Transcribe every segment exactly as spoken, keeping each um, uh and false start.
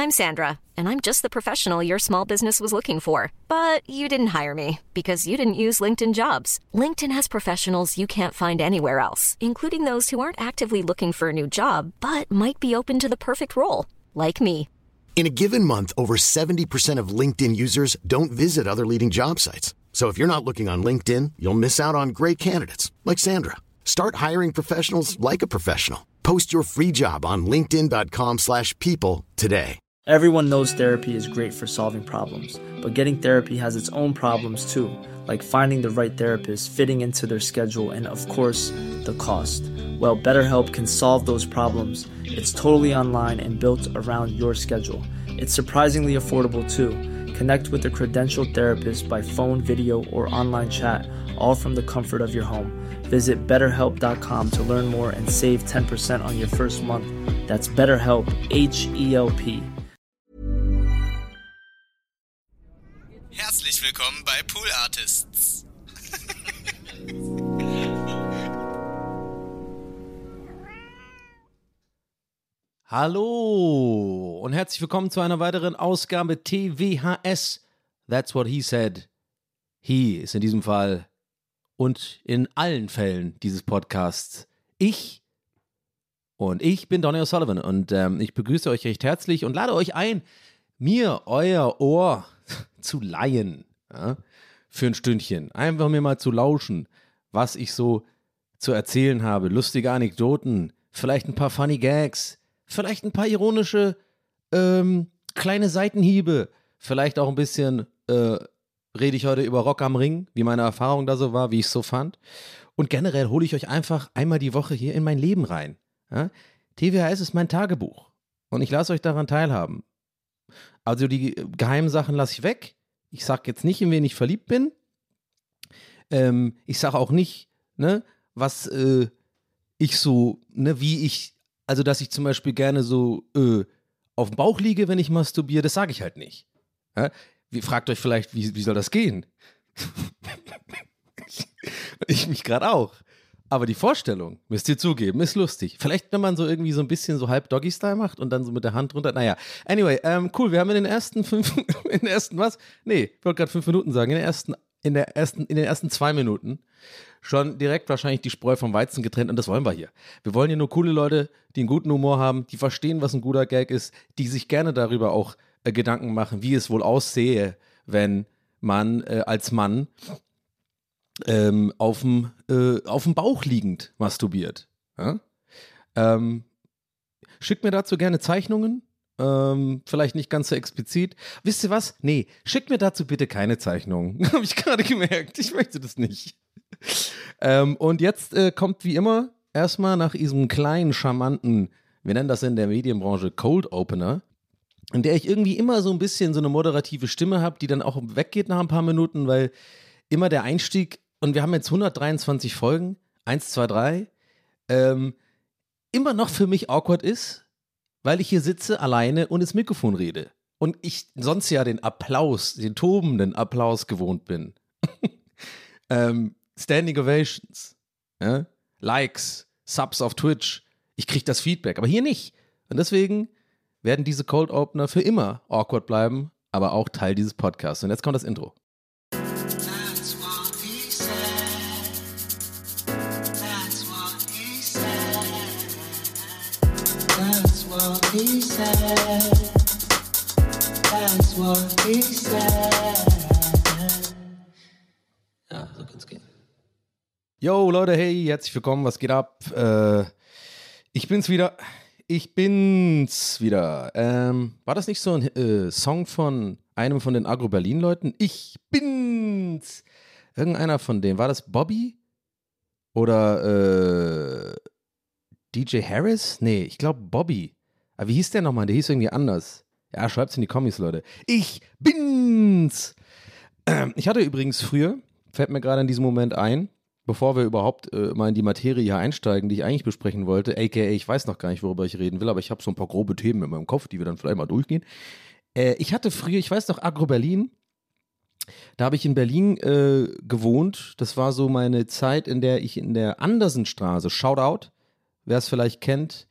I'm Sandra, and I'm just the professional your small business was looking for. But you didn't hire me because you didn't use LinkedIn Jobs. LinkedIn has professionals you can't find anywhere else, including those who aren't actively looking for a new job, but might be open to the perfect role, like me. In a given month, over seventy percent of LinkedIn users don't visit other leading job sites. So if you're not looking on LinkedIn, you'll miss out on great candidates like Sandra. Start hiring professionals like a professional. Post your free job on linkedin dot com slash people today. Everyone knows therapy is great for solving problems, but getting therapy has its own problems too, like finding the right therapist, fitting into their schedule, and of course, the cost. Well, BetterHelp can solve those problems. It's totally online and built around your schedule. It's surprisingly affordable too. Connect with a credentialed therapist by phone, video, or online chat, all from the comfort of your home. Visit better help dot com to learn more and save ten percent on your first month. That's BetterHelp, H E L P. Herzlich willkommen bei Pool Artists. Hallo und herzlich willkommen zu einer weiteren Ausgabe T W H S. That's what he said. He ist in diesem Fall und in allen Fällen dieses Podcasts ich. Und ich bin Donny O'Sullivan und ähm, ich begrüße euch recht herzlich und lade euch ein, mir euer Ohr zu leihen, ja, für ein Stündchen. Einfach mir mal zu lauschen, was ich so zu erzählen habe. Lustige Anekdoten, vielleicht ein paar funny Gags, vielleicht ein paar ironische ähm, kleine Seitenhiebe, vielleicht auch ein bisschen äh, rede ich heute über Rock am Ring, wie meine Erfahrung da so war, wie ich es so fand. Und generell hole ich euch einfach einmal die Woche hier in mein Leben rein. Ja? T W H S ist mein Tagebuch und ich lasse euch daran teilhaben. Also die geheimen Sachen lasse ich weg. Ich sage jetzt nicht, in wen ich verliebt bin. Ähm, ich sage auch nicht, ne, was äh, ich so, ne, wie ich, also dass ich zum Beispiel gerne so äh, auf dem Bauch liege, wenn ich masturbiere, das sage ich halt nicht. Ja? Wie, fragt euch vielleicht, wie, wie soll das gehen? Ich mich gerade auch. Aber die Vorstellung, müsst ihr zugeben, ist lustig. Vielleicht, wenn man so irgendwie so ein bisschen so halb Doggy-Style macht und dann so mit der Hand runter. Naja, anyway, ähm, cool, wir haben in den ersten fünf, in den ersten was? Nee, ich wollte gerade fünf Minuten sagen. In den ersten, in der ersten, in den ersten zwei Minuten schon direkt wahrscheinlich die Spreu vom Weizen getrennt und das wollen wir hier. Wir wollen hier nur coole Leute, die einen guten Humor haben, die verstehen, was ein guter Gag ist, die sich gerne darüber auch äh, Gedanken machen, wie es wohl aussehe, wenn man äh, als Mann Ähm, auf dem äh, auf dem Bauch liegend masturbiert. Ja? Ähm, schickt mir dazu gerne Zeichnungen, ähm, vielleicht nicht ganz so explizit. Wisst ihr was? Nee, schickt mir dazu bitte keine Zeichnungen. Habe ich gerade gemerkt. Ich möchte das nicht. ähm, und jetzt äh, kommt wie immer erstmal nach diesem kleinen, charmanten, wir nennen das in der Medienbranche Cold Opener, in der ich irgendwie immer so ein bisschen so eine moderative Stimme habe, die dann auch weggeht nach ein paar Minuten, weil immer der Einstieg, und wir haben jetzt hundertdreiundzwanzig Folgen, eins, zwei, drei, ähm, immer noch für mich awkward ist, weil ich hier sitze alleine und ins Mikrofon rede. Und ich sonst ja den Applaus, den tobenden Applaus gewohnt bin. ähm, Standing Ovations, ja? Likes, Subs auf Twitch, ich kriege das Feedback, aber hier nicht. Und deswegen werden diese Cold Opener für immer awkward bleiben, aber auch Teil dieses Podcasts. Und jetzt kommt das Intro. He said, that's what he said. Ja, so kann's gehen. Yo, Leute, hey, herzlich willkommen, was geht ab? Äh, ich bin's wieder. Ich bin's wieder. Ähm, war das nicht so ein äh, Song von einem von den Agro-Berlin-Leuten? Ich bin's. Irgendeiner von denen. War das Bobby? Oder äh, D J Harris? Nee, ich glaube Bobby. Aber wie hieß der nochmal? Der hieß irgendwie anders. Ja, schreibt's in die Kommis, Leute. Ich bin's! Ähm, ich hatte übrigens früher, fällt mir gerade in diesem Moment ein, bevor wir überhaupt äh, mal in die Materie hier einsteigen, die ich eigentlich besprechen wollte, aka ich weiß noch gar nicht, worüber ich reden will, aber ich habe so ein paar grobe Themen in meinem Kopf, die wir dann vielleicht mal durchgehen. Äh, ich hatte früher, ich weiß noch, Agro Berlin, da habe ich in Berlin äh, gewohnt. Das war so meine Zeit, in der ich in der Andersenstraße, Shoutout, wer es vielleicht kennt,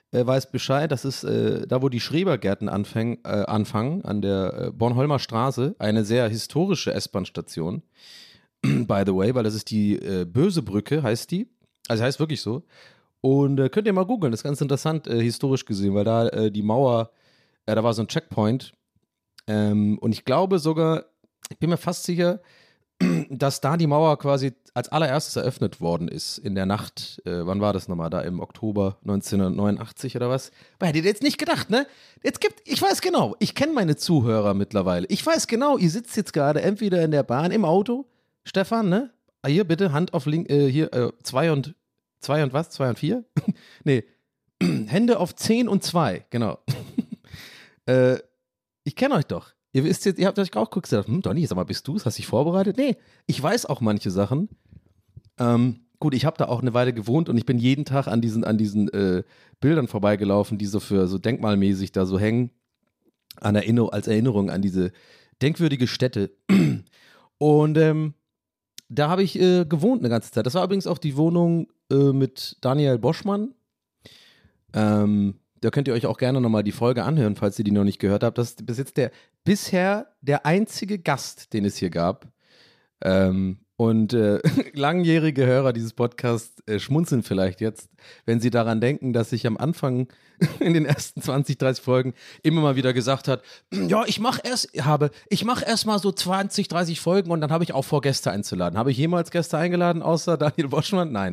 äh, weiß Bescheid. Das ist äh, da, wo die Schrebergärten anfäng, äh, anfangen, an der äh, Bornholmer Straße. Eine sehr historische S-Bahn-Station. By the way, weil das ist die äh, Böse Brücke, heißt die. Also heißt wirklich so. Und äh, könnt ihr mal googeln, das ist ganz interessant, äh, historisch gesehen, weil da äh, die Mauer, äh, da war so ein Checkpoint. Ähm, und ich glaube sogar, ich bin mir fast sicher, dass da die Mauer quasi als allererstes eröffnet worden ist in der Nacht. Äh, wann war das nochmal? Da im Oktober neunzehnhundertneunundachtzig oder was? Hättet ihr jetzt nicht gedacht, ne? Jetzt gibt, ich weiß genau, ich kenne meine Zuhörer mittlerweile. Ich weiß genau, ihr sitzt jetzt gerade entweder in der Bahn, im Auto. Stefan, ne? Ah, hier bitte, Hand auf Link, äh, hier, äh, zwei und, zwei und was? Zwei und vier? Nee. Hände auf zehn und zwei, genau. äh, ich kenne euch doch. Ihr wisst jetzt, ihr habt euch auch geguckt, hm, Donny, sag mal, bist du es? Hast dich vorbereitet? Nee, ich weiß auch manche Sachen. Ähm, gut, ich habe da auch eine Weile gewohnt und ich bin jeden Tag an diesen, an diesen äh, Bildern vorbeigelaufen, die so für so denkmalmäßig da so hängen, an Erinner- als Erinnerung an diese denkwürdige Stätte. Und ähm, da habe ich äh, gewohnt eine ganze Zeit. Das war übrigens auch die Wohnung äh, mit Daniel Boschmann. Ähm, da könnt ihr euch auch gerne nochmal die Folge anhören, falls ihr die noch nicht gehört habt. Das ist bis jetzt der, bisher der einzige Gast, den es hier gab. Ähm, und äh, langjährige Hörer dieses Podcasts äh, schmunzeln vielleicht jetzt, wenn sie daran denken, dass ich am Anfang in den ersten zwanzig, dreißig Folgen immer mal wieder gesagt hat, ja, ich mache erst, habe, ich mache erst mal so zwanzig, dreißig Folgen und dann habe ich auch vor, Gäste einzuladen. Habe ich jemals Gäste eingeladen, außer Daniel Boschmann? Nein.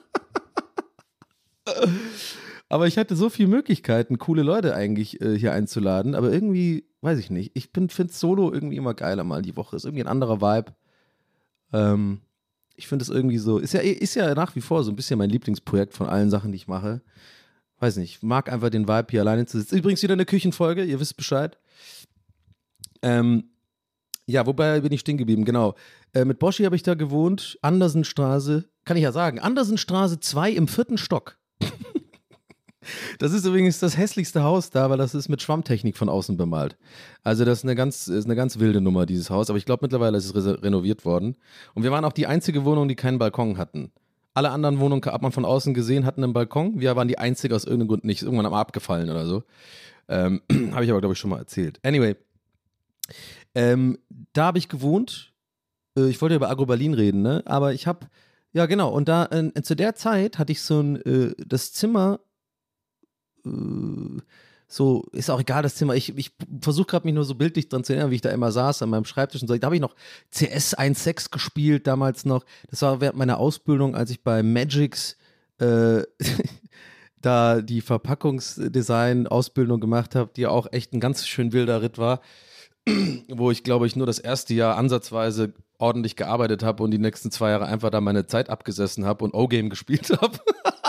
Aber ich hatte so viele Möglichkeiten, coole Leute eigentlich äh, hier einzuladen, aber irgendwie, weiß ich nicht, ich finde es Solo irgendwie immer geiler mal die Woche, ist irgendwie ein anderer Vibe. Ähm, ich finde es irgendwie so, ist ja, ist ja nach wie vor so ein bisschen mein Lieblingsprojekt von allen Sachen, die ich mache. Weiß nicht, ich mag einfach den Vibe, hier alleine zu sitzen. Übrigens wieder eine Küchenfolge, ihr wisst Bescheid. Ähm, ja, wobei bin ich stehen geblieben, genau. Äh, mit Boschi habe ich da gewohnt, Andersenstraße, kann ich ja sagen, Andersenstraße zwei im vierten Stock. Das ist übrigens das hässlichste Haus da, weil das ist mit Schwammtechnik von außen bemalt. Also das ist eine ganz, ist eine ganz wilde Nummer, dieses Haus. Aber ich glaube, mittlerweile ist es re- renoviert worden. Und wir waren auch die einzige Wohnung, die keinen Balkon hatten. Alle anderen Wohnungen hat man von außen gesehen, hatten einen Balkon. Wir waren die einzige aus irgendeinem Grund nicht. Ist irgendwann mal abgefallen oder so. Ähm, habe ich aber, glaube ich, schon mal erzählt. Anyway, ähm, da habe ich gewohnt. Äh, ich wollte über Agro Berlin reden, ne? Aber ich habe, ja genau, und da äh, zu der Zeit hatte ich so ein, äh, das Zimmer, so, ist auch egal, das Zimmer. Ich, ich versuche gerade mich nur so bildlich dran zu erinnern, wie ich da immer saß an meinem Schreibtisch und so. Da habe ich noch C S eins Punkt sechs gespielt, damals noch. Das war während meiner Ausbildung, als ich bei Magix äh, da die Verpackungsdesign-Ausbildung gemacht habe, die auch echt ein ganz schön wilder Ritt war, wo ich, glaube ich, nur das erste Jahr ansatzweise ordentlich gearbeitet habe und die nächsten zwei Jahre einfach da meine Zeit abgesessen habe und O-Game gespielt habe.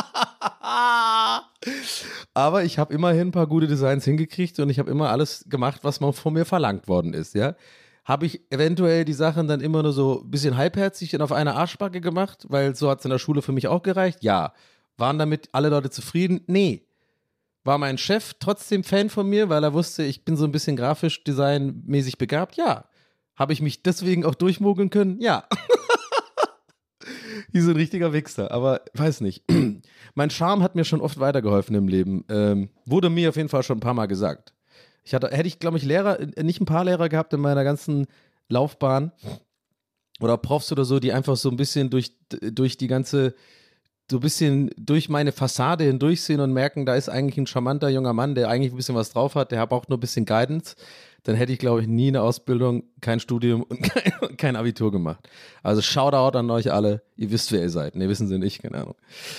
Aber ich habe immerhin ein paar gute Designs hingekriegt und ich habe immer alles gemacht, was man von mir verlangt worden ist, ja. Habe ich eventuell die Sachen dann immer nur so ein bisschen halbherzig und auf eine Arschbacke gemacht, weil so hat es in der Schule für mich auch gereicht? Ja. Waren damit alle Leute zufrieden? Nee. War mein Chef trotzdem Fan von mir, weil er wusste, ich bin so ein bisschen grafisch designmäßig begabt? Ja. Habe ich mich deswegen auch durchmogeln können? Ja. Wie so ein richtiger Wichser, aber weiß nicht. Mein Charme hat mir schon oft weitergeholfen im Leben. Ähm, wurde mir auf jeden Fall schon ein paar Mal gesagt. Ich hatte, hätte ich, glaube ich, Lehrer, nicht ein paar Lehrer gehabt in meiner ganzen Laufbahn oder Profs oder so, die einfach so ein bisschen durch, durch die ganze, so ein bisschen durch meine Fassade hindurchsehen und merken, da ist eigentlich ein charmanter junger Mann, der eigentlich ein bisschen was drauf hat, der braucht nur ein bisschen Guidance. Dann hätte ich, glaube ich, nie eine Ausbildung, kein Studium und kein, kein Abitur gemacht. Also Shoutout an euch alle. Ihr wisst, wer ihr seid. Ne, wissen sie nicht, keine Ahnung.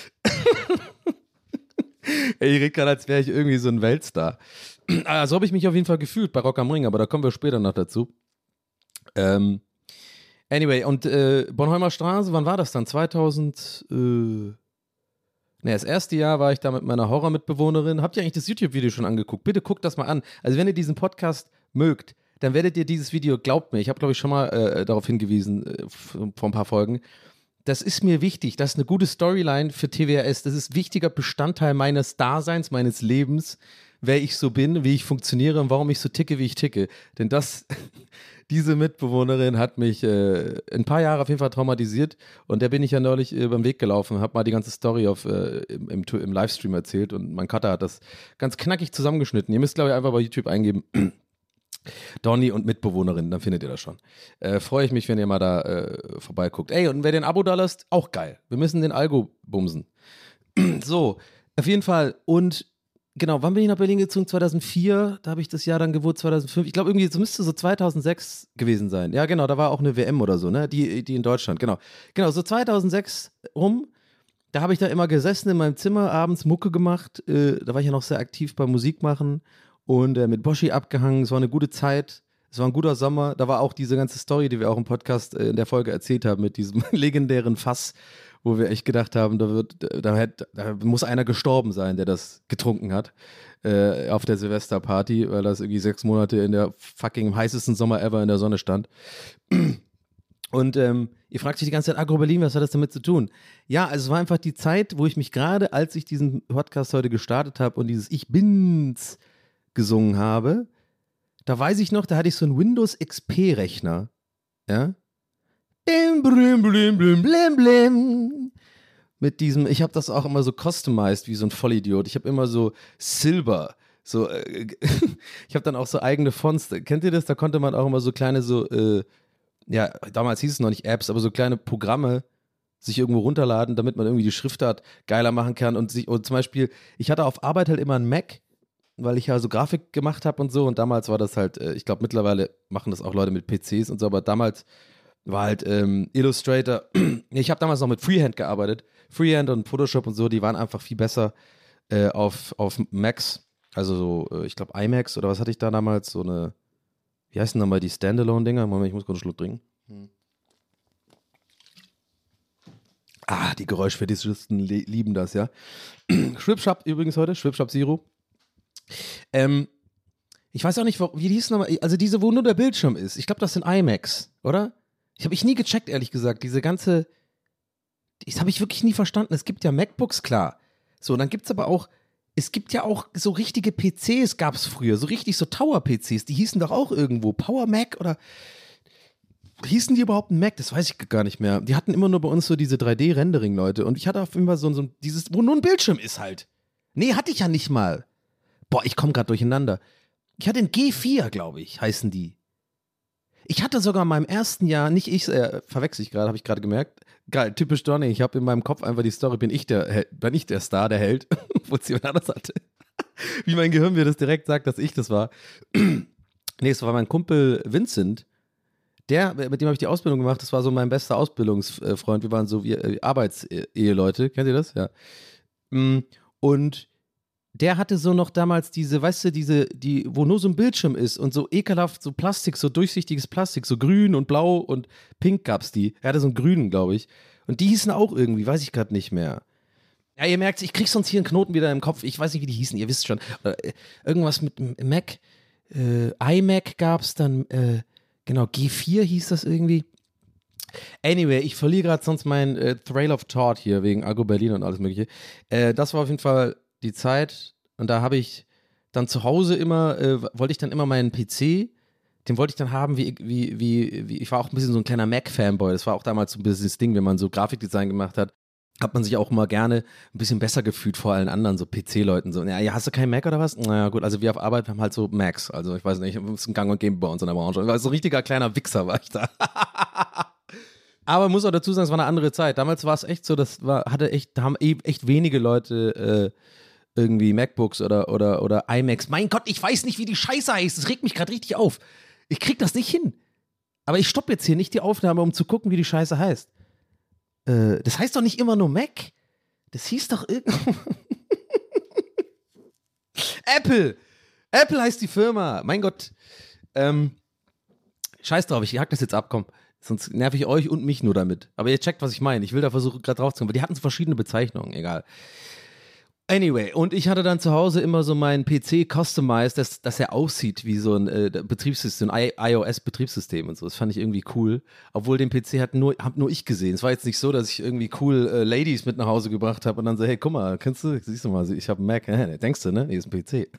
Ey, ich rede gerade, als wäre ich irgendwie so ein Weltstar. Also habe ich mich auf jeden Fall gefühlt bei Rock am Ring, aber da kommen wir später noch dazu. Ähm, anyway, und äh, Bornholmer Straße, wann war das dann? zweitausend, äh, ne, das erste Jahr war ich da mit meiner Horror-Mitbewohnerin. Habt ihr eigentlich das YouTube-Video schon angeguckt? Bitte guckt das mal an. Also wenn ihr diesen Podcast mögt, dann werdet ihr dieses Video, glaubt mir, ich habe glaube ich schon mal äh, darauf hingewiesen äh, vor ein paar Folgen, das ist mir wichtig, das ist eine gute Storyline für T W R S, das ist ein wichtiger Bestandteil meines Daseins, meines Lebens, wer ich so bin, wie ich funktioniere und warum ich so ticke, wie ich ticke. Denn das, diese Mitbewohnerin hat mich äh, ein paar Jahre auf jeden Fall traumatisiert und der bin ich ja neulich äh, beim Weg gelaufen, habe mal die ganze Story auf, äh, im, im, im Livestream erzählt und mein Cutter hat das ganz knackig zusammengeschnitten. Ihr müsst, glaube ich, einfach bei YouTube eingeben, Donny und Mitbewohnerin, dann findet ihr das schon. Äh, freue ich mich, wenn ihr mal da äh, vorbeiguckt. Ey, und wer den Abo da lasst, auch geil. Wir müssen den Algo bumsen. So, auf jeden Fall. Und genau, wann bin ich nach Berlin gezogen? zweitausendvier, da habe ich das Jahr dann gewohnt, zweitausendfünf. Ich glaube, irgendwie, es müsste so zweitausendsechs gewesen sein. Ja, genau, da war auch eine W M oder so, ne? Die, die in Deutschland, genau. Genau, so zweitausendsechs rum, da habe ich da immer gesessen in meinem Zimmer, abends Mucke gemacht. Äh, da war ich ja noch sehr aktiv beim Musikmachen. Und äh, mit Boschi abgehangen, es war eine gute Zeit, es war ein guter Sommer, da war auch diese ganze Story, die wir auch im Podcast äh, in der Folge erzählt haben, mit diesem legendären Fass, wo wir echt gedacht haben, da, wird, da, hätte, da muss einer gestorben sein, der das getrunken hat äh, auf der Silvesterparty, weil das irgendwie sechs Monate in der fucking heißesten Sommer ever in der Sonne stand. Und ähm, ihr fragt sich die ganze Zeit, Agro Berlin, was hat das damit zu tun? Ja, also es war einfach die Zeit, wo ich mich gerade, als ich diesen Podcast heute gestartet habe und dieses Ich bin's gesungen habe, da weiß ich noch, da hatte ich so einen Windows X P-Rechner, ja, blim, blim, blim, blim, blim, blim. Mit diesem, ich habe das auch immer so customized wie so ein Vollidiot, ich habe immer so Silber, so, äh, ich habe dann auch so eigene Fonts, kennt ihr das, da konnte man auch immer so kleine so, äh, ja, damals hieß es noch nicht Apps, aber so kleine Programme sich irgendwo runterladen, damit man irgendwie die Schriftart geiler machen kann und sich, und zum Beispiel, ich hatte auf Arbeit halt immer einen Mac, weil ich ja so Grafik gemacht habe und so und damals war das halt, ich glaube mittlerweile machen das auch Leute mit P Cs und so, aber damals war halt ähm, Illustrator, ich habe damals noch mit Freehand gearbeitet, Freehand und Photoshop und so, die waren einfach viel besser äh, auf, auf Macs, also so, äh, ich glaube iMacs oder was hatte ich da damals, so eine, wie heißen nochmal die Standalone-Dinger? Moment, ich muss kurz einen Schluck trinken. Hm. Ah, die Geräuschfetischisten lieben das, ja. Schwipschap übrigens heute, Schwipschap Zero. Ähm, ich weiß auch nicht, wie die hieß nochmal, also diese, wo nur der Bildschirm ist. Ich glaube, das sind iMacs, oder? Ich habe ich nie gecheckt, ehrlich gesagt. Diese ganze, das habe ich wirklich nie verstanden. Es gibt ja MacBooks, klar. So, und dann gibt es aber auch, es gibt ja auch so richtige P Cs, gab es früher, so richtig so Tower-P Cs, die hießen doch auch irgendwo, Power Mac oder hießen die überhaupt ein Mac? Das weiß ich gar nicht mehr. Die hatten immer nur bei uns so diese drei D-Rendering-Leute und ich hatte auf jeden Fall so, so dieses, wo nur ein Bildschirm ist halt. Nee, hatte ich ja nicht mal. Boah, ich komme gerade durcheinander. Ich hatte einen G vier, glaube ich, heißen die. Ich hatte sogar in meinem ersten Jahr, nicht ich, äh, verwechsel ich gerade, habe ich gerade gemerkt. Geil, typisch Donny, ich habe in meinem Kopf einfach die Story, bin ich der, bin ich der Star, der Held, obwohl es jemand anders hatte. Wie mein Gehirn mir das direkt sagt, dass ich das war. Nee, es war mein Kumpel Vincent, der, mit dem habe ich die Ausbildung gemacht, das war so mein bester Ausbildungsfreund, wir waren so wie äh, Arbeitseheleute, kennt ihr das? Ja. Und der hatte so noch damals diese, weißt du, diese, die, wo nur so ein Bildschirm ist und so ekelhaft, so Plastik, so durchsichtiges Plastik, so grün und blau und pink gab's die. Er hatte so einen grünen, glaube ich. Und die hießen auch irgendwie, weiß ich gerade nicht mehr. Ja, ihr merkt, ich krieg sonst hier einen Knoten wieder im Kopf. Ich weiß nicht, wie die hießen, ihr wisst schon. Äh, irgendwas mit Mac, äh, iMac gab's dann, äh, genau, G vier hieß das irgendwie. Anyway, ich verliere gerade sonst meinen äh, Trail of Thought hier wegen Agro Berlin und alles mögliche. Äh, das war auf jeden Fall die Zeit und da habe ich dann zu Hause immer, äh, wollte ich dann immer meinen P C, den wollte ich dann haben, wie, wie, wie, wie, ich war auch ein bisschen so ein kleiner Mac-Fanboy, das war auch damals so ein bisschen das Ding, wenn man so Grafikdesign gemacht hat, hat man sich auch immer gerne ein bisschen besser gefühlt vor allen anderen, so P C-Leuten, so, ja, hast du keinen Mac oder was? Naja, gut, also wir auf Arbeit haben halt so Macs, also ich weiß nicht, es ist ein Gang und Gäbe bei uns in der Branche, also so ein richtiger kleiner Wichser war ich da. Aber muss auch dazu sagen, es war eine andere Zeit, damals war es echt so, das war, hatte echt, da haben echt wenige Leute, äh, irgendwie MacBooks oder, oder, oder iMacs. Mein Gott, ich weiß nicht, wie die Scheiße heißt. Das regt mich gerade richtig auf. Ich krieg das nicht hin. Aber ich stoppe jetzt hier nicht die Aufnahme, um zu gucken, wie die Scheiße heißt. Äh, das heißt doch nicht immer nur Mac. Das hieß doch irgendwo. Apple. Apple heißt die Firma. Mein Gott. Ähm, scheiß drauf, ich hack das jetzt ab, komm. Sonst nerv ich euch und mich nur damit. Aber ihr checkt, was ich meine. Ich will da versuchen, gerade drauf zu kommen. Aber die hatten so verschiedene Bezeichnungen, egal. Anyway, und ich hatte dann zu Hause immer so meinen P C customized, dass, dass er aussieht wie so ein äh, Betriebssystem, ein iOS-Betriebssystem und so. Das fand ich irgendwie cool. Obwohl den P C hat nur, hab nur ich gesehen. Es war jetzt nicht so, dass ich irgendwie cool äh, Ladies mit nach Hause gebracht habe und dann so, hey, guck mal, kennst du, siehst du mal, ich habe einen Mac, äh, denkst du, ne? Hier ist ein P C.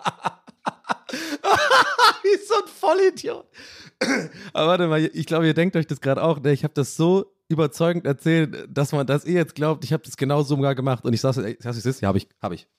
Wie so ein Vollidiot. Aber warte mal, ich glaube, ihr denkt euch das gerade auch, ne? Ich habe das so überzeugend erzählt, dass man das ihr jetzt glaubt, ich habe das genau so mal gemacht und ich sag's, ey, sag's, wie es ist, ja, habe ich, habe ich.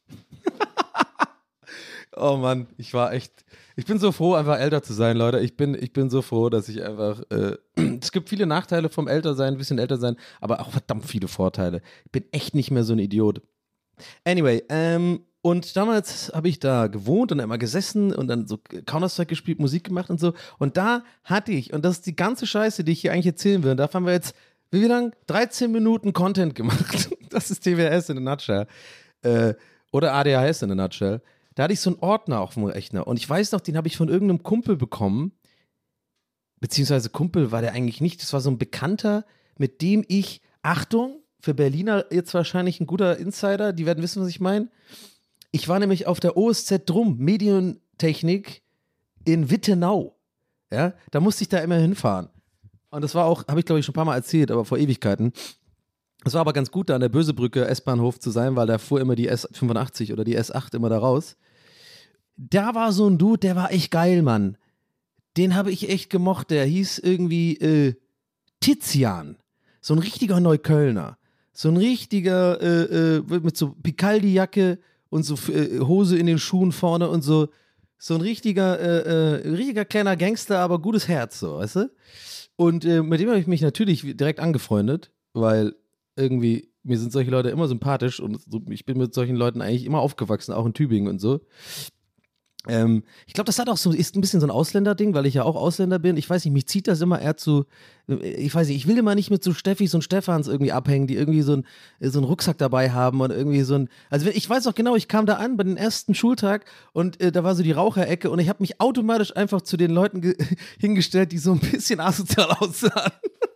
Oh Mann, ich war echt, ich bin so froh, einfach älter zu sein, Leute. Ich bin, ich bin so froh, dass ich einfach, äh, es gibt viele Nachteile vom Ältersein, ein bisschen älter sein, aber auch verdammt viele Vorteile. Ich bin echt nicht mehr so ein Idiot. Anyway, ähm, und damals habe ich da gewohnt und immer gesessen und dann so Counter-Strike gespielt, Musik gemacht und so. Und da hatte ich, und das ist die ganze Scheiße, die ich hier eigentlich erzählen will, und da haben wir jetzt, wie lang? dreizehn Minuten Content gemacht. Das ist T W S in a nutshell. Äh, oder A D H S in a nutshell. Da hatte ich so einen Ordner auf dem Rechner. Und ich weiß noch, den habe ich von irgendeinem Kumpel bekommen. Beziehungsweise Kumpel war der eigentlich nicht. Das war so ein Bekannter, mit dem ich, Achtung, für Berliner jetzt wahrscheinlich ein guter Insider, die werden wissen, was ich meine. Ich war nämlich auf der O S Z Drum, Medientechnik in Wittenau. Ja, da musste ich da immer hinfahren. Und das war auch, habe ich glaube ich schon ein paar Mal erzählt, aber vor Ewigkeiten. Es war aber ganz gut, da an der Bösebrücke S-Bahnhof zu sein, weil da fuhr immer die S fünfundachtzig oder die S acht immer da raus. Da war so ein Dude, der war echt geil, Mann. Den habe ich echt gemocht. Der hieß irgendwie äh, Tizian. So ein richtiger Neuköllner. So ein richtiger, äh, äh, mit so Picaldi-Jacke und so äh, Hose in den Schuhen vorne und so. So ein richtiger, äh, äh, richtiger kleiner Gangster, aber gutes Herz, so, weißt du? Und äh, mit dem habe ich mich natürlich direkt angefreundet, weil irgendwie, mir sind solche Leute immer sympathisch und so, ich bin mit solchen Leuten eigentlich immer aufgewachsen, auch in Tübingen und so. Ähm, ich glaube, das hat auch so, ist ein bisschen so ein Ausländer-Ding, weil ich ja auch Ausländer bin. Ich weiß nicht, mich zieht das immer eher zu, ich weiß nicht, ich will immer nicht mit so Steffis und Stefans irgendwie abhängen, die irgendwie so, ein, so einen Rucksack dabei haben und irgendwie so ein, also ich weiß auch genau, ich kam da an bei den ersten Schultag und äh, da war so die Raucherecke und ich habe mich automatisch einfach zu den Leuten ge- hingestellt, die so ein bisschen asozial aussahen.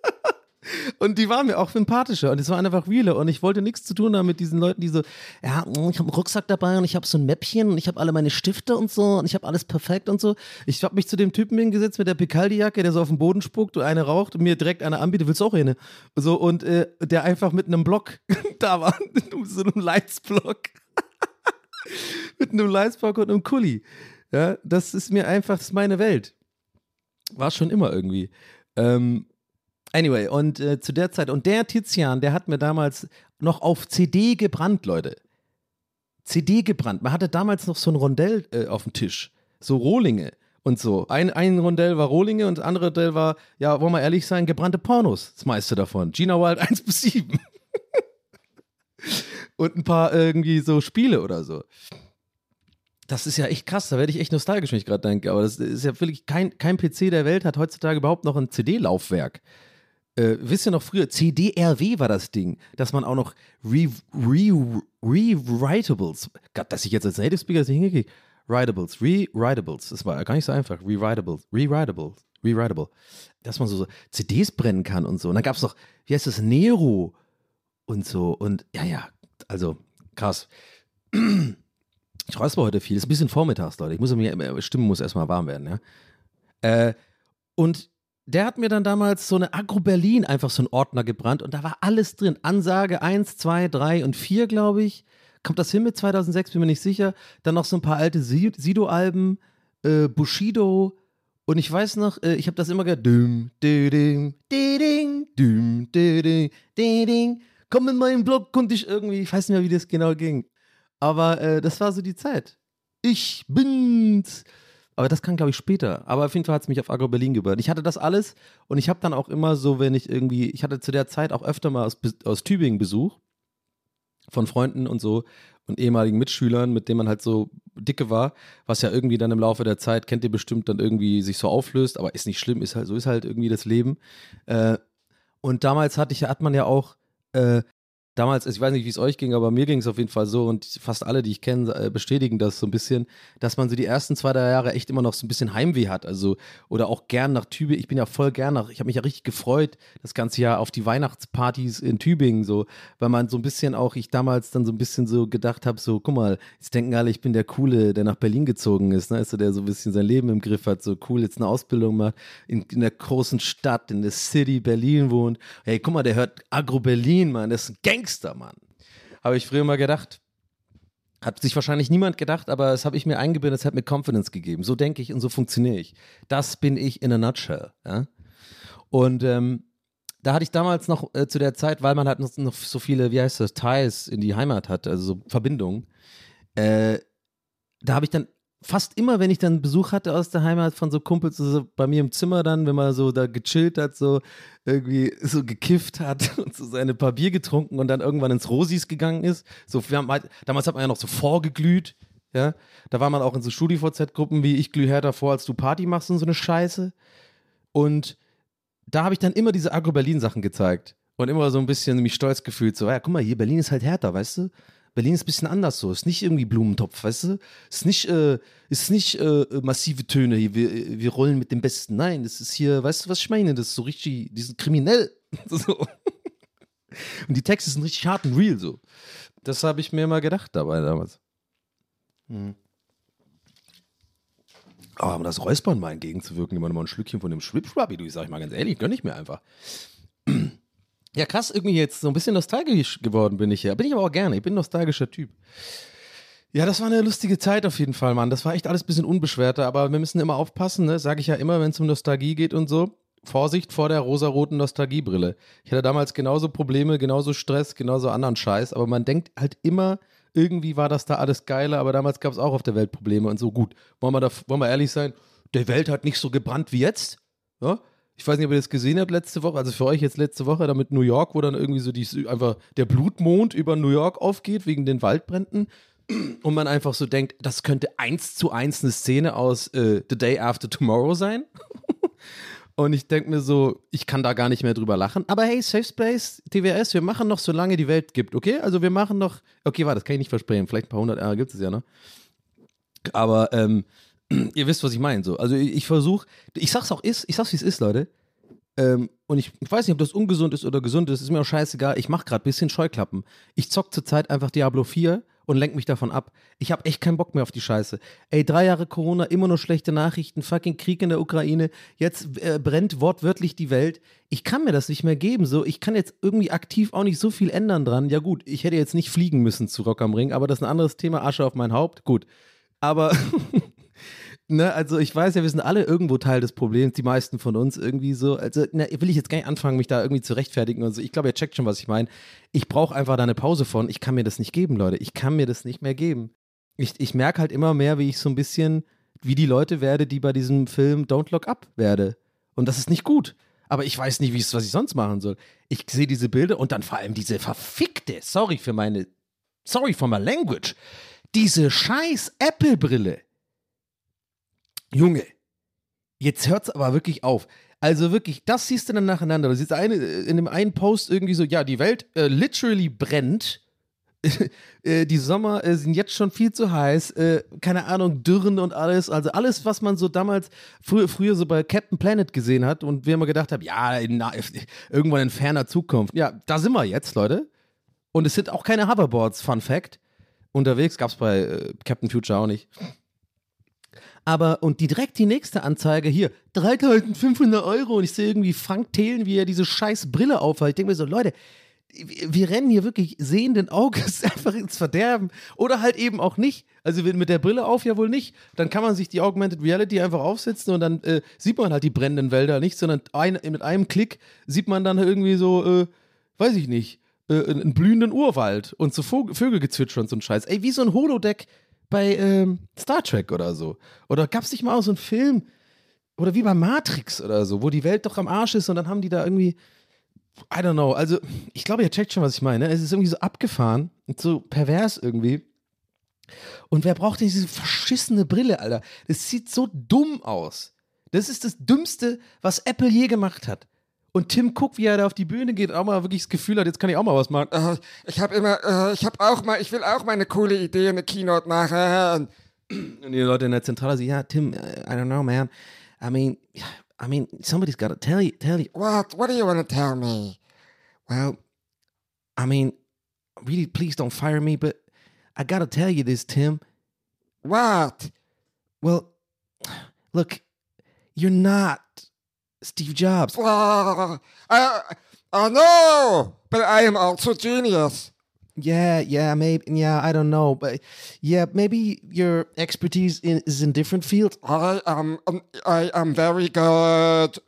Und die waren mir auch sympathischer und es waren einfach realer und ich wollte nichts zu tun haben mit diesen Leuten, die so, ja, ich habe einen Rucksack dabei und ich habe so ein Mäppchen und ich habe alle meine Stifte und so und ich habe alles perfekt und so. Ich habe mich zu dem Typen hingesetzt mit der Picaldi-Jacke, der so auf den Boden spuckt und eine raucht und mir direkt eine anbietet, willst du auch eine? So, und äh, der einfach mit einem Block da war, so einem Lights-Block. Mit einem Lights-Block und einem Kuli. Ja, das ist mir einfach, das ist meine Welt. War schon immer irgendwie. Ähm, Anyway, und äh, zu der Zeit, und der Tizian, der hat mir damals noch auf C D gebrannt, Leute. C D gebrannt. Man hatte damals noch so ein Rondell äh, auf dem Tisch. So Rohlinge und so. Ein, ein Rondell war Rohlinge und das andere Rondell war, ja, wollen wir ehrlich sein, gebrannte Pornos. Das meiste davon. Gina Wild eins bis sieben. Und ein paar irgendwie so Spiele oder so. Das ist ja echt krass, da werde ich echt nostalgisch, wenn ich gerade denke. Aber das ist ja wirklich, kein, kein P C der Welt hat heutzutage überhaupt noch ein C D-Laufwerk. Äh, wisst ihr noch früher, C D R W war das Ding, dass man auch noch Re- Re- Rewritables, Gott, dass ich jetzt als Native Speaker das nicht hingekriegt, Writables, Rewritables, das war gar nicht so einfach, Rewritables, Rewritables, Rewritable, dass man so, so C Ds brennen kann und so. Und dann gab es noch, wie heißt das, Nero und so und ja, ja, also krass. Ich räusper heute viel, es ist ein bisschen vormittags, Leute, ich muss mir, Stimme muss erstmal warm werden, ja. Äh, und der hat mir dann damals so eine Agro Berlin einfach so einen Ordner gebrannt und da war alles drin. Ansage eins, zwei, drei und vier, glaube ich. Kommt das hin mit zweitausendsechs, bin mir nicht sicher. Dann noch so ein paar alte Sido-Alben, äh, Bushido und ich weiß noch, äh, ich habe das immer gehört. Düm, düm, düm, düm, düm, düm. Komm in meinen Blog und ich irgendwie, ich weiß nicht mehr, wie das genau ging. Aber äh, das war so die Zeit. Ich bin's. Aber das kann, glaube ich, später. Aber auf jeden Fall hat es mich auf Agro Berlin gebracht. Ich hatte das alles und ich habe dann auch immer so, wenn ich irgendwie, ich hatte zu der Zeit auch öfter mal aus, aus Tübingen Besuch von Freunden und so und ehemaligen Mitschülern, mit denen man halt so dicke war, was ja irgendwie dann im Laufe der Zeit, kennt ihr bestimmt, dann irgendwie sich so auflöst, aber ist nicht schlimm, ist halt, so ist halt irgendwie das Leben. Äh, und damals hatte ich, hat man ja auch äh, damals, ich weiß nicht, wie es euch ging, aber mir ging es auf jeden Fall so und fast alle, die ich kenne, bestätigen das so ein bisschen, dass man so die ersten zwei, drei Jahre echt immer noch so ein bisschen Heimweh hat, also oder auch gern nach Tübingen, ich bin ja voll gern nach, ich habe mich ja richtig gefreut, das ganze Jahr auf die Weihnachtspartys in Tübingen, so, weil man so ein bisschen auch, ich damals dann so ein bisschen so gedacht habe, so, guck mal, jetzt denken alle, ich bin der Coole, der nach Berlin gezogen ist, ne, also der so ein bisschen sein Leben im Griff hat, so cool, jetzt eine Ausbildung macht, in, in der großen Stadt, in der City Berlin wohnt, hey, guck mal, der hört Agro Berlin, Mann, das ist ein Gangster, Mann. Habe ich früher mal gedacht. Hat sich wahrscheinlich niemand gedacht, aber das habe ich mir eingebildet, es hat mir Confidence gegeben. So denke ich und so funktioniere ich. Das bin ich in a nutshell. Ja? Und ähm, da hatte ich damals noch äh, zu der Zeit, weil man halt noch, noch so viele, wie heißt das, Ties in die Heimat hat, also so Verbindungen, äh, da habe ich dann fast immer, wenn ich dann Besuch hatte aus der Heimat von so Kumpels, so bei mir im Zimmer dann, wenn man so da gechillt hat, so irgendwie so gekifft hat und so seine paar Bier getrunken und dann irgendwann ins Rosis gegangen ist. So, wir haben halt, damals hat man ja noch so vorgeglüht, ja. Da war man auch in so StudiVZ Z-Gruppen wie ich glühe härter vor, als du Party machst und so eine Scheiße. Und da habe ich dann immer diese Agro-Berlin-Sachen gezeigt und immer so ein bisschen mich stolz gefühlt, so, ja, guck mal, hier, Berlin ist halt härter, weißt du? Berlin ist ein bisschen anders so, ist nicht irgendwie Blumentopf, weißt du? Ist nicht, äh, ist nicht äh, massive Töne hier, wir, wir rollen mit dem Besten. Nein, das ist hier, weißt du, was ich meine? Das ist so richtig, die sind kriminell. So. Und die Texte sind richtig hart und real so. Das habe ich mir immer gedacht dabei damals. Hm. Oh, aber das Räuspern mal entgegenzuwirken, immer noch mal ein Schlückchen von dem Schwipschwappi, du, ich sag ich mal ganz ehrlich, gönn ich mir einfach. Ja, krass, irgendwie jetzt so ein bisschen nostalgisch geworden bin ich ja. Bin ich aber auch gerne, ich bin ein nostalgischer Typ. Ja, das war eine lustige Zeit auf jeden Fall, Mann. Das war echt alles ein bisschen unbeschwerter, aber wir müssen immer aufpassen, ne? Sage ich ja immer, wenn es um Nostalgie geht und so. Vorsicht vor der rosaroten Nostalgiebrille. Ich hatte damals genauso Probleme, genauso Stress, genauso anderen Scheiß, aber man denkt halt immer, irgendwie war das da alles geile, aber damals gab es auch auf der Welt Probleme und so. Gut, wollen wir, da, wollen wir ehrlich sein, der Welt hat nicht so gebrannt wie jetzt, ja? Ich weiß nicht, ob ihr das gesehen habt letzte Woche, also für euch jetzt letzte Woche, da mit New York, wo dann irgendwie so die, einfach der Blutmond über New York aufgeht, wegen den Waldbränden. Und man einfach so denkt, das könnte eins zu eins eine Szene aus äh, The Day After Tomorrow sein. Und ich denke mir so, ich kann da gar nicht mehr drüber lachen. Aber hey, Safe Space, T W S, wir machen noch, solange die Welt gibt, okay? Also wir machen noch, okay, warte, das kann ich nicht versprechen, vielleicht ein paar hundert Jahre gibt es ja noch. Aber, ähm, ihr wisst, was ich meine. So. Also ich, ich versuche, ich sag's auch ist, ich sag's wie es ist, Leute. Ähm, und ich, ich weiß nicht, ob das ungesund ist oder gesund ist, ist mir auch scheißegal. Ich mach gerade ein bisschen Scheuklappen. Ich zock zurzeit einfach Diablo vier und lenk mich davon ab. Ich habe echt keinen Bock mehr auf die Scheiße. Ey, drei Jahre Corona, immer nur schlechte Nachrichten, fucking Krieg in der Ukraine, jetzt äh, brennt wortwörtlich die Welt. Ich kann mir das nicht mehr geben. So, ich kann jetzt irgendwie aktiv auch nicht so viel ändern dran. Ja gut, ich hätte jetzt nicht fliegen müssen zu Rock am Ring, aber das ist ein anderes Thema, Asche auf mein Haupt. Gut. Aber ne, also ich weiß ja, wir sind alle irgendwo Teil des Problems, die meisten von uns irgendwie so, also ne, will ich jetzt gar nicht anfangen, mich da irgendwie zu rechtfertigen und so. Ich glaube, ihr checkt schon, was ich meine. Ich brauche einfach da eine Pause von. Ich kann mir das nicht geben, Leute. Ich kann mir das nicht mehr geben. Ich, ich merke halt immer mehr, wie ich so ein bisschen, wie die Leute werde, die bei diesem Film Don't Look Up werde. Und das ist nicht gut. Aber ich weiß nicht, wie was ich sonst machen soll. Ich sehe diese Bilder und dann vor allem diese verfickte, sorry für meine, sorry for my language, diese scheiß Apple-Brille. Junge, jetzt hört's aber wirklich auf. Also wirklich, das siehst du dann nacheinander. Du siehst eine, in dem einen Post irgendwie so, ja, die Welt äh, literally brennt. äh, die Sommer äh, sind jetzt schon viel zu heiß. Äh, keine Ahnung, Dürren und alles. Also alles, was man so damals früher, früher so bei Captain Planet gesehen hat und wir immer gedacht haben, ja, in, na, irgendwann in ferner Zukunft. Ja, da sind wir jetzt, Leute. Und es sind auch keine Hoverboards, Fun Fact. Unterwegs gab es bei äh, Captain Future auch nicht. Aber, und die direkt die nächste Anzeige hier, dreitausendfünfhundert Euro und ich sehe irgendwie Frank Thelen, wie er diese scheiß Brille aufhat. Ich denke mir so, Leute, wir rennen hier wirklich sehenden Auges einfach ins Verderben oder halt eben auch nicht. Also mit der Brille auf ja wohl nicht. Dann kann man sich die Augmented Reality einfach aufsetzen und dann äh, sieht man halt die brennenden Wälder nicht, sondern ein, mit einem Klick sieht man dann irgendwie so, äh, weiß ich nicht, äh, einen blühenden Urwald und so Vogel, Vögelgezwitscher und so ein Scheiß. Ey, wie so ein Holodeck bei ähm, Star Trek oder so. Oder gab es nicht mal auch so einen Film, oder wie bei Matrix oder so, wo die Welt doch am Arsch ist und dann haben die da irgendwie, I don't know, also ich glaube, ihr checkt schon, was ich meine. Es ist irgendwie so abgefahren und so pervers irgendwie. Und wer braucht denn diese verschissene Brille, Alter? Das sieht so dumm aus. Das ist das Dümmste, was Apple je gemacht hat. Und Tim Cook, wie er da auf die Bühne geht, auch mal wirklich das Gefühl hat, jetzt kann ich auch mal was machen. Äh, ich habe immer, äh, ich habe auch mal, ich will auch mal eine coole Idee, eine Keynote machen. Und die Leute in der Zentrale sagen, ja, Tim, I don't know, man. I mean, I mean, somebody's got to tell you, tell you. What? What do you want to tell me? Well, I mean, really, please don't fire me, but I got to tell you this, Tim. What? Well, look, you're not Steve Jobs. Uh, I, I know, but I am also genius. Yeah, yeah, maybe, yeah, I don't know, but yeah, maybe your expertise in, is in different fields. I am, um, I am very good.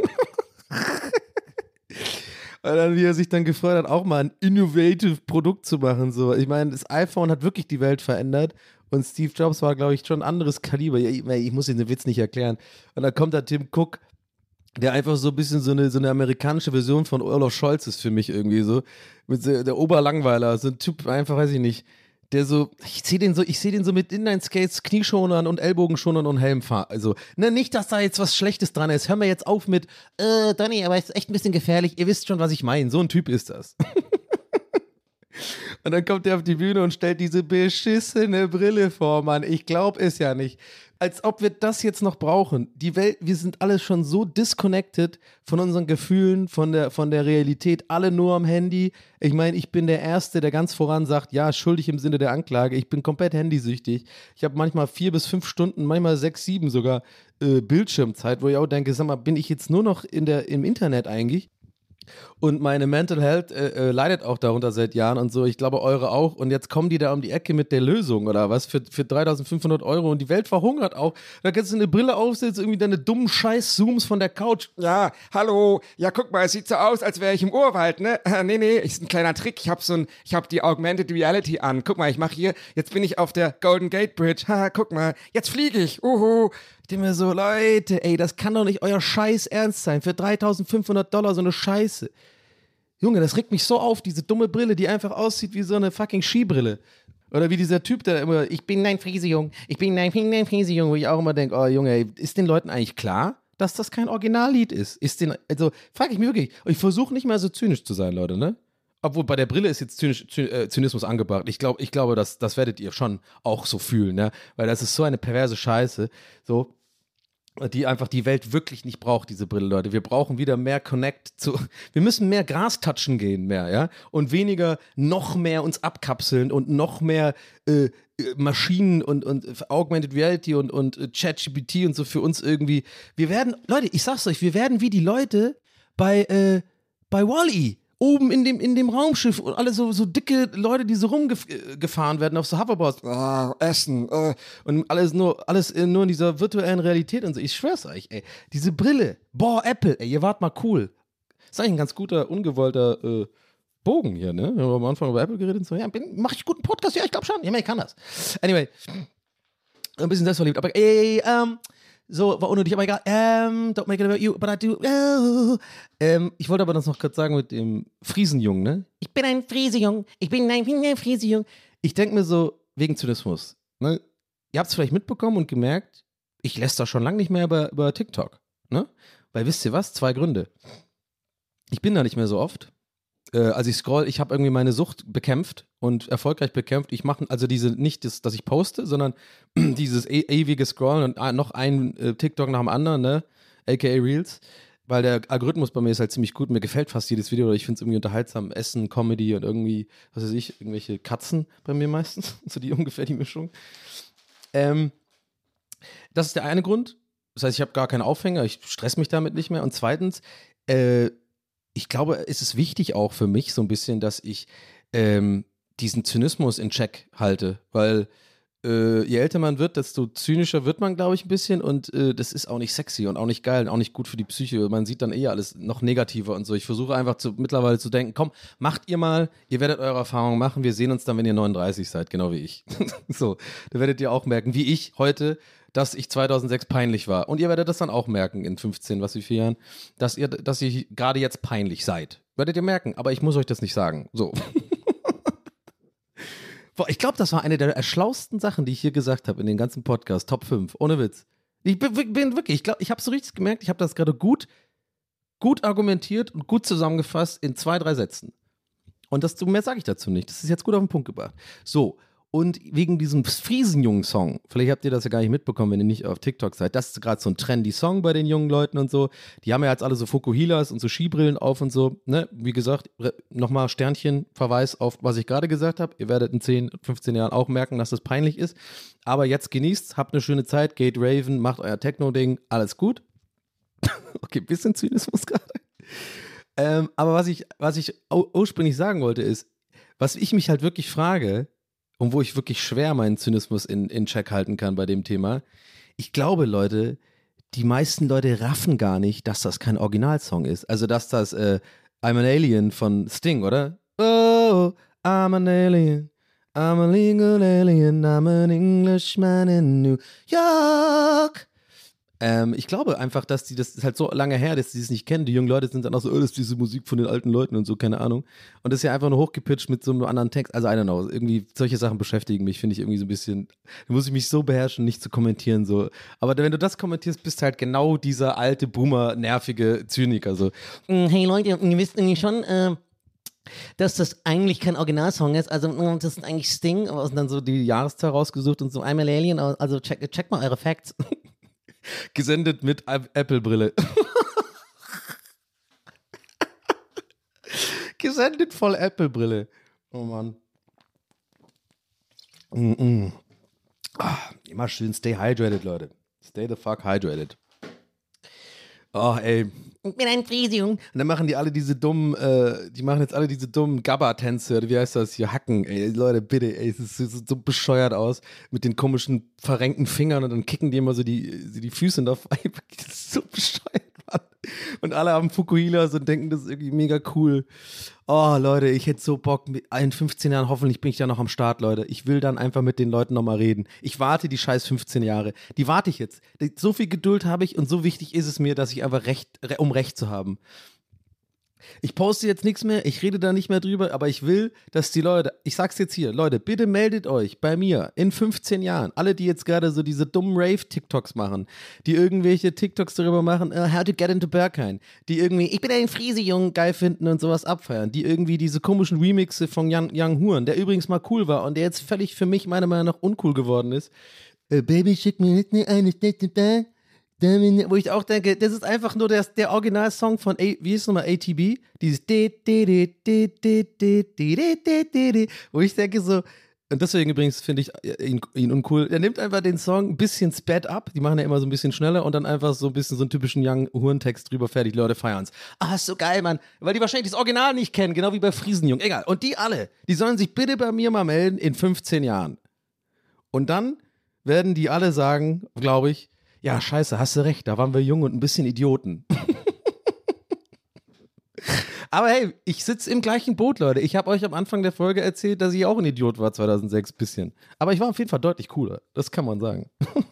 Und dann, wie er sich dann gefreut hat, auch mal ein innovative Produkt zu machen. So. Ich meine, das iPhone hat wirklich die Welt verändert und Steve Jobs war, glaube ich, schon ein anderes Kaliber. Ich, ich muss den Witz nicht erklären. Und dann kommt da Tim Cook, der einfach so ein bisschen so eine, so eine amerikanische Version von Olaf Scholz ist für mich irgendwie so. Mit so, der Oberlangweiler, so ein Typ, einfach weiß ich nicht, der so, ich sehe den so, ich sehe den so mit Inline-Skates, Knieschonern und Ellbogenschonern und Helm fahren. Also, ne, nicht, dass da jetzt was Schlechtes dran ist. Hör mir jetzt auf mit, äh, Donny, aber ist echt ein bisschen gefährlich. Ihr wisst schon, was ich meine. So ein Typ ist das. Und dann kommt er auf die Bühne und stellt diese beschissene Brille vor, Mann. Ich glaube es ja nicht. Als ob wir das jetzt noch brauchen. Die Welt, wir sind alle schon so disconnected von unseren Gefühlen, von der, von der Realität, alle nur am Handy. Ich meine, ich bin der Erste, der ganz voran sagt, ja, schuldig im Sinne der Anklage. Ich bin komplett handysüchtig. Ich habe manchmal vier bis fünf Stunden, manchmal sechs, sieben sogar äh, Bildschirmzeit, wo ich auch denke, sag mal, bin ich jetzt nur noch in der, im Internet eigentlich? Und meine Mental Health äh, äh, leidet auch darunter seit Jahren und so. Ich glaube, eure auch. Und jetzt kommen die da um die Ecke mit der Lösung oder was für, für dreitausendfünfhundert Euro und die Welt verhungert auch. Da kannst du eine Brille aufsetzen, irgendwie deine dummen Scheiß-Zooms von der Couch. Ja, hallo. Ja, guck mal, es sieht so aus, als wäre ich im Urwald, ne? Äh, nee, nee, ist ein kleiner Trick. Ich habe so ein, ich habe die Augmented Reality an. Guck mal, ich mache hier, jetzt bin ich auf der Golden Gate Bridge. Ha, guck mal, jetzt fliege ich. Uhu. Ich denke mir so, Leute, ey, das kann doch nicht euer Scheiß ernst sein. Für dreitausendfünfhundert Dollar so eine Scheiße. Junge, das regt mich so auf, diese dumme Brille, die einfach aussieht wie so eine fucking Skibrille. Oder wie dieser Typ, der immer, ich bin ein Friesejung, ich bin ein, ein Friesejung, wo ich auch immer denke, oh Junge, ey, ist den Leuten eigentlich klar, dass das kein Originallied ist? Ist den, also, frage ich mich wirklich, ich versuche nicht mehr so zynisch zu sein, Leute, ne? Obwohl, bei der Brille ist jetzt Zynisch, Zynismus angebracht. Ich glaube, ich glaube, das, das werdet ihr schon auch so fühlen, ne? Weil das ist so eine perverse Scheiße, so, die einfach die Welt wirklich nicht braucht, diese Brille, Leute. Wir brauchen wieder mehr Connect zu, wir müssen mehr Gras touchen gehen, mehr, ja, und weniger noch mehr uns abkapseln und noch mehr äh, Maschinen und, und Augmented Reality und, und äh, ChatGPT und so für uns irgendwie, wir werden, Leute, ich sag's euch, wir werden wie die Leute bei, äh, bei Wall-E. Oben in dem, in dem Raumschiff und alle so, so dicke Leute, die so rumgefahren werden auf so Hoverboards. Ah, Essen. Äh. Und alles nur, alles nur in dieser virtuellen Realität und so. Ich schwör's euch, ey. Diese Brille. Boah, Apple, ey, ihr wart mal cool. Das ist eigentlich ein ganz guter, ungewollter äh, Bogen hier, ne? Wir haben am Anfang über Apple geredet und so. Ja, bin, mach ich guten Podcast? Ja, ich glaube schon. Ja, ich kann das. Anyway. Ein bisschen selbstverliebt. Aber ey, ähm, so, war unnötig, aber egal. Ähm, don't make it about you, but I do. Oh. Ähm, ich wollte aber das noch kurz sagen mit dem Friesenjungen, ne? Ich bin ein Friesejung. Ich bin ein, ein Friesejung. Ich denke mir so, wegen Zynismus, ne? Ihr habt es vielleicht mitbekommen und gemerkt, ich lässt das schon lange nicht mehr über, über TikTok, ne? Weil wisst ihr was? Zwei Gründe. Ich bin da nicht mehr so oft. Äh, also ich scroll, ich habe irgendwie meine Sucht bekämpft und erfolgreich bekämpft. Ich mache also diese, nicht das, dass ich poste, sondern dieses e- ewige Scrollen und noch ein äh, TikTok nach dem anderen, ne? A K A Reels. Weil der Algorithmus bei mir ist halt ziemlich gut. Mir gefällt fast jedes Video, oder ich finde es irgendwie unterhaltsam. Essen, Comedy und irgendwie, was weiß ich, irgendwelche Katzen bei mir meistens. So die ungefähr die Mischung. Ähm, das ist der eine Grund. Das heißt, ich habe gar keinen Aufhänger, ich stress mich damit nicht mehr. Und zweitens, äh, ich glaube, es ist wichtig auch für mich so ein bisschen, dass ich ähm, diesen Zynismus in Check halte, weil äh, je älter man wird, desto zynischer wird man, glaube ich, ein bisschen und äh, das ist auch nicht sexy und auch nicht geil und auch nicht gut für die Psyche. Man sieht dann eh alles noch negativer und so. Ich versuche einfach zu, mittlerweile zu denken, komm, macht ihr mal, ihr werdet eure Erfahrungen machen, wir sehen uns dann, wenn ihr neununddreißig seid, genau wie ich. So, da werdet ihr auch merken, wie ich heute, dass ich zweitausendsechs peinlich war. Und ihr werdet das dann auch merken in fünfzehn, was wie vier Jahren, dass ihr, dass ihr gerade jetzt peinlich seid. Werdet ihr merken, aber ich muss euch das nicht sagen. So. Boah, ich glaube, das war eine der erschlausten Sachen, die ich hier gesagt habe in den ganzen Podcast. Top fünf, ohne Witz. Ich bin, bin wirklich, ich glaube, ich habe so richtig gemerkt, ich habe das gerade gut gut argumentiert und gut zusammengefasst in zwei, drei Sätzen. Und das, mehr sage ich dazu nicht. Das ist jetzt gut auf den Punkt gebracht. So, und wegen diesem Friesenjungen-Song, vielleicht habt ihr das ja gar nicht mitbekommen, wenn ihr nicht auf TikTok seid, das ist gerade so ein trendy Song bei den jungen Leuten und so. Die haben ja jetzt alle so Fukuhilas und so Skibrillen auf und so. Ne? Wie gesagt, nochmal Sternchen, Verweis auf, was ich gerade gesagt habe. Ihr werdet in zehn, fünfzehn Jahren auch merken, dass das peinlich ist. Aber jetzt genießt, habt eine schöne Zeit, geht Raven, macht euer Techno-Ding, alles gut. Okay, bisschen Zynismus gerade. Ähm, aber was ich, was ich ursprünglich sagen wollte ist, was ich mich halt wirklich frage und wo ich wirklich schwer meinen Zynismus in, in Check halten kann bei dem Thema, ich glaube, Leute, die meisten Leute raffen gar nicht, dass das kein Originalsong ist. Also, dass das äh, I'm an Alien von Sting, oder? Oh, I'm an Alien, I'm a legal alien, I'm an Englishman in New York. Ähm, ich glaube einfach, dass die, das ist halt so lange her, dass die es nicht kennen. Die jungen Leute sind dann auch so, oh, das ist diese Musik von den alten Leuten und so, keine Ahnung. Und das ist ja einfach nur hochgepitcht mit so einem anderen Text. Also, I don't know, irgendwie solche Sachen beschäftigen mich, finde ich irgendwie so ein bisschen, da muss ich mich so beherrschen, nicht zu kommentieren, so. Aber wenn du das kommentierst, bist du halt genau dieser alte Boomer, nervige Zyniker, so. Hey Leute, ihr wisst irgendwie schon, äh, dass das eigentlich kein Originalsong ist, also das ist eigentlich Sting, aber dann so die Jahreszahl rausgesucht und so, I'm an Alien, also check, check mal eure Facts. Gesendet mit Apple-Brille. Gesendet voll Apple-Brille. Oh Mann. Mm-mm. Ah, immer schön stay hydrated, Leute. Stay the fuck hydrated. Oh, ey. Ich bin ein Friesjung. Und dann machen die alle diese dummen, äh, die machen jetzt alle diese dummen Gabba-Tänze, wie heißt das hier, Hacken, ey, Leute, bitte, ey, es sieht so bescheuert aus, mit den komischen, verrenkten Fingern und dann kicken die immer so die, die Füße drauf. Das ist so bescheuert, Mann. Und alle haben Fukuhilas und denken, das ist irgendwie mega cool. Oh, Leute, ich hätte so Bock, in fünfzehn Jahren, hoffentlich bin ich da noch am Start, Leute. Ich will dann einfach mit den Leuten nochmal reden. Ich warte die scheiß fünfzehn Jahre. Die warte ich jetzt. So viel Geduld habe ich und so wichtig ist es mir, dass ich einfach Recht, um Recht zu haben. Ich poste jetzt nichts mehr, ich rede da nicht mehr drüber, aber ich will, dass die Leute, ich sag's jetzt hier, Leute, bitte meldet euch bei mir in fünfzehn Jahren, alle, die jetzt gerade so diese dummen Rave-TikToks machen, die irgendwelche TikToks darüber machen, uh, how to get into Berghain, die irgendwie, ich bin ein Friese-Jungen, geil finden und sowas abfeiern, die irgendwie diese komischen Remixe von Young, Young Huren, der übrigens mal cool war und der jetzt völlig für mich meiner Meinung nach uncool geworden ist. Uh, Baby, schick mir nicht eine Städte Band. Wo ich auch denke, das ist einfach nur der, der Originalsong von, A, wie ist es nochmal, A T B? Dieses wo ich denke so, und deswegen übrigens finde ich ihn, ihn uncool, er nimmt einfach den Song ein bisschen sped up, die machen ja immer so ein bisschen schneller und dann einfach so ein bisschen so einen typischen Young-Huren-Text drüber, fertig, Leute feiern's. Ah, ist so geil, Mann, weil die wahrscheinlich das Original nicht kennen, genau wie bei Friesenjung, egal. Und die alle, die sollen sich bitte bei mir mal melden in fünfzehn Jahren. Und dann werden die alle sagen, glaube ich, ja, scheiße, hast du recht, da waren wir jung und ein bisschen Idioten. Aber hey, ich sitze im gleichen Boot, Leute. Ich habe euch am Anfang der Folge erzählt, dass ich auch ein Idiot war zweitausendsechs, bisschen. Aber ich war auf jeden Fall deutlich cooler, das kann man sagen.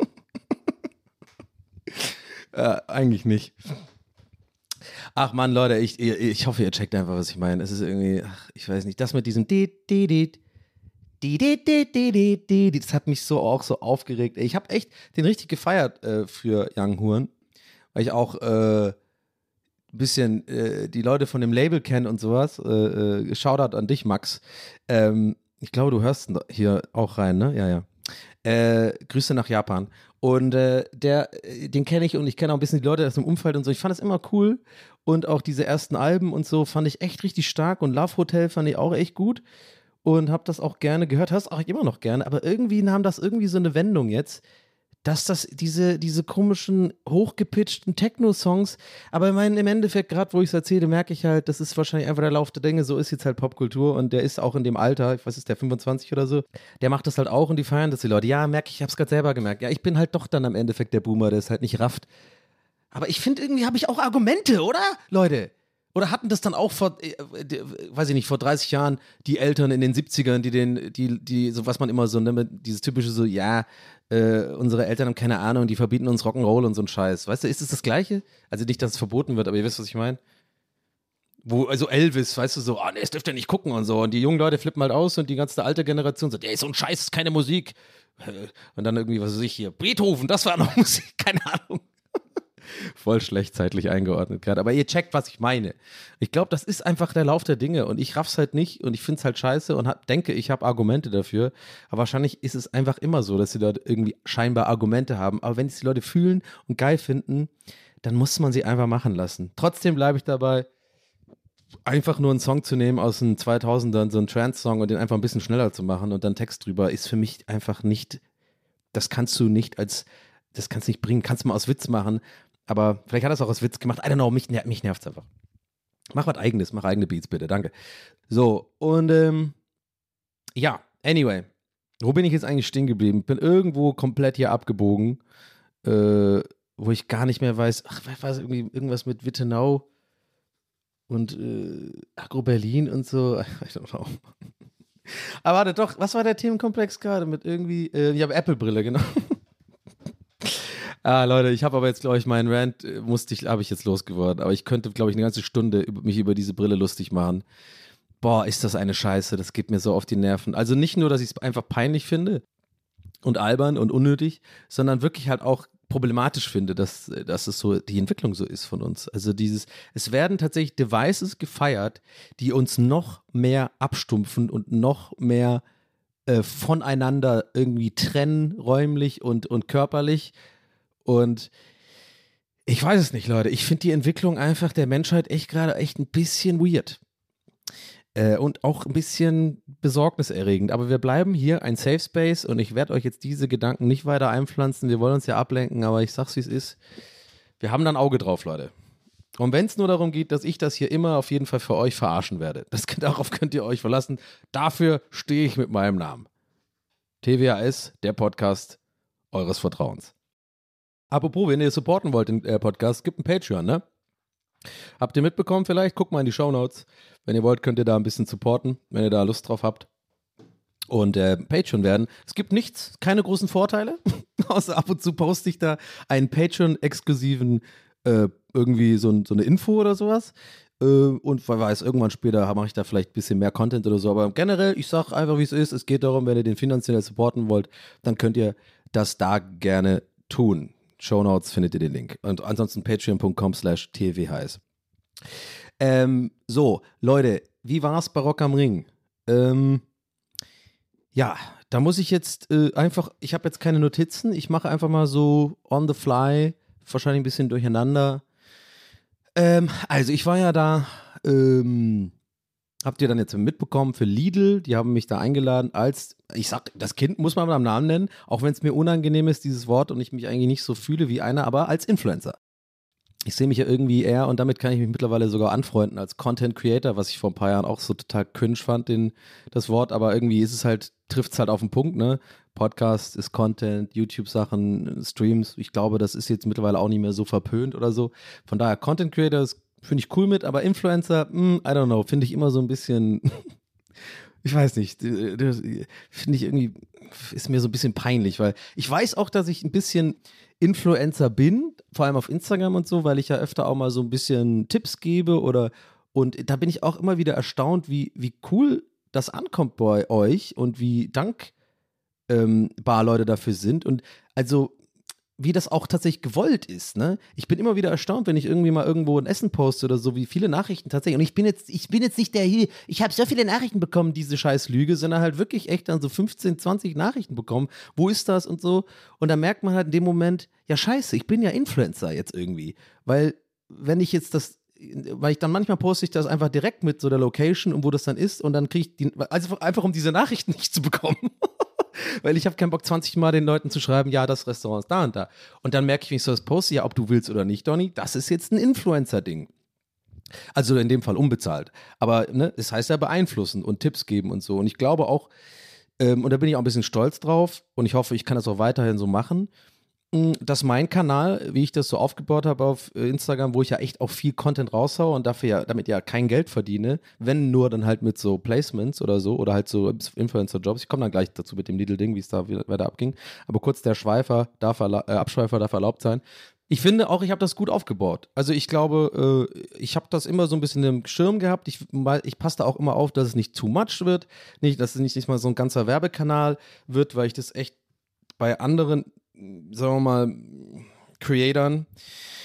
äh, eigentlich nicht. Ach man, Leute, ich, ich hoffe, ihr checkt einfach, was ich meine. Es ist irgendwie, ach, ich weiß nicht, das mit diesem Dit, Dit, Dit. Die, die, die, die, die, die, das hat mich so auch so aufgeregt. Ich habe echt den richtig gefeiert äh, für Young Huren, weil ich auch äh, ein bisschen äh, die Leute von dem Label kenne und sowas. Äh, äh, Shoutout an dich, Max. Ähm, ich glaube, du hörst hier auch rein, ne? Ja, ja. Äh, Grüße nach Japan. Und äh, der, den kenne ich und ich kenne auch ein bisschen die Leute aus dem Umfeld und so. Ich fand es immer cool und auch diese ersten Alben und so fand ich echt richtig stark und Love Hotel fand ich auch echt gut. Und habe das auch gerne gehört, hörst auch immer noch gerne, aber irgendwie nahm das irgendwie so eine Wendung jetzt, dass das diese, diese komischen, hochgepitchten Techno-Songs, aber ich meine, im Endeffekt, gerade wo ich es erzähle, merke ich halt, das ist wahrscheinlich einfach der Lauf der Dinge, so ist jetzt halt Popkultur und der ist auch in dem Alter, ich weiß, ist der fünfundzwanzig oder so, der macht das halt auch und die feiern das die Leute. Ja, merke ich, ich habe es gerade selber gemerkt. Ja, ich bin halt doch dann am Endeffekt der Boomer, der es halt nicht rafft. Aber ich finde, irgendwie habe ich auch Argumente, oder? Leute. Oder hatten das dann auch vor, äh, weiß ich nicht, vor dreißig Jahren die Eltern in den siebzigern, die den, die, die, so was man immer so, ne, dieses typische so, ja, äh, unsere Eltern haben keine Ahnung, die verbieten uns Rock'n'Roll und so ein Scheiß. Weißt du, ist es das Gleiche? Also nicht, dass es verboten wird, aber ihr wisst, was ich meine? Wo, also Elvis, weißt du, so, ah, oh, ne, das dürft ihr nicht gucken und so. Und die jungen Leute flippen halt aus und die ganze alte Generation sagt, ey, so ein Scheiß ist keine Musik. Und dann irgendwie, was weiß ich hier, Beethoven, das war noch Musik, keine Ahnung. Voll schlecht zeitlich eingeordnet gerade. Aber ihr checkt, was ich meine. Ich glaube, das ist einfach der Lauf der Dinge und ich raff's halt nicht und ich find's halt scheiße und hab, denke, ich habe Argumente dafür. Aber wahrscheinlich ist es einfach immer so, dass die Leute irgendwie scheinbar Argumente haben. Aber wenn es die Leute fühlen und geil finden, dann muss man sie einfach machen lassen. Trotzdem bleibe ich dabei, einfach nur einen Song zu nehmen aus den zweitausendern, so einen Trance-Song und den einfach ein bisschen schneller zu machen und dann Text drüber, ist für mich einfach nicht, das kannst du nicht als, das kannst du nicht bringen, kannst du mal aus Witz machen, aber vielleicht hat er es auch aus Witz gemacht, I don't know, mich, mich nervt es einfach. Mach was Eigenes, mach eigene Beats bitte, danke. So, und ähm, ja, anyway, wo bin ich jetzt eigentlich stehen geblieben? Bin irgendwo komplett hier abgebogen, äh, wo ich gar nicht mehr weiß, ach, war es irgendwie irgendwas mit Wittenau und äh, Agro Berlin und so, I don't know. Aber warte doch, was war der Themenkomplex gerade mit irgendwie, äh, ich habe Apple-Brille, genau. Ah, Leute, ich habe aber jetzt, glaube ich, meinen Rant, äh, musste ich, habe ich jetzt losgeworden, aber ich könnte, glaube ich, eine ganze Stunde über, mich über diese Brille lustig machen. Boah, ist das eine Scheiße, das geht mir so auf die Nerven. Also nicht nur, dass ich es einfach peinlich finde und albern und unnötig, sondern wirklich halt auch problematisch finde, dass, dass es so die Entwicklung so ist von uns. Also dieses, es werden tatsächlich Devices gefeiert, die uns noch mehr abstumpfen und noch mehr äh, voneinander irgendwie trennen, räumlich und, und körperlich. Und ich weiß es nicht, Leute. Ich finde die Entwicklung einfach der Menschheit echt gerade echt ein bisschen weird. Äh, und auch ein bisschen besorgniserregend. Aber wir bleiben hier ein Safe Space und ich werde euch jetzt diese Gedanken nicht weiter einpflanzen. Wir wollen uns ja ablenken, aber ich sag's, wie es ist. Wir haben da ein Auge drauf, Leute. Und wenn es nur darum geht, dass ich das hier immer auf jeden Fall für euch verarschen werde, das, darauf könnt ihr euch verlassen. Dafür stehe ich mit meinem Namen. T W A S, der Podcast eures Vertrauens. Apropos, wenn ihr supporten wollt, den äh, Podcast, gibt ein Patreon, ne? Habt ihr mitbekommen vielleicht? Guckt mal in die Shownotes. Wenn ihr wollt, könnt ihr da ein bisschen supporten, wenn ihr da Lust drauf habt. Und äh, Patreon werden. Es gibt nichts, keine großen Vorteile. Außer ab und zu poste ich da einen Patreon-exklusiven äh, irgendwie so, so eine Info oder sowas. Äh, und wer weiß, irgendwann später mache ich da vielleicht ein bisschen mehr Content oder so. Aber generell, ich sage einfach, wie es ist. Es geht darum, wenn ihr den finanziell supporten wollt, dann könnt ihr das da gerne tun. Shownotes findet ihr den Link. Und ansonsten patreon.com slash twhs. Ähm, so, Leute, wie war's bei Rock am Ring? Ähm, ja, da muss ich jetzt äh, einfach, ich habe jetzt keine Notizen, ich mache einfach mal so on the fly, wahrscheinlich ein bisschen durcheinander. Ähm, also ich war ja da, ähm, habt ihr dann jetzt mitbekommen für Lidl, die haben mich da eingeladen als, ich sag, das Kind muss man beim Namen nennen, auch wenn es mir unangenehm ist, dieses Wort, und ich mich eigentlich nicht so fühle wie einer, aber als Influencer. Ich sehe mich ja irgendwie eher, und damit kann ich mich mittlerweile sogar anfreunden, als Content Creator, was ich vor ein paar Jahren auch so total cringe fand, den, das Wort, aber irgendwie ist es halt, trifft es halt auf den Punkt, ne? Podcast ist Content, YouTube-Sachen, Streams, ich glaube, das ist jetzt mittlerweile auch nicht mehr so verpönt oder so. Von daher, Content Creator ist, finde ich cool mit, aber Influencer, mh, I don't know, finde ich immer so ein bisschen, ich weiß nicht, finde ich irgendwie, ist mir so ein bisschen peinlich, weil ich weiß auch, dass ich ein bisschen Influencer bin, vor allem auf Instagram und so, weil ich ja öfter auch mal so ein bisschen Tipps gebe oder, und da bin ich auch immer wieder erstaunt, wie, wie cool das ankommt bei euch und wie dankbar ähm, Leute dafür sind und also wie das auch tatsächlich gewollt ist, ne? Ich bin immer wieder erstaunt, wenn ich irgendwie mal irgendwo ein Essen poste oder so, wie viele Nachrichten tatsächlich, und ich bin jetzt, ich bin jetzt nicht der hier, ich habe so viele Nachrichten bekommen, diese scheiß Lüge, sondern halt wirklich echt dann so fünfzehn, zwanzig Nachrichten bekommen, wo ist das und so, und dann merkt man halt in dem Moment, ja scheiße, ich bin ja Influencer jetzt irgendwie, weil wenn ich jetzt das, weil ich dann manchmal poste ich das einfach direkt mit so der Location und wo das dann ist und dann kriege ich die, also einfach um diese Nachrichten nicht zu bekommen. Weil ich habe keinen Bock, zwanzig Mal den Leuten zu schreiben, ja, das Restaurant ist da und da. Und dann merke ich, wenn ich so das poste, ja, ob du willst oder nicht, Donny, das ist jetzt ein Influencer-Ding. Also in dem Fall unbezahlt. Aber ne, das heißt ja beeinflussen und Tipps geben und so. Und ich glaube auch, ähm, und da bin ich auch ein bisschen stolz drauf und ich hoffe, ich kann das auch weiterhin so machen, dass mein Kanal, wie ich das so aufgebaut habe auf Instagram, wo ich ja echt auch viel Content raushaue und dafür ja, damit ja kein Geld verdiene, wenn nur dann halt mit so Placements oder so oder halt so Influencer-Jobs. Ich komme dann gleich dazu mit dem Lidl-Ding, wie es da weiter abging. Aber kurz, der Schweifer darf erla- äh, Abschweifer darf erlaubt sein. Ich finde auch, ich habe das gut aufgebaut. Also ich glaube, äh, ich habe das immer so ein bisschen im Schirm gehabt. Ich, ich passe da auch immer auf, dass es nicht too much wird. Nicht, dass es nicht, nicht mal so ein ganzer Werbekanal wird, weil ich das echt bei anderen, sagen wir mal, Creatoren,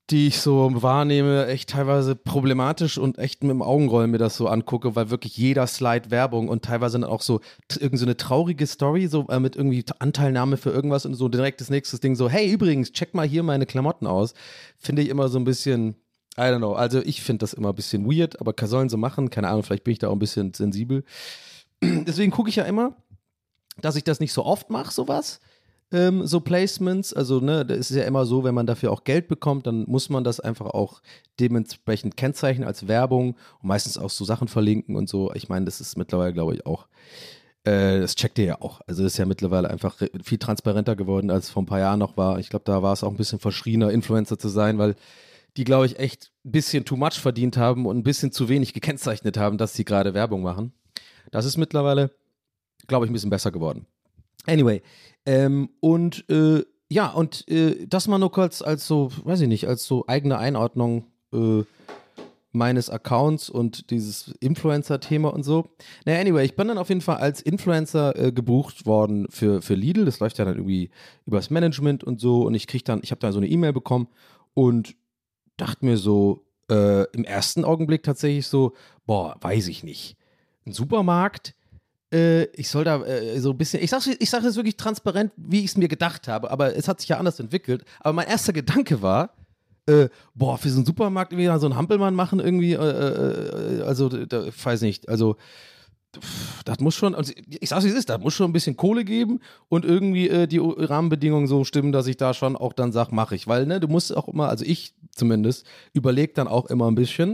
die ich so wahrnehme, echt teilweise problematisch und echt mit dem Augenrollen mir das so angucke, weil wirklich jeder Slide Werbung und teilweise dann auch so irgend so eine traurige Story, so äh, mit irgendwie Anteilnahme für irgendwas und so direkt das nächste Ding so, hey, übrigens, check mal hier meine Klamotten aus. Finde ich immer so ein bisschen, I don't know, also ich finde das immer ein bisschen weird, aber sollen sie machen, keine Ahnung, vielleicht bin ich da auch ein bisschen sensibel. Deswegen gucke ich ja immer, dass ich das nicht so oft mache, sowas. Ähm, so Placements, also ne, das ist ja immer so, wenn man dafür auch Geld bekommt, dann muss man das einfach auch dementsprechend kennzeichnen als Werbung und meistens auch so Sachen verlinken und so. Ich meine, das ist mittlerweile, glaube ich, auch, äh, das checkt ihr ja auch. Also das ist ja mittlerweile einfach viel transparenter geworden, als es vor ein paar Jahren noch war. Ich glaube, da war es auch ein bisschen verschriener, Influencer zu sein, weil die, glaube ich, echt ein bisschen too much verdient haben und ein bisschen zu wenig gekennzeichnet haben, dass sie gerade Werbung machen. Das ist mittlerweile, glaube ich, ein bisschen besser geworden. Anyway, ähm, und äh, ja, und äh, das mal nur kurz als so, weiß ich nicht, als so eigene Einordnung äh, meines Accounts und dieses Influencer-Thema und so. Naja, anyway, ich bin dann auf jeden Fall als Influencer äh, gebucht worden für, für Lidl. Das läuft ja dann irgendwie übers Management und so und ich krieg dann, ich habe dann so eine E-Mail bekommen und dachte mir so, äh, im ersten Augenblick tatsächlich so, boah, weiß ich nicht. Ein Supermarkt, Äh, ich soll da äh, so ein bisschen, ich sage ich sag das wirklich transparent, wie ich es mir gedacht habe, aber es hat sich ja anders entwickelt. Aber mein erster Gedanke war, äh, boah, für so einen Supermarkt irgendwie so einen Hampelmann machen irgendwie, äh, äh, also, da, ich weiß nicht, also pff, das muss schon, also ich sage es wie es ist, da muss schon ein bisschen Kohle geben und irgendwie äh, die Rahmenbedingungen so stimmen, dass ich da schon auch dann sage, mache ich, weil ne, du musst auch immer, also ich zumindest, überlege dann auch immer ein bisschen.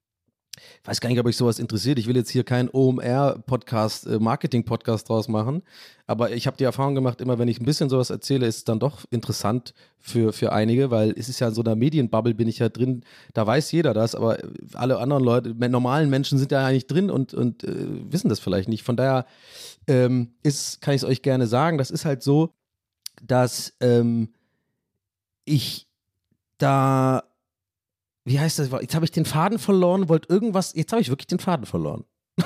Ich weiß gar nicht, ob euch sowas interessiert. Ich will jetzt hier keinen O M R-Podcast, äh, Marketing-Podcast draus machen. Aber ich habe die Erfahrung gemacht, immer wenn ich ein bisschen sowas erzähle, ist es dann doch interessant für, für einige, weil es ist ja in so einer Medienbubble, bin ich ja drin, da weiß jeder das, aber alle anderen Leute, normalen Menschen sind da eigentlich drin und, und äh, wissen das vielleicht nicht. Von daher ähm, ist, kann ich es euch gerne sagen, das ist halt so, dass ähm, ich da Wie heißt das? Jetzt habe ich den Faden verloren, wollte irgendwas. Jetzt habe ich wirklich den Faden verloren.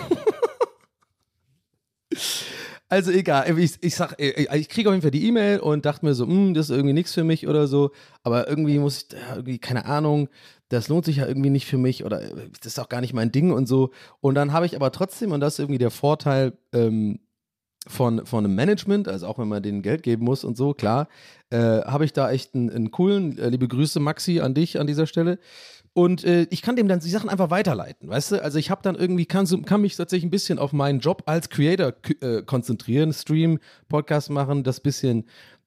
Also egal, ich, ich sag, ich kriege auf jeden Fall die E-Mail und dachte mir so, das ist irgendwie nichts für mich oder so. Aber irgendwie muss ich, irgendwie, keine Ahnung, das lohnt sich ja irgendwie nicht für mich oder das ist auch gar nicht mein Ding und so. Und dann habe ich aber trotzdem, und das ist irgendwie der Vorteil, ähm, Von, von einem Management, also auch wenn man denen Geld geben muss und so, klar, äh, habe ich da echt einen, einen coolen, äh, liebe Grüße Maxi an dich an dieser Stelle und äh, ich kann dem dann die Sachen einfach weiterleiten, weißt du, also ich habe dann irgendwie, kann, kann mich tatsächlich ein bisschen auf meinen Job als Creator äh, konzentrieren, Stream, Podcast machen, das bisschen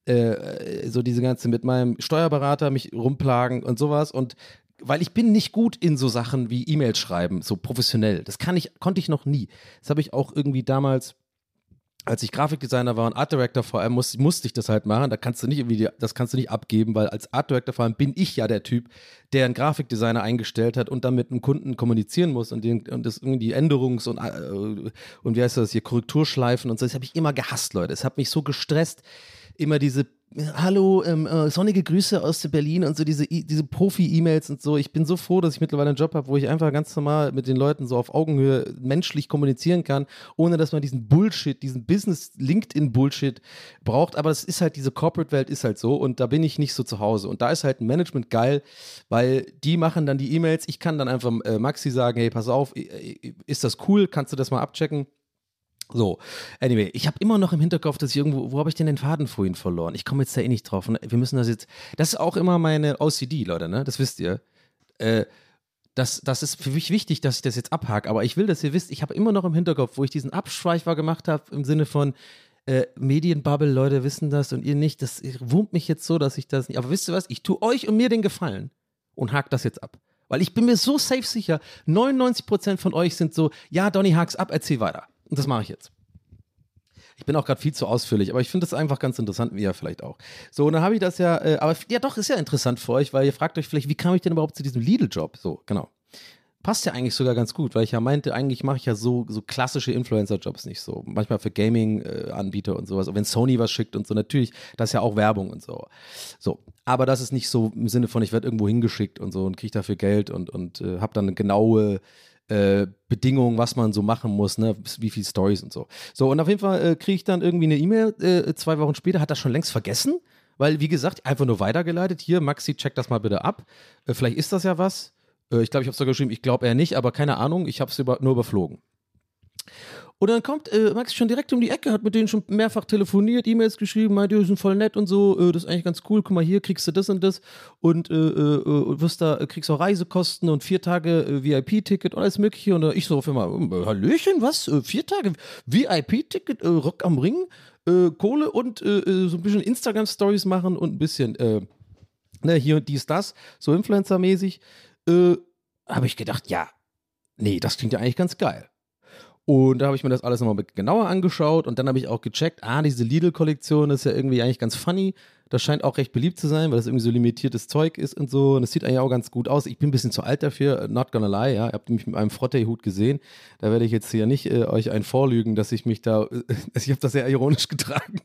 äh, so diese ganze mit meinem Steuerberater mich rumplagen und sowas und weil ich bin nicht gut in so Sachen wie E-Mails schreiben, so professionell, das kann ich, konnte ich noch nie, das habe ich auch irgendwie damals als ich Grafikdesigner war und Art Director vor allem, musste, musste ich das halt machen. Da kannst du nicht irgendwie, das kannst du nicht abgeben, weil als Art Director vor allem bin ich ja der Typ, der einen Grafikdesigner eingestellt hat und dann mit einem Kunden kommunizieren muss und, den, und das irgendwie Änderungs- und, äh, und wie heißt das hier, Korrekturschleifen und so. Das habe ich immer gehasst, Leute. Es hat mich so gestresst, immer diese Hallo, ähm, äh, sonnige Grüße aus Berlin und so diese, diese Profi-E-Mails und so. Ich bin so froh, dass ich mittlerweile einen Job habe, wo ich einfach ganz normal mit den Leuten so auf Augenhöhe menschlich kommunizieren kann, ohne dass man diesen Bullshit, diesen Business-LinkedIn-Bullshit braucht. Aber es ist halt, diese Corporate-Welt ist halt so und da bin ich nicht so zu Hause. Und da ist halt ein Management geil, weil die machen dann die E-Mails. Ich kann dann einfach äh, Maxi sagen, hey, pass auf, ist das cool? Kannst du das mal abchecken? So, anyway, ich habe immer noch im Hinterkopf, dass ich irgendwo, wo habe ich denn den Faden vorhin verloren? Ich komme jetzt da eh nicht drauf. Und wir müssen das jetzt, das ist auch immer meine O C D, Leute, ne? Das wisst ihr. Äh, das, das ist für mich wichtig, dass ich das jetzt abhake, aber ich will, dass ihr wisst, ich habe immer noch im Hinterkopf, wo ich diesen Abschweifer gemacht habe, im Sinne von äh, Medienbubble, Leute wissen das und ihr nicht, das wurmt mich jetzt so, dass ich das nicht, aber wisst ihr was, ich tue euch und mir den Gefallen und hake das jetzt ab. Weil ich bin mir so safe sicher, neunundneunzig Prozent von euch sind so, ja, Donny, hak's ab, erzähl weiter. Und das mache ich jetzt. Ich bin auch gerade viel zu ausführlich, aber ich finde das einfach ganz interessant, wie ihr vielleicht auch. So, und dann habe ich das ja, äh, aber ja doch, ist ja interessant für euch, weil ihr fragt euch vielleicht, wie kam ich denn überhaupt zu diesem Lidl-Job? So, genau. Passt ja eigentlich sogar ganz gut, weil ich ja meinte, eigentlich mache ich ja so, so klassische Influencer-Jobs nicht so. Manchmal für Gaming-Anbieter und sowas. Und wenn Sony was schickt und so, natürlich, das ist ja auch Werbung und so. So, aber das ist nicht so im Sinne von, ich werde irgendwo hingeschickt und so und kriege dafür Geld und, und äh, habe dann eine genaue Äh, Bedingungen, was man so machen muss, ne, wie viele Stories und so. So, und auf jeden Fall äh, kriege ich dann irgendwie eine E-Mail, äh, zwei Wochen später, hat das schon längst vergessen, weil, wie gesagt, einfach nur weitergeleitet. Hier, Maxi, check das mal bitte ab. Äh, vielleicht ist das ja was. Äh, ich glaube, ich habe sogar geschrieben, ich glaube eher nicht, aber keine Ahnung, ich habe es über, nur überflogen. Und dann kommt äh, Maxi schon direkt um die Ecke, hat mit denen schon mehrfach telefoniert, E-Mails geschrieben, meint, die sind voll nett und so, äh, das ist eigentlich ganz cool, guck mal hier, kriegst du das und das und äh, äh, wirst da, kriegst auch Reisekosten und vier Tage äh, V I P-Ticket und alles mögliche. Und äh, ich so auf einmal, äh, Hallöchen, was? Äh, vier Tage V I P-Ticket, äh, Rock am Ring, äh, Kohle und äh, so ein bisschen Instagram-Stories machen und ein bisschen, äh, ne, hier und dies, das, so Influencer-mäßig. Äh, habe ich gedacht, ja, nee, das klingt ja eigentlich ganz geil. Und da habe ich mir das alles nochmal genauer angeschaut und dann habe ich auch gecheckt, ah, diese Lidl-Kollektion ist ja irgendwie eigentlich ganz funny. Das scheint auch recht beliebt zu sein, weil das irgendwie so limitiertes Zeug ist und so. Und es sieht eigentlich auch ganz gut aus. Ich bin ein bisschen zu alt dafür, not gonna lie, ja. Ihr habt mich mit einem Frottee-Hut gesehen. Da werde ich jetzt hier nicht äh, euch einen vorlügen, dass ich mich da, äh, ich habe das sehr ironisch getragen.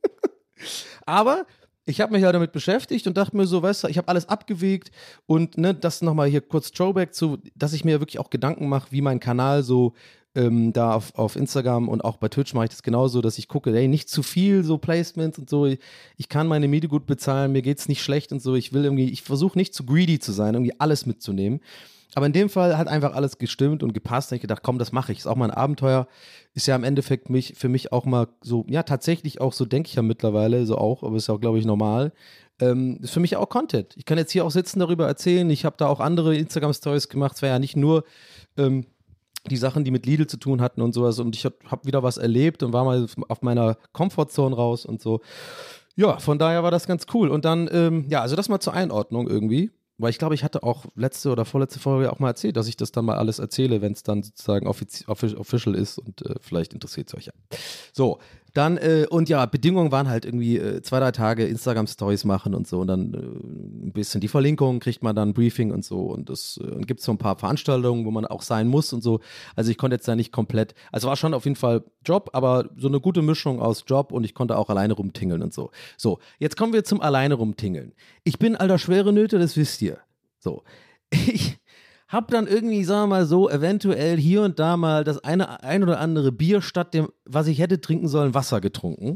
Aber ich habe mich ja damit beschäftigt und dachte mir so, weißt du, ich habe alles abgewegt und ne, das nochmal hier kurz Throwback zu, dass ich mir wirklich auch Gedanken mache, wie mein Kanal so Ähm, da auf, auf Instagram und auch bei Twitch mache ich das genauso, dass ich gucke, ey, nicht zu viel so Placements und so, ich, ich kann meine Miete gut bezahlen, mir geht's nicht schlecht und so, ich will irgendwie, ich versuche nicht zu greedy zu sein, irgendwie alles mitzunehmen, aber in dem Fall hat einfach alles gestimmt und gepasst und ich gedacht, komm, das mache ich, ist auch mal ein Abenteuer, ist ja im Endeffekt mich, für mich auch mal so, ja tatsächlich auch so, denke ich ja mittlerweile, so auch, aber ist ja auch, glaube ich, normal, ähm, ist für mich auch Content, ich kann jetzt hier auch sitzen, darüber erzählen, ich habe da auch andere Instagram-Stories gemacht, es war ja nicht nur, ähm, die Sachen, die mit Lidl zu tun hatten und sowas und ich habe hab wieder was erlebt und war mal auf meiner Comfortzone raus und so. Ja, von daher war das ganz cool. Und dann, ähm, ja, also das mal zur Einordnung irgendwie, weil ich glaube, ich hatte auch letzte oder vorletzte Folge auch mal erzählt, dass ich das dann mal alles erzähle, wenn es dann sozusagen offiz- official ist und äh, vielleicht interessiert es euch ja. So, dann, äh, und ja, Bedingungen waren halt irgendwie äh, zwei, drei Tage Instagram-Stories machen und so und dann äh, ein bisschen die Verlinkung, kriegt man dann ein Briefing und so und es äh, gibt so ein paar Veranstaltungen, wo man auch sein muss und so. Also ich konnte jetzt da nicht komplett, also war schon auf jeden Fall Job, aber so eine gute Mischung aus Job und ich konnte auch alleine rumtingeln und so. So, jetzt kommen wir zum alleine rumtingeln. Ich bin alter Schwerenöter, das wisst ihr. So, ich hab dann irgendwie, sagen wir mal so, eventuell hier und da mal das eine ein oder andere Bier statt dem, was ich hätte trinken sollen, Wasser getrunken.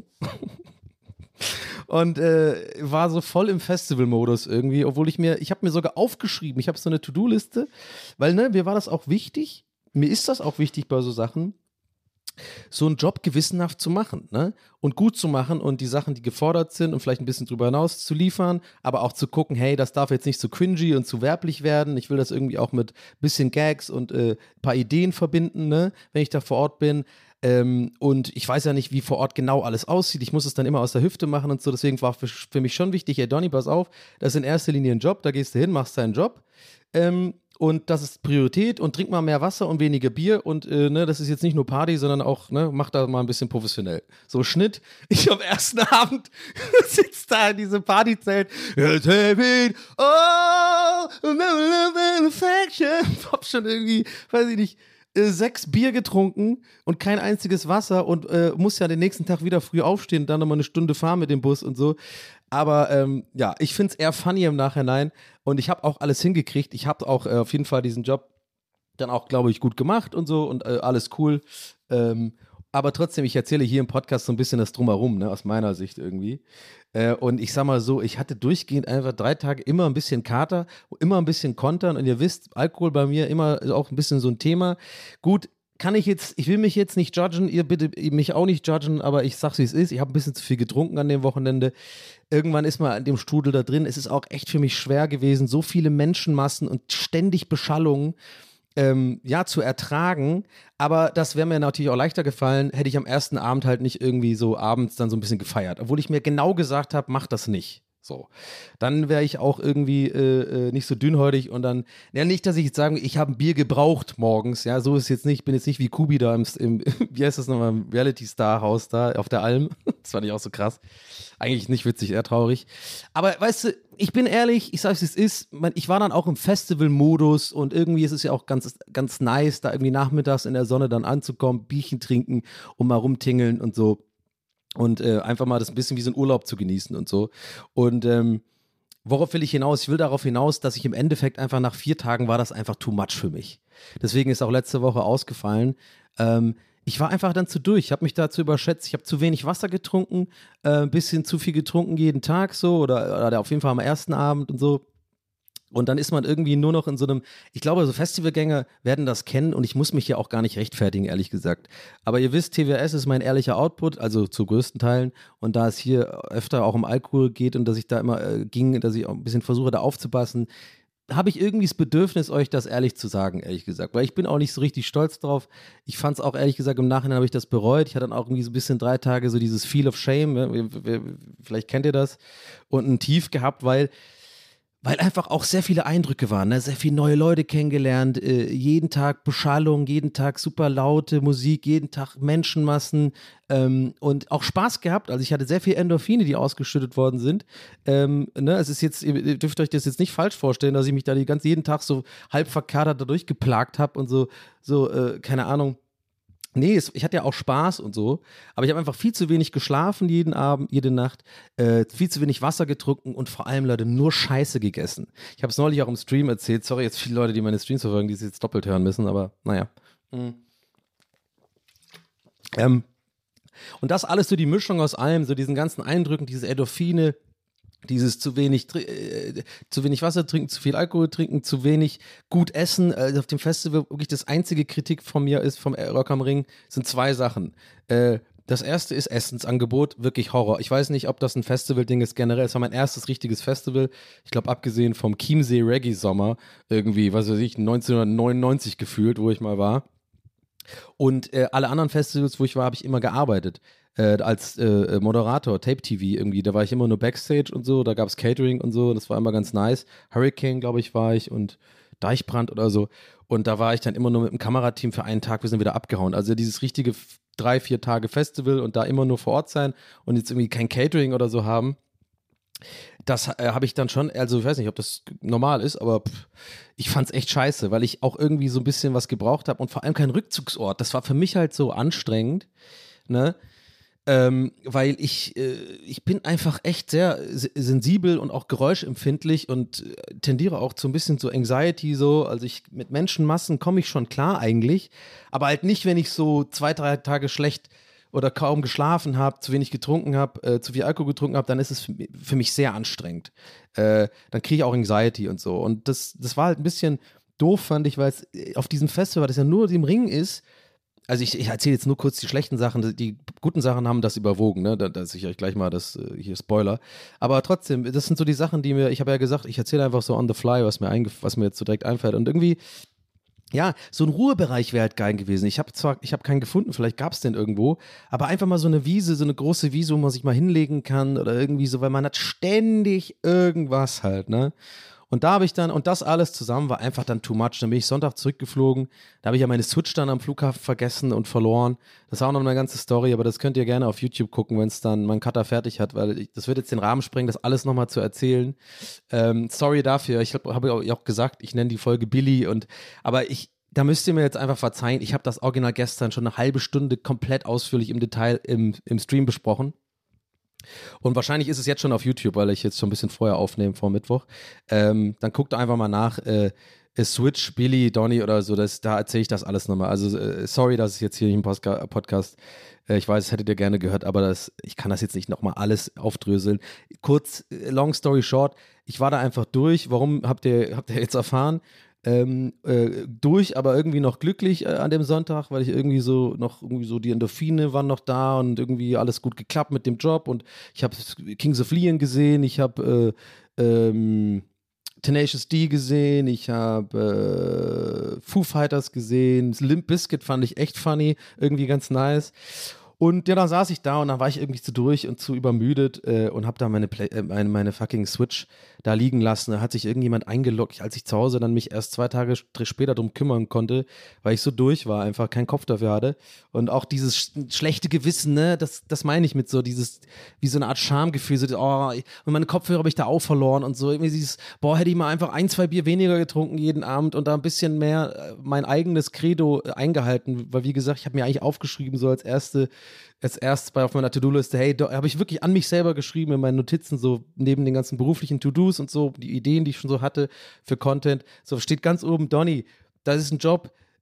Und äh, war so voll im Festival-Modus irgendwie, obwohl ich mir, ich habe mir sogar aufgeschrieben, ich habe so eine To-Do-Liste, weil ne, mir war das auch wichtig, mir ist das auch wichtig bei so Sachen, so einen Job gewissenhaft zu machen, ne? Und gut zu machen und die Sachen, die gefordert sind und vielleicht ein bisschen drüber hinaus zu liefern, aber auch zu gucken, hey, das darf jetzt nicht zu cringy und zu werblich werden. Ich will das irgendwie auch mit bisschen Gags und äh, ein paar Ideen verbinden, ne? Wenn ich da vor Ort bin. Ähm, und ich weiß ja nicht, wie vor Ort genau alles aussieht. Ich muss es dann immer aus der Hüfte machen und so. Deswegen war für, für mich schon wichtig, hey Donny, pass auf, das ist in erster Linie ein Job, da gehst du hin, machst deinen Job. Ähm, Und das ist Priorität und trink mal mehr Wasser und weniger Bier und äh, ne, das ist jetzt nicht nur Party, sondern auch, ne, mach da mal ein bisschen professionell. So Schnitt, ich am ersten Abend sitze da in diesem Partyzelt, oh, hab schon irgendwie, weiß ich nicht, äh, sechs Bier getrunken und kein einziges Wasser und äh, muss ja den nächsten Tag wieder früh aufstehen und dann nochmal eine Stunde fahren mit dem Bus und so. Aber ähm, ja, ich finde es eher funny im Nachhinein und ich habe auch alles hingekriegt. Ich habe auch äh, auf jeden Fall diesen Job dann auch, glaube ich, gut gemacht und so und äh, alles cool. Ähm, aber trotzdem, ich erzähle hier im Podcast so ein bisschen das Drumherum, ne, aus meiner Sicht irgendwie. Äh, und ich sag mal so, ich hatte durchgehend einfach drei Tage immer ein bisschen Kater, immer ein bisschen Kontern und ihr wisst, Alkohol bei mir immer auch ein bisschen so ein Thema. Gut, kann ich jetzt, ich will mich jetzt nicht judgen, ihr bitte mich auch nicht judgen, aber ich sag's wie es ist, ich habe ein bisschen zu viel getrunken an dem Wochenende. Irgendwann ist man an dem Strudel da drin. Es ist auch echt für mich schwer gewesen, so viele Menschenmassen und ständig Beschallungen ähm, ja, zu ertragen. Aber das wäre mir natürlich auch leichter gefallen, hätte ich am ersten Abend halt nicht irgendwie so abends dann so ein bisschen gefeiert. Obwohl ich mir genau gesagt habe, mach das nicht. So, dann wäre ich auch irgendwie äh, äh, nicht so dünnhäutig und dann, ja nicht, dass ich jetzt sage, ich habe ein Bier gebraucht morgens, ja, so ist es jetzt nicht, ich bin jetzt nicht wie Kubi da im, im wie heißt das nochmal, im Reality-Star-Haus da auf der Alm, das fand ich auch so krass, eigentlich nicht witzig, eher traurig, aber weißt du, ich bin ehrlich, ich sag's wie es ist, ich war dann auch im Festival-Modus und irgendwie ist es ja auch ganz, ganz nice, da irgendwie nachmittags in der Sonne dann anzukommen, Bierchen trinken und mal rumtingeln und so. Und äh, einfach mal das ein bisschen wie so ein Urlaub zu genießen und so. Und ähm, worauf will ich hinaus? Ich will darauf hinaus, dass ich im Endeffekt einfach nach vier Tagen war das einfach too much für mich. Deswegen ist auch letzte Woche ausgefallen. Ähm, ich war einfach dann zu durch, ich habe mich dazu überschätzt, ich habe zu wenig Wasser getrunken, äh, ein bisschen zu viel getrunken jeden Tag so oder, oder auf jeden Fall am ersten Abend und so. Und dann ist man irgendwie nur noch in so einem, ich glaube, so Festivalgänger werden das kennen und ich muss mich ja auch gar nicht rechtfertigen, ehrlich gesagt. Aber ihr wisst, T W S ist mein ehrlicher Output, also zu größten Teilen. Und da es hier öfter auch um Alkohol geht und dass ich da immer äh, ging, dass ich auch ein bisschen versuche, da aufzupassen, habe ich irgendwie das Bedürfnis, euch das ehrlich zu sagen, ehrlich gesagt. Weil ich bin auch nicht so richtig stolz drauf. Ich fand es auch, ehrlich gesagt, im Nachhinein habe ich das bereut. Ich hatte dann auch irgendwie so ein bisschen drei Tage so dieses Feel of Shame, ne? Vielleicht kennt ihr das, und ein Tief gehabt, weil Weil einfach auch sehr viele Eindrücke waren, ne? Sehr viele neue Leute kennengelernt, äh, jeden Tag Beschallung, jeden Tag super laute Musik, jeden Tag Menschenmassen ähm, und auch Spaß gehabt. Also ich hatte sehr viele Endorphine, die ausgeschüttet worden sind. Ähm, ne? Es ist jetzt, ihr dürft euch das jetzt nicht falsch vorstellen, dass ich mich da die ganze, jeden Tag so halb verkadert dadurch geplagt habe und so, so äh, keine Ahnung. Nee, es, ich hatte ja auch Spaß und so, aber ich habe einfach viel zu wenig geschlafen jeden Abend, jede Nacht, äh, viel zu wenig Wasser getrunken und vor allem, Leute, nur Scheiße gegessen. Ich habe es neulich auch im Stream erzählt, sorry, jetzt viele Leute, die meine Streams verfolgen, die es jetzt doppelt hören müssen, aber naja. Mhm. Ähm, und das alles so die Mischung aus allem, so diesen ganzen Eindrücken, diese Endorphine, dieses zu wenig, äh, zu wenig Wasser trinken, zu viel Alkohol trinken, zu wenig gut essen. Also auf dem Festival wirklich das einzige Kritik von mir ist, vom Rock am Ring, sind zwei Sachen. Äh, das erste ist Essensangebot, wirklich Horror. Ich weiß nicht, ob das ein Festival-Ding ist generell. Es war mein erstes richtiges Festival. Ich glaube, abgesehen vom Chiemsee Reggae Sommer, irgendwie, was weiß ich, neunzehnhundertneunundneunzig gefühlt, wo ich mal war. Und äh, alle anderen Festivals, wo ich war, habe ich immer gearbeitet. Äh, als äh, Moderator, Tape-T V irgendwie, da war ich immer nur Backstage und so, da gab es Catering und so, das war immer ganz nice. Hurricane, glaube ich, war ich und Deichbrand oder so, und da war ich dann immer nur mit dem Kamerateam für einen Tag, wir sind wieder abgehauen. Also dieses richtige f- drei, vier Tage Festival und da immer nur vor Ort sein und jetzt irgendwie kein Catering oder so haben, das äh, habe ich dann schon, also ich weiß nicht, ob das normal ist, aber pff, ich fand's echt scheiße, weil ich auch irgendwie so ein bisschen was gebraucht habe und vor allem kein Rückzugsort. Das war für mich halt so anstrengend, ne? Ähm, weil ich, äh, ich bin einfach echt sehr se- sensibel und auch geräuschempfindlich und äh, tendiere auch zu ein bisschen zu Anxiety so. Also ich, mit Menschenmassen komme ich schon klar eigentlich, aber halt nicht, wenn ich so zwei, drei Tage schlecht oder kaum geschlafen habe, zu wenig getrunken habe, äh, zu viel Alkohol getrunken habe, dann ist es für, mi- für mich sehr anstrengend. Äh, dann kriege ich auch Anxiety und so. Und das, das war halt ein bisschen doof, fand ich, weil es äh, auf diesem Festival, das ja nur im Ring ist, also ich, ich erzähle jetzt nur kurz die schlechten Sachen, die guten Sachen haben das überwogen, ne, da, dass ich euch gleich mal das, äh, hier Spoiler, aber trotzdem, das sind so die Sachen, die mir, ich habe ja gesagt, ich erzähle einfach so on the fly, was mir, eingef- was mir jetzt so direkt einfällt und irgendwie, ja, so ein Ruhebereich wäre halt geil gewesen. Ich habe zwar, ich habe keinen gefunden, vielleicht gab es den irgendwo, aber einfach mal so eine Wiese, so eine große Wiese, wo man sich mal hinlegen kann oder irgendwie so, weil man hat ständig irgendwas halt, ne. Und da habe ich dann, und das alles zusammen war einfach dann too much. Dann bin ich Sonntag zurückgeflogen. Da habe ich ja meine Switch dann am Flughafen vergessen und verloren. Das war auch noch eine ganze Story, aber das könnt ihr gerne auf YouTube gucken, wenn es dann mein Cutter fertig hat, weil ich, das wird jetzt den Rahmen sprengen, das alles nochmal zu erzählen. Ähm, sorry dafür. Ich habe hab ja auch gesagt, ich nenne die Folge Billy und, aber ich, da müsst ihr mir jetzt einfach verzeihen. Ich habe das Original gestern schon eine halbe Stunde komplett ausführlich im Detail im, im Stream besprochen. Und wahrscheinlich ist es jetzt schon auf YouTube, weil ich jetzt schon ein bisschen vorher aufnehme, vor Mittwoch. Ähm, dann guckt einfach mal nach. Äh, Switch, Billy, Donny oder so, das, da erzähle ich das alles nochmal. Also äh, sorry, dass es jetzt hier nicht im Postka- Podcast, äh, ich weiß, das hättet ihr gerne gehört, aber das, ich kann das jetzt nicht nochmal alles aufdröseln. Kurz, äh, long story short, ich war da einfach durch. Warum habt ihr, habt ihr jetzt erfahren? Ähm, äh, durch, aber irgendwie noch glücklich äh, an dem Sonntag, weil ich irgendwie so noch irgendwie so die Endorphine waren noch da und irgendwie alles gut geklappt mit dem Job und ich habe Kings of Leon gesehen, ich habe äh, ähm, Tenacious D gesehen, ich habe äh, Foo Fighters gesehen, Limp Bizkit fand ich echt funny, irgendwie ganz nice. Und ja, dann saß ich da und dann war ich irgendwie zu durch und zu übermüdet äh, und habe da meine, Play- äh, meine, meine fucking Switch da liegen lassen. Da hat sich irgendjemand eingeloggt, als ich zu Hause dann mich erst zwei Tage st- später drum kümmern konnte, weil ich so durch war, einfach keinen Kopf dafür hatte. Und auch dieses sch- schlechte Gewissen, ne, das, das meine ich mit so, dieses, wie so eine Art Schamgefühl, so, oh, und meine Kopfhörer habe ich da auch verloren und so, irgendwie dieses, boah, hätte ich mal einfach ein, zwei Bier weniger getrunken jeden Abend und da ein bisschen mehr äh, mein eigenes Credo äh, eingehalten, weil wie gesagt, ich habe mir eigentlich aufgeschrieben, so als erste als erstes bei auf meiner To-Do-Liste, hey, da habe ich wirklich an mich selber geschrieben in meinen Notizen, so neben den ganzen beruflichen To-Dos und so, die Ideen, die ich schon so hatte für Content, so steht ganz oben, Donny, das ist ein Job,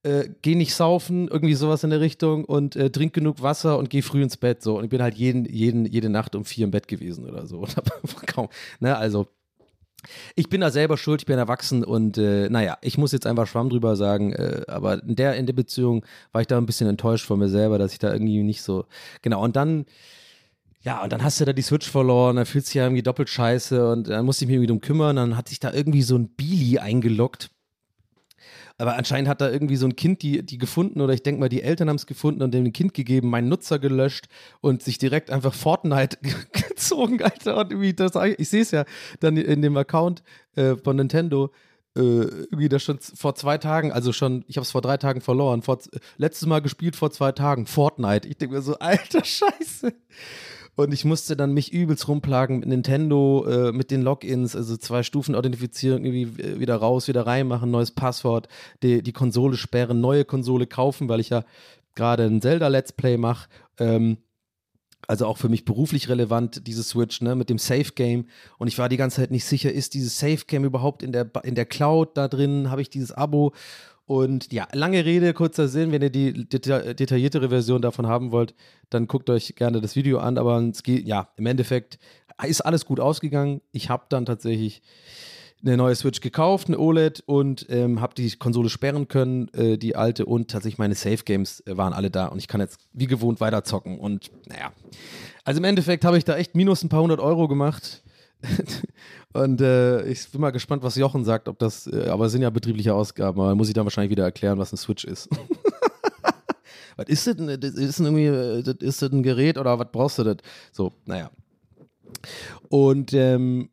äh, geh nicht saufen, irgendwie sowas in der Richtung und äh, trink genug Wasser und geh früh ins Bett. So. Und ich bin halt jeden, jeden, jede Nacht um vier im Bett gewesen oder so. Und hab einfach kaum, ne, also ich bin da selber schuld, ich bin erwachsen und äh, naja, ich muss jetzt einfach Schwamm drüber sagen, äh, aber in der, in der Beziehung war ich da ein bisschen enttäuscht von mir selber, dass ich da irgendwie nicht so, genau, und dann, ja, und dann hast du da die Switch verloren, dann fühlst du dich ja irgendwie doppelt scheiße und dann musste ich mich irgendwie drum kümmern, dann hat sich da irgendwie so ein Beely eingeloggt. Aber anscheinend hat da irgendwie so ein Kind die, die gefunden oder ich denke mal, die Eltern haben es gefunden und dem Kind gegeben, meinen Nutzer gelöscht und sich direkt einfach Fortnite gezogen, Alter. Und irgendwie das, ich sehe es ja dann in dem Account äh, von Nintendo, äh, irgendwie das schon vor zwei Tagen, also schon, ich habe es vor drei Tagen verloren, vor, letztes Mal gespielt vor zwei Tagen, Fortnite. Ich denke mir so, alter Scheiße. Und ich musste dann mich übelst rumplagen mit Nintendo, äh, mit den Logins, also zwei Stufen Authentifizierung, irgendwie wieder raus, wieder reinmachen, neues Passwort, die, die Konsole sperren, neue Konsole kaufen, weil ich ja gerade ein Zelda-Let's Play mache. Ähm, also auch für mich beruflich relevant, diese Switch, ne, mit dem Safe-Game. Und ich war die ganze Zeit nicht sicher, ist dieses Safe-Game überhaupt in der, in der Cloud da drin? Habe ich dieses Abo? Und ja, lange Rede, kurzer Sinn, wenn ihr die deta- detailliertere Version davon haben wollt, dann guckt euch gerne das Video an, aber es geht, ja, im Endeffekt ist alles gut ausgegangen. Ich habe dann tatsächlich eine neue Switch gekauft, eine O L E D und ähm, habe die Konsole sperren können, äh, die alte, und tatsächlich meine Safe Games äh, waren alle da und ich kann jetzt wie gewohnt weiter zocken und naja, also im Endeffekt habe ich da echt minus ein paar hundert Euro gemacht. Und äh, ich bin mal gespannt, was Jochen sagt, ob das, äh, aber es sind ja betriebliche Ausgaben, aber muss ich dann wahrscheinlich wieder erklären, was eine Switch ist. Was ist das denn? Ist das irgendwie, ist das ein Gerät oder was brauchst du das? So, naja. Und ähm,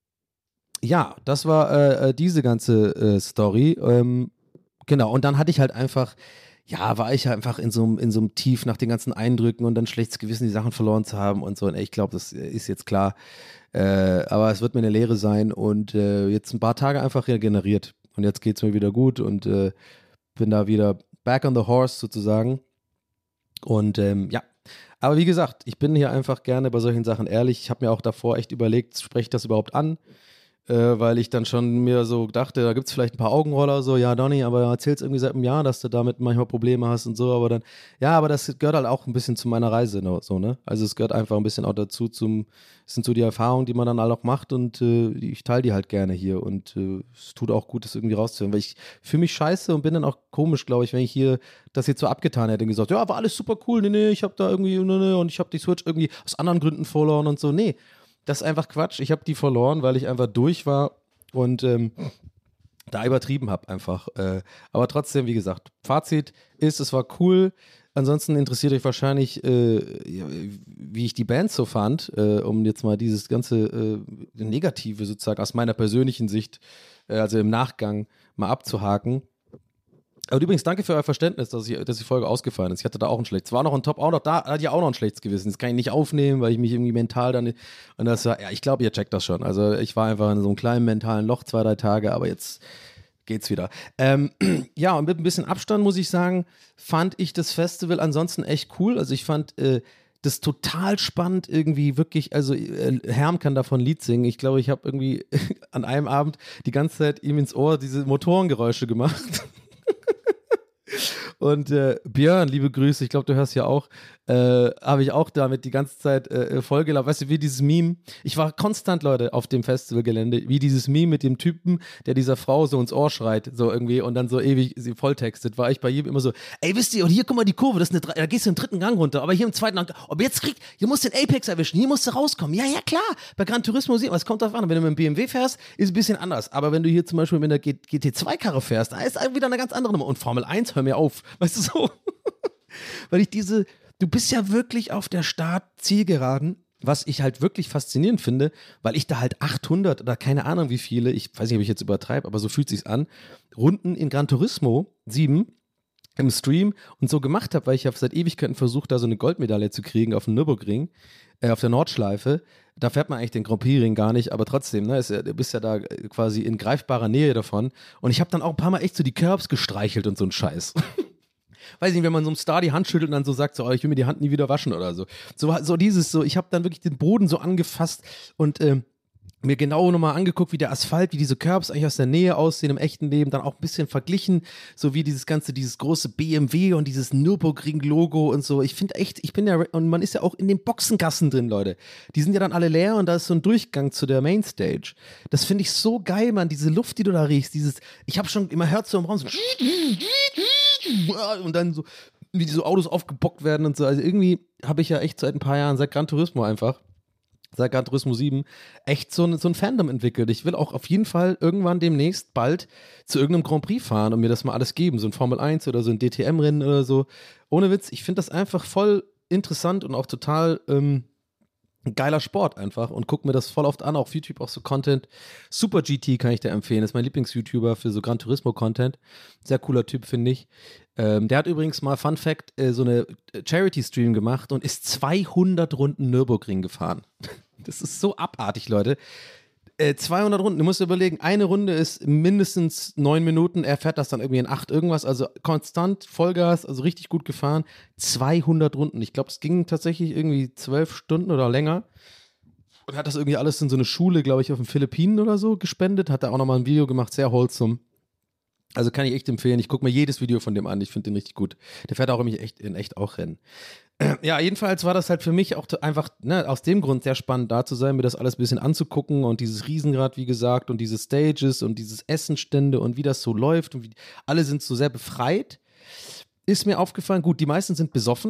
ja, das war äh, diese ganze äh, Story. Ähm, genau, und dann hatte ich halt einfach, ja, war ich einfach in so einem in so einem Tief nach den ganzen Eindrücken und dann schlechtes Gewissen, die Sachen verloren zu haben und so. Und ich glaube, das ist jetzt klar. Äh, aber es wird mir eine Lehre sein und äh, jetzt ein paar Tage einfach regeneriert. Und jetzt geht es mir wieder gut und äh, bin da wieder back on the horse sozusagen. Und ähm, ja, aber wie gesagt, ich bin hier einfach gerne bei solchen Sachen ehrlich. Ich habe mir auch davor echt überlegt, spreche ich das überhaupt an? Äh, weil ich dann schon mir so dachte, da gibt es vielleicht ein paar Augenroller, so, ja, Donny, aber du erzählst irgendwie seit einem Jahr, dass du damit manchmal Probleme hast und so, aber dann, ja, aber das gehört halt auch ein bisschen zu meiner Reise, so, ne? Also es gehört einfach ein bisschen auch dazu, zum, es sind so die Erfahrungen, die man dann halt auch macht und äh, ich teile die halt gerne hier und äh, es tut auch gut, das irgendwie rauszuhören, weil ich fühle mich scheiße und bin dann auch komisch, glaube ich, wenn ich hier das jetzt so abgetan hätte und gesagt, ja, war alles super cool, nee, nee, ich habe da irgendwie, nee, nee, und ich habe die Switch irgendwie aus anderen Gründen verloren und so, nee. Das ist einfach Quatsch. Ich habe die verloren, weil ich einfach durch war und ähm, da übertrieben habe einfach. Äh, aber trotzdem, wie gesagt, Fazit ist, es war cool. Ansonsten interessiert euch wahrscheinlich, äh, wie ich die Band so fand, äh, um jetzt mal dieses ganze äh, Negative sozusagen aus meiner persönlichen Sicht, äh, also im Nachgang, mal abzuhaken. Aber übrigens, danke für euer Verständnis, dass, ich, dass die Folge ausgefallen ist. Ich hatte da auch ein schlechtes. War noch ein Top, auch noch da, hatte ich auch noch ein schlechtes Gewissen. Das kann ich nicht aufnehmen, weil ich mich irgendwie mental dann. Und das war, ja, ich glaube, ihr checkt das schon. Also, ich war einfach in so einem kleinen mentalen Loch, zwei, drei Tage, aber jetzt geht's wieder. Ähm, ja, und mit ein bisschen Abstand muss ich sagen, fand ich das Festival ansonsten echt cool. Also, ich fand äh, das total spannend, irgendwie wirklich. Also, äh, Herm kann davon ein Lied singen. Ich glaube, ich habe irgendwie an einem Abend die ganze Zeit ihm ins Ohr diese Motorengeräusche gemacht. Und äh, Björn, liebe Grüße, ich glaube, du hörst ja auch, äh, habe ich auch damit die ganze Zeit äh, vollgelaufen. Weißt du, wie dieses Meme, ich war konstant, Leute, auf dem Festivalgelände, wie dieses Meme mit dem Typen, der dieser Frau so ins Ohr schreit, so irgendwie und dann so ewig sie volltextet, war ich bei jedem immer so, ey, wisst ihr, und hier, guck mal, die Kurve, das ist eine, da gehst du im dritten Gang runter, aber hier im zweiten Gang, aber jetzt krieg, hier musst du den Apex erwischen, hier musst du rauskommen. Ja, ja, klar, bei Gran Turismo, was kommt drauf an, wenn du mit dem B M W fährst, ist es ein bisschen anders, aber wenn du hier zum Beispiel mit der G T zwei Karre fährst, da ist wieder eine ganz andere Nummer. Und Formel eins, hör mir auf, weißt du so, weil ich diese, du bist ja wirklich auf der Start-Zielgeraden, was ich halt wirklich faszinierend finde, weil ich da halt achthundert oder keine Ahnung wie viele, ich weiß nicht, ob ich jetzt übertreibe, aber so fühlt sich's an, Runden in Gran Turismo sieben im Stream und so gemacht habe, weil ich habe seit Ewigkeiten versucht, da so eine Goldmedaille zu kriegen auf dem Nürburgring, äh, auf der Nordschleife. Da fährt man eigentlich den Grand Prix-Ring gar nicht, aber trotzdem, ne, ist, du bist ja da quasi in greifbarer Nähe davon. Und ich habe dann auch ein paar Mal echt so die Curbs gestreichelt und so ein Scheiß. Weiß nicht, wenn man so einem Star die Hand schüttelt und dann so sagt, so, oh, ich will mir die Hand nie wieder waschen oder so. So, so dieses, so, ich habe dann wirklich den Boden so angefasst und ähm, mir genau nochmal angeguckt, wie der Asphalt, wie diese Curbs eigentlich aus der Nähe aussehen im echten Leben, dann auch ein bisschen verglichen, so wie dieses ganze, dieses große B M W und dieses Nürburgring-Logo und so. Ich finde echt, ich bin ja, und man ist ja auch in den Boxengassen drin, Leute. Die sind ja dann alle leer und da ist so ein Durchgang zu der Mainstage. Das finde ich so geil, Mann, diese Luft, die du da riechst, dieses, ich habe schon immer hört so im Raum so und dann so, wie die so Autos aufgebockt werden und so. Also irgendwie habe ich ja echt seit ein paar Jahren, seit Gran Turismo einfach, seit Gran Turismo sieben, echt so ein, so ein Fandom entwickelt. Ich will auch auf jeden Fall irgendwann demnächst bald zu irgendeinem Grand Prix fahren und mir das mal alles geben, so ein Formel eins oder so ein D T M-Rennen oder so. Ohne Witz, ich finde das einfach voll interessant und auch total ähm, ein geiler Sport einfach und gucke mir das voll oft an, auch auf YouTube auch so Content. Super G T kann ich dir empfehlen, ist mein Lieblings-YouTuber für so Gran Turismo-Content. Sehr cooler Typ, finde ich. Ähm, der hat übrigens mal, Fun Fact, äh, so eine Charity-Stream gemacht und ist zweihundert Runden Nürburgring gefahren. Das ist so abartig, Leute. Äh, zweihundert Runden, du musst dir überlegen, eine Runde ist mindestens neun Minuten, er fährt das dann irgendwie in acht irgendwas, also konstant, Vollgas, also richtig gut gefahren. zweihundert Runden, ich glaube, es ging tatsächlich irgendwie zwölf Stunden oder länger. Und hat das irgendwie alles in so eine Schule, glaube ich, auf den Philippinen oder so gespendet, hat da auch nochmal ein Video gemacht, sehr wholesome. Also kann ich echt empfehlen, ich gucke mir jedes Video von dem an, ich finde den richtig gut. Der fährt auch in echt, in echt auch Rennen. Ja, jedenfalls war das halt für mich auch einfach, ne, aus dem Grund sehr spannend da zu sein, mir das alles ein bisschen anzugucken und dieses Riesenrad, wie gesagt, und diese Stages und dieses Essenstände und wie das so läuft und wie, alle sind so sehr befreit. Ist mir aufgefallen, gut, die meisten sind besoffen,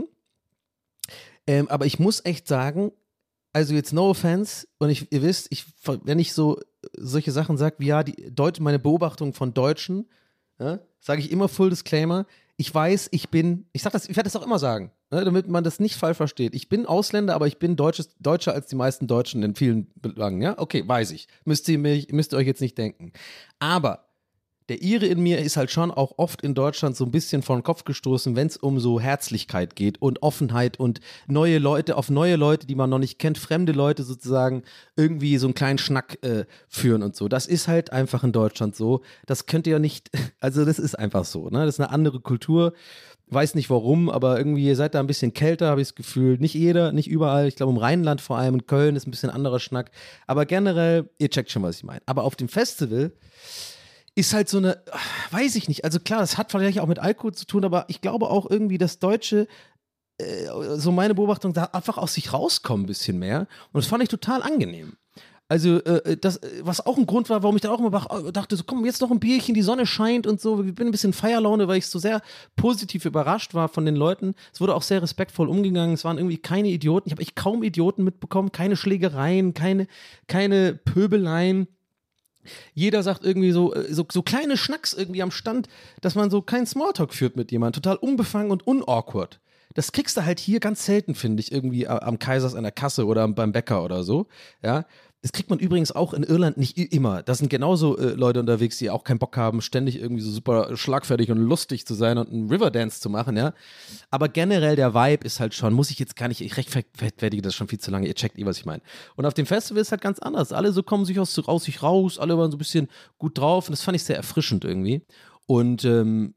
ähm, aber ich muss echt sagen, also jetzt no offense, und ich, ihr wisst, ich, wenn ich so solche Sachen sage, wie ja, die Deut- meine Beobachtung von Deutschen, ja, sage ich immer Full Disclaimer, ich weiß, ich bin, ich sag das, ich werde das auch immer sagen, ne, damit man das nicht falsch versteht. Ich bin Ausländer, aber ich bin Deutsches, Deutscher als die meisten Deutschen in vielen Belangen, ja? Okay, weiß ich. Müsst ihr, mich, müsst ihr euch jetzt nicht denken. Aber der Ire in mir ist halt schon auch oft in Deutschland so ein bisschen vor den Kopf gestoßen, wenn es um so Herzlichkeit geht und Offenheit und neue Leute, auf neue Leute, die man noch nicht kennt, fremde Leute sozusagen irgendwie so einen kleinen Schnack äh, führen und so. Das ist halt einfach in Deutschland so. Das könnt ihr ja nicht, also das ist einfach so, ne? Das ist eine andere Kultur. Weiß nicht warum, aber irgendwie, ihr seid da ein bisschen kälter, habe ich das Gefühl. Nicht jeder, nicht überall. Ich glaube, im Rheinland vor allem, in Köln ist ein bisschen anderer Schnack. Aber generell, ihr checkt schon, was ich meine. Aber auf dem Festival ist halt so eine, weiß ich nicht, also klar, das hat vielleicht auch mit Alkohol zu tun, aber ich glaube auch irgendwie, dass Deutsche, äh, so meine Beobachtung, da einfach aus sich rauskommen ein bisschen mehr und das fand ich total angenehm. Also äh, das, was auch ein Grund war, warum ich dann auch immer wach, dachte, so komm, jetzt noch ein Bierchen, die Sonne scheint und so, ich bin ein bisschen Feierlaune, weil ich so sehr positiv überrascht war von den Leuten. Es wurde auch sehr respektvoll umgegangen, es waren irgendwie keine Idioten, ich habe echt kaum Idioten mitbekommen, keine Schlägereien, keine, keine Pöbeleien. Jeder sagt irgendwie so, so, so kleine Schnacks irgendwie am Stand, dass man so keinen Smalltalk führt mit jemandem, total unbefangen und unawkward. Das kriegst du halt hier ganz selten, finde ich, irgendwie am Kaisers an der Kasse oder beim Bäcker oder so, ja. Das kriegt man übrigens auch in Irland nicht immer. Da sind genauso äh, Leute unterwegs, die auch keinen Bock haben, ständig irgendwie so super schlagfertig und lustig zu sein und einen Riverdance zu machen, ja. Aber generell der Vibe ist halt schon, muss ich jetzt gar nicht, ich rechtfertige das schon viel zu lange, ihr checkt eh, was ich meine. Und auf dem Festival ist halt ganz anders. Alle so kommen sich aus, aus sich raus, alle waren so ein bisschen gut drauf und das fand ich sehr erfrischend irgendwie. Und ähm,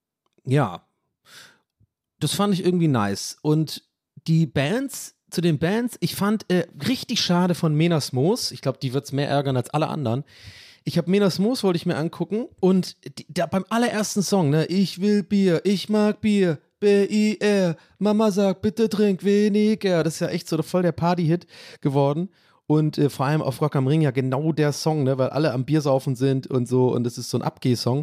ja, das fand ich irgendwie nice. Und die Bands, zu den Bands, ich fand äh, richtig schade von Menas Moos. Ich glaube, die wird es mehr ärgern als alle anderen. Ich habe Menas Moos, wollte ich mir angucken und die, da, beim allerersten Song, ne, ich will Bier, ich mag Bier, B I R, Mama sagt, bitte trink weniger. Das ist ja echt so voll der Party-Hit geworden. Und äh, vor allem auf Rock am Ring ja genau der Song, ne, weil alle am Biersaufen sind und so und das ist so ein Abgeh-Song.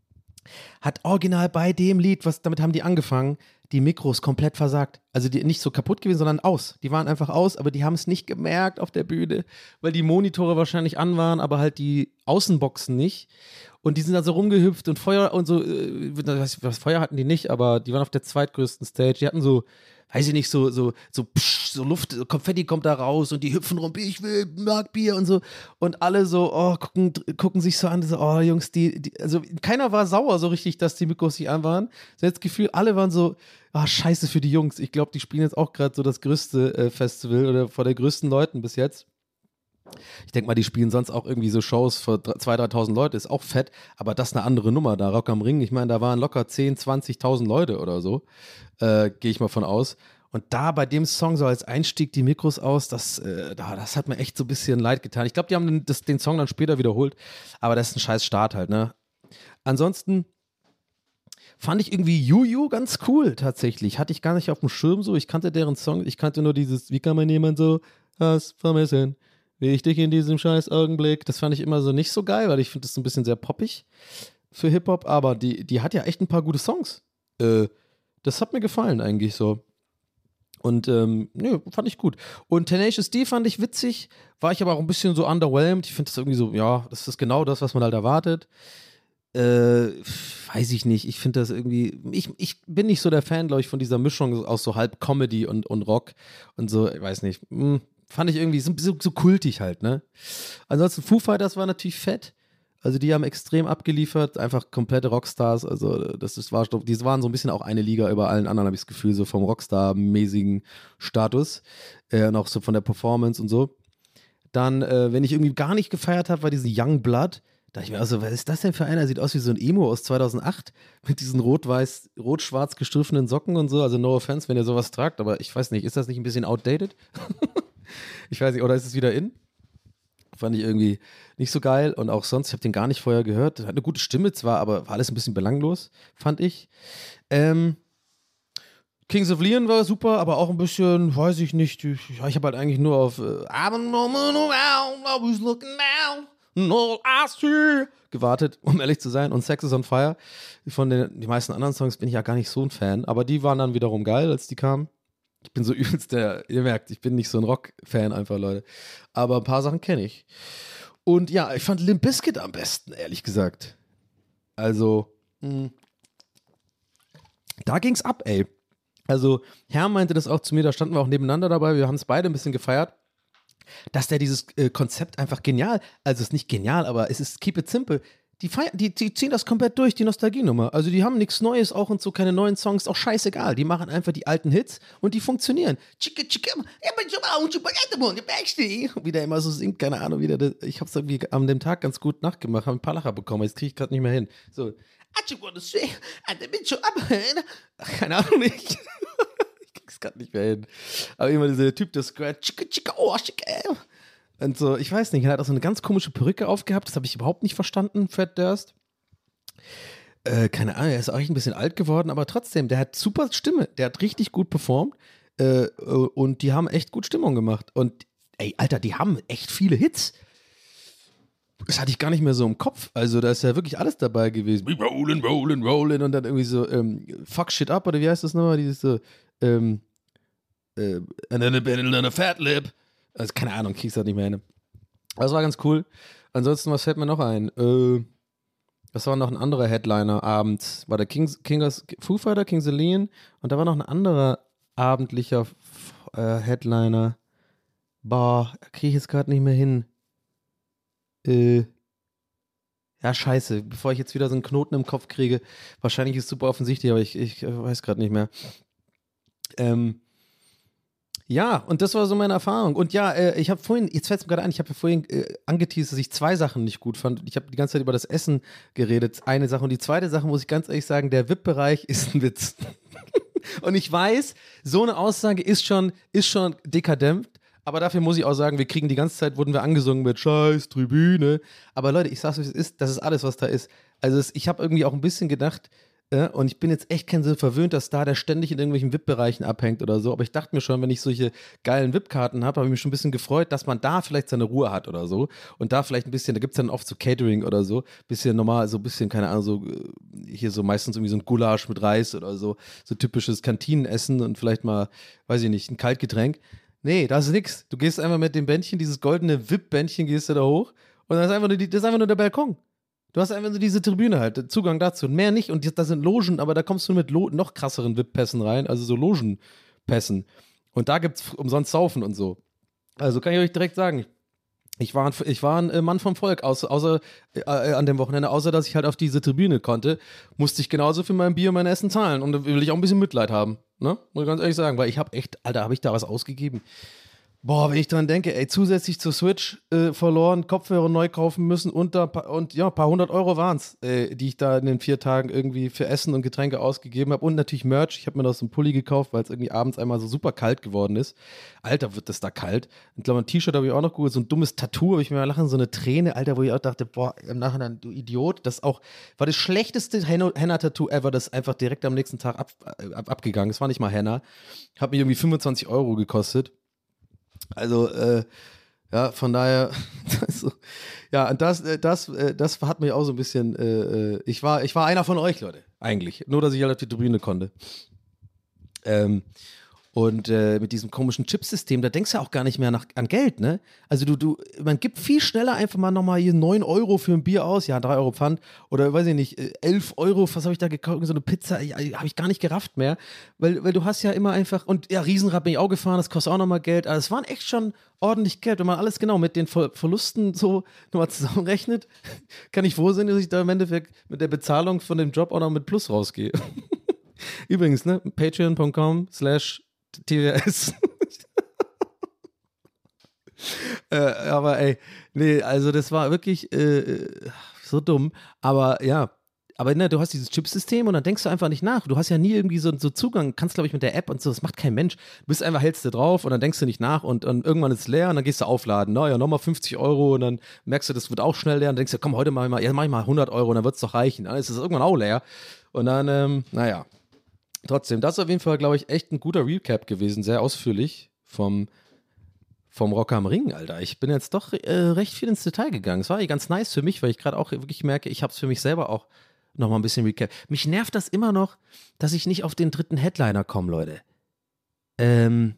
Hat original bei dem Lied, was damit haben die angefangen, die Mikros komplett versagt. Also die nicht so kaputt gewesen, sondern aus. Die waren einfach aus, aber die haben es nicht gemerkt auf der Bühne, weil die Monitore wahrscheinlich an waren, aber halt die Außenboxen nicht. Und die sind da so rumgehüpft und Feuer und so, äh, was Feuer hatten die nicht, aber die waren auf der zweitgrößten Stage. Die hatten so, weiß ich nicht, so, so, so, psch, so Luft, so Konfetti kommt da raus und die hüpfen rum, ich will, mag Bier und so. Und alle so, oh, gucken, gucken sich so an, so, oh, Jungs, die, die, also keiner war sauer so richtig, dass die Mikros nicht an waren. So jetzt das Gefühl, alle waren so, ah, scheiße für die Jungs. Ich glaube, die spielen jetzt auch gerade so das größte äh, Festival oder vor der größten Leuten bis jetzt. Ich denke mal, die spielen sonst auch irgendwie so Shows für zweitausend, dreitausend Leute, ist auch fett, aber das ist eine andere Nummer da, Rock am Ring. Ich meine, da waren locker zehntausend, zwanzigtausend Leute oder so, äh, gehe ich mal von aus. Und da bei dem Song so als Einstieg die Mikros aus, das, äh, das hat mir echt so ein bisschen leid getan. Ich glaube, die haben den, das, den Song dann später wiederholt, aber das ist ein scheiß Start halt, ne? Ansonsten fand ich irgendwie Juju ganz cool tatsächlich. Hatte ich gar nicht auf dem Schirm so. Ich kannte deren Song, ich kannte nur dieses, wie kann man jemand so was vermissen, wie ich dich in diesem scheiß Augenblick. Das fand ich immer so nicht so geil, weil ich finde das so ein bisschen sehr poppig für Hip-Hop, aber die, die hat ja echt ein paar gute Songs. Äh, das hat mir gefallen eigentlich so. Und ähm, ne, fand ich gut. Und Tenacious D fand ich witzig, war ich aber auch ein bisschen so underwhelmed. Ich finde das irgendwie so, ja, das ist genau das, was man halt erwartet. Äh, weiß ich nicht. Ich finde das irgendwie, ich, ich bin nicht so der Fan, glaube ich, von dieser Mischung aus so halb Comedy und, und Rock und so, ich weiß nicht. Hm, fand ich irgendwie so, so, so kultig halt, ne? Ansonsten Foo Fighters war natürlich fett. Also die haben extrem abgeliefert, einfach komplette Rockstars. Also das ist, war, die waren so ein bisschen auch eine Liga über allen anderen, habe ich das Gefühl, so vom Rockstar-mäßigen Status äh, und auch so von der Performance und so. Dann, äh, wenn ich irgendwie gar nicht gefeiert habe, war diese Young Blood. Da dachte ich mir also, was ist das denn für einer? Sieht aus wie so ein Emo aus zweitausendacht mit diesen rot-weiß, rot-schwarz gestriffenen Socken und so. Also no offense, wenn ihr sowas tragt, aber ich weiß nicht, ist das nicht ein bisschen outdated? Ich weiß nicht, oder ist es wieder in? Fand ich irgendwie nicht so geil und auch sonst, ich habe den gar nicht vorher gehört. Hat eine gute Stimme zwar, aber war alles ein bisschen belanglos, fand ich. Ähm, Kings of Leon war super, aber auch ein bisschen, weiß ich nicht, ich, ich habe halt eigentlich nur auf äh, I've been roaming around, I was looking down, and all I see gewartet, um ehrlich zu sein. Und Sex is on Fire. Von den die meisten anderen Songs bin ich ja gar nicht so ein Fan, aber die waren dann wiederum geil, als die kamen. Ich bin so übelst der, ihr merkt, ich bin nicht so ein Rock-Fan einfach, Leute. Aber ein paar Sachen kenne ich. Und ja, ich fand Limp Bizkit am besten, ehrlich gesagt. Also, mh, da ging's ab, ey. Also, Herr meinte das auch zu mir, da standen wir auch nebeneinander dabei, wir haben es beide ein bisschen gefeiert, dass der dieses äh, Konzept einfach genial, also es ist nicht genial, aber es ist keep it simple. Die, feiern, die, die ziehen das komplett durch, die Nostalgienummer. Also die haben nichts Neues auch und so, keine neuen Songs, auch scheißegal. Die machen einfach die alten Hits und die funktionieren. Wie der immer so singt, keine Ahnung, wie der, ich hab's irgendwie an dem Tag ganz gut nachgemacht, habe ein paar Lacher bekommen, jetzt kriege ich gerade nicht mehr hin. So, keine Ahnung, nicht. Ich krieg's gerade nicht mehr hin. Aber immer dieser Typ, der scratch, und so, ich weiß nicht, er hat auch so eine ganz komische Perücke aufgehabt, das habe ich überhaupt nicht verstanden, Fred Durst. Äh, keine Ahnung, er ist auch ein bisschen alt geworden, aber trotzdem, der hat super Stimme, der hat richtig gut performt äh, und die haben echt gut Stimmung gemacht. Und ey, Alter, die haben echt viele Hits. Das hatte ich gar nicht mehr so im Kopf. Also da ist ja wirklich alles dabei gewesen. We rollin', rollin', rollin' und dann irgendwie so ähm, Fuck Shit Up oder wie heißt das nochmal? Dieses so ähm, äh, and then a, and then a fat lip. Also keine Ahnung, kriegst halt nicht mehr hin. Das war ganz cool. Ansonsten, was fällt mir noch ein? Äh, was war noch ein anderer Headliner abends? War der Kings, Kingers, Foo Fighter, Kings of Leon und da war noch ein anderer abendlicher äh, Headliner. Boah, kriege ich jetzt gerade nicht mehr hin. Äh, ja, scheiße. Bevor ich jetzt wieder so einen Knoten im Kopf kriege, wahrscheinlich ist es super offensichtlich, aber ich, ich weiß gerade nicht mehr. Ähm, Ja, und das war so meine Erfahrung. Und ja, äh, ich habe vorhin, jetzt fällt es mir gerade ein, ich habe ja vorhin äh, angeteasert, dass ich zwei Sachen nicht gut fand. Ich habe die ganze Zeit über das Essen geredet, eine Sache. Und die zweite Sache, muss ich ganz ehrlich sagen, der V I P-Bereich ist ein Witz. Und ich weiß, so eine Aussage ist schon, ist schon dekadent. Aber dafür muss ich auch sagen, wir kriegen die ganze Zeit, wurden wir angesungen mit Scheiß, Tribüne. Aber Leute, ich sag's, wie es ist, das ist alles, was da ist. Also es, ich habe irgendwie auch ein bisschen gedacht, äh, und ich bin jetzt echt kein so verwöhnter Star, der ständig in irgendwelchen V I P-Bereichen abhängt oder so. Aber ich dachte mir schon, wenn ich solche geilen V I P-Karten habe, habe ich mich schon ein bisschen gefreut, dass man da vielleicht seine Ruhe hat oder so. Und da vielleicht ein bisschen, da gibt es dann oft so Catering oder so, bisschen normal, so ein bisschen, keine Ahnung, so hier so meistens irgendwie so ein Gulasch mit Reis oder so, so typisches Kantinenessen und vielleicht mal, weiß ich nicht, ein Kaltgetränk. Nee, das ist nix. Du gehst einfach mit dem Bändchen, dieses goldene V I P-Bändchen, gehst du da hoch und das ist einfach nur, die, das ist einfach nur der Balkon. Du hast einfach so diese Tribüne halt, Zugang dazu. Mehr nicht. Und das sind Logen, aber da kommst du mit Lo- noch krasseren V I P-Pässen rein, also so Logenpässen. Und da gibt's umsonst Saufen und so. Also kann ich euch direkt sagen, ich war ein, ich war ein Mann vom Volk, außer, außer äh, an dem Wochenende, außer dass ich halt auf diese Tribüne konnte, musste ich genauso für mein Bier und mein Essen zahlen. Und da will ich auch ein bisschen Mitleid haben. Ne? Muss ich ganz ehrlich sagen, weil ich habe echt, Alter, habe ich da was ausgegeben? Boah, wenn ich dran denke, ey, zusätzlich zur Switch äh, verloren, Kopfhörer neu kaufen müssen und, da, und ja, ein paar hundert Euro waren es, äh, die ich da in den vier Tagen irgendwie für Essen und Getränke ausgegeben habe und natürlich Merch. Ich habe mir da so einen Pulli gekauft, weil es irgendwie abends einmal so super kalt geworden ist. Alter, wird das da kalt. Ich glaube, ein T-Shirt habe ich auch noch gut, so ein dummes Tattoo habe ich mir mal lachen, so eine Träne, Alter, wo ich auch dachte, boah, im Nachhinein, du Idiot, das auch, war das schlechteste Henna-Tattoo ever, das einfach direkt am nächsten Tag ab, ab, abgegangen. Es war nicht mal Henna. Hat mir irgendwie fünfundzwanzig Euro gekostet. Also, äh, ja, von daher, also, ja, und das, äh, das, äh, das hat mich auch so ein bisschen, äh, ich war, ich war einer von euch, Leute, eigentlich. Nur, dass ich halt auf die Tribüne konnte. Ähm, und äh, mit diesem komischen Chipsystem, da denkst du auch gar nicht mehr nach, an Geld, ne? Also du, du, man gibt viel schneller einfach mal nochmal hier neun Euro für ein Bier aus, ja, drei Euro Pfand oder weiß ich nicht, elf Euro, was habe ich da gekauft, so eine Pizza, ja, habe ich gar nicht gerafft mehr, weil, weil du hast ja immer einfach, und ja, Riesenrad bin ich auch gefahren, das kostet auch nochmal Geld, also es waren echt schon ordentlich Geld, wenn man alles genau mit den Ver- Verlusten so nochmal zusammenrechnet, kann ich froh sein, dass ich da im Endeffekt mit der Bezahlung von dem Job auch noch mit Plus rausgehe. Übrigens, ne, patreon punkt com slash T W S. äh, aber ey, nee, also das war wirklich äh, so dumm. Aber ja, aber ne, du hast dieses Chipsystem und dann denkst du einfach nicht nach. Du hast ja nie irgendwie so, so Zugang, kannst glaube ich mit der App und so, das macht kein Mensch. Du bist einfach, hältst du drauf und dann denkst du nicht nach und, und irgendwann ist es leer und dann gehst du aufladen. Naja, nochmal fünfzig Euro und dann merkst du, das wird auch schnell leer und denkst du, komm, heute mach ich mal, ja, mach ich mal hundert Euro und dann wird es doch reichen. Dann ist es irgendwann auch leer. Und dann, ähm, naja. Trotzdem, das ist auf jeden Fall, glaube ich, echt ein guter Recap gewesen, sehr ausführlich vom, vom Rock am Ring, Alter. Ich bin jetzt doch äh, recht viel ins Detail gegangen. Es war ja ganz nice für mich, weil ich gerade auch wirklich merke, ich habe es für mich selber auch nochmal ein bisschen Recap. Mich nervt das immer noch, dass ich nicht auf den dritten Headliner komme, Leute. Ähm,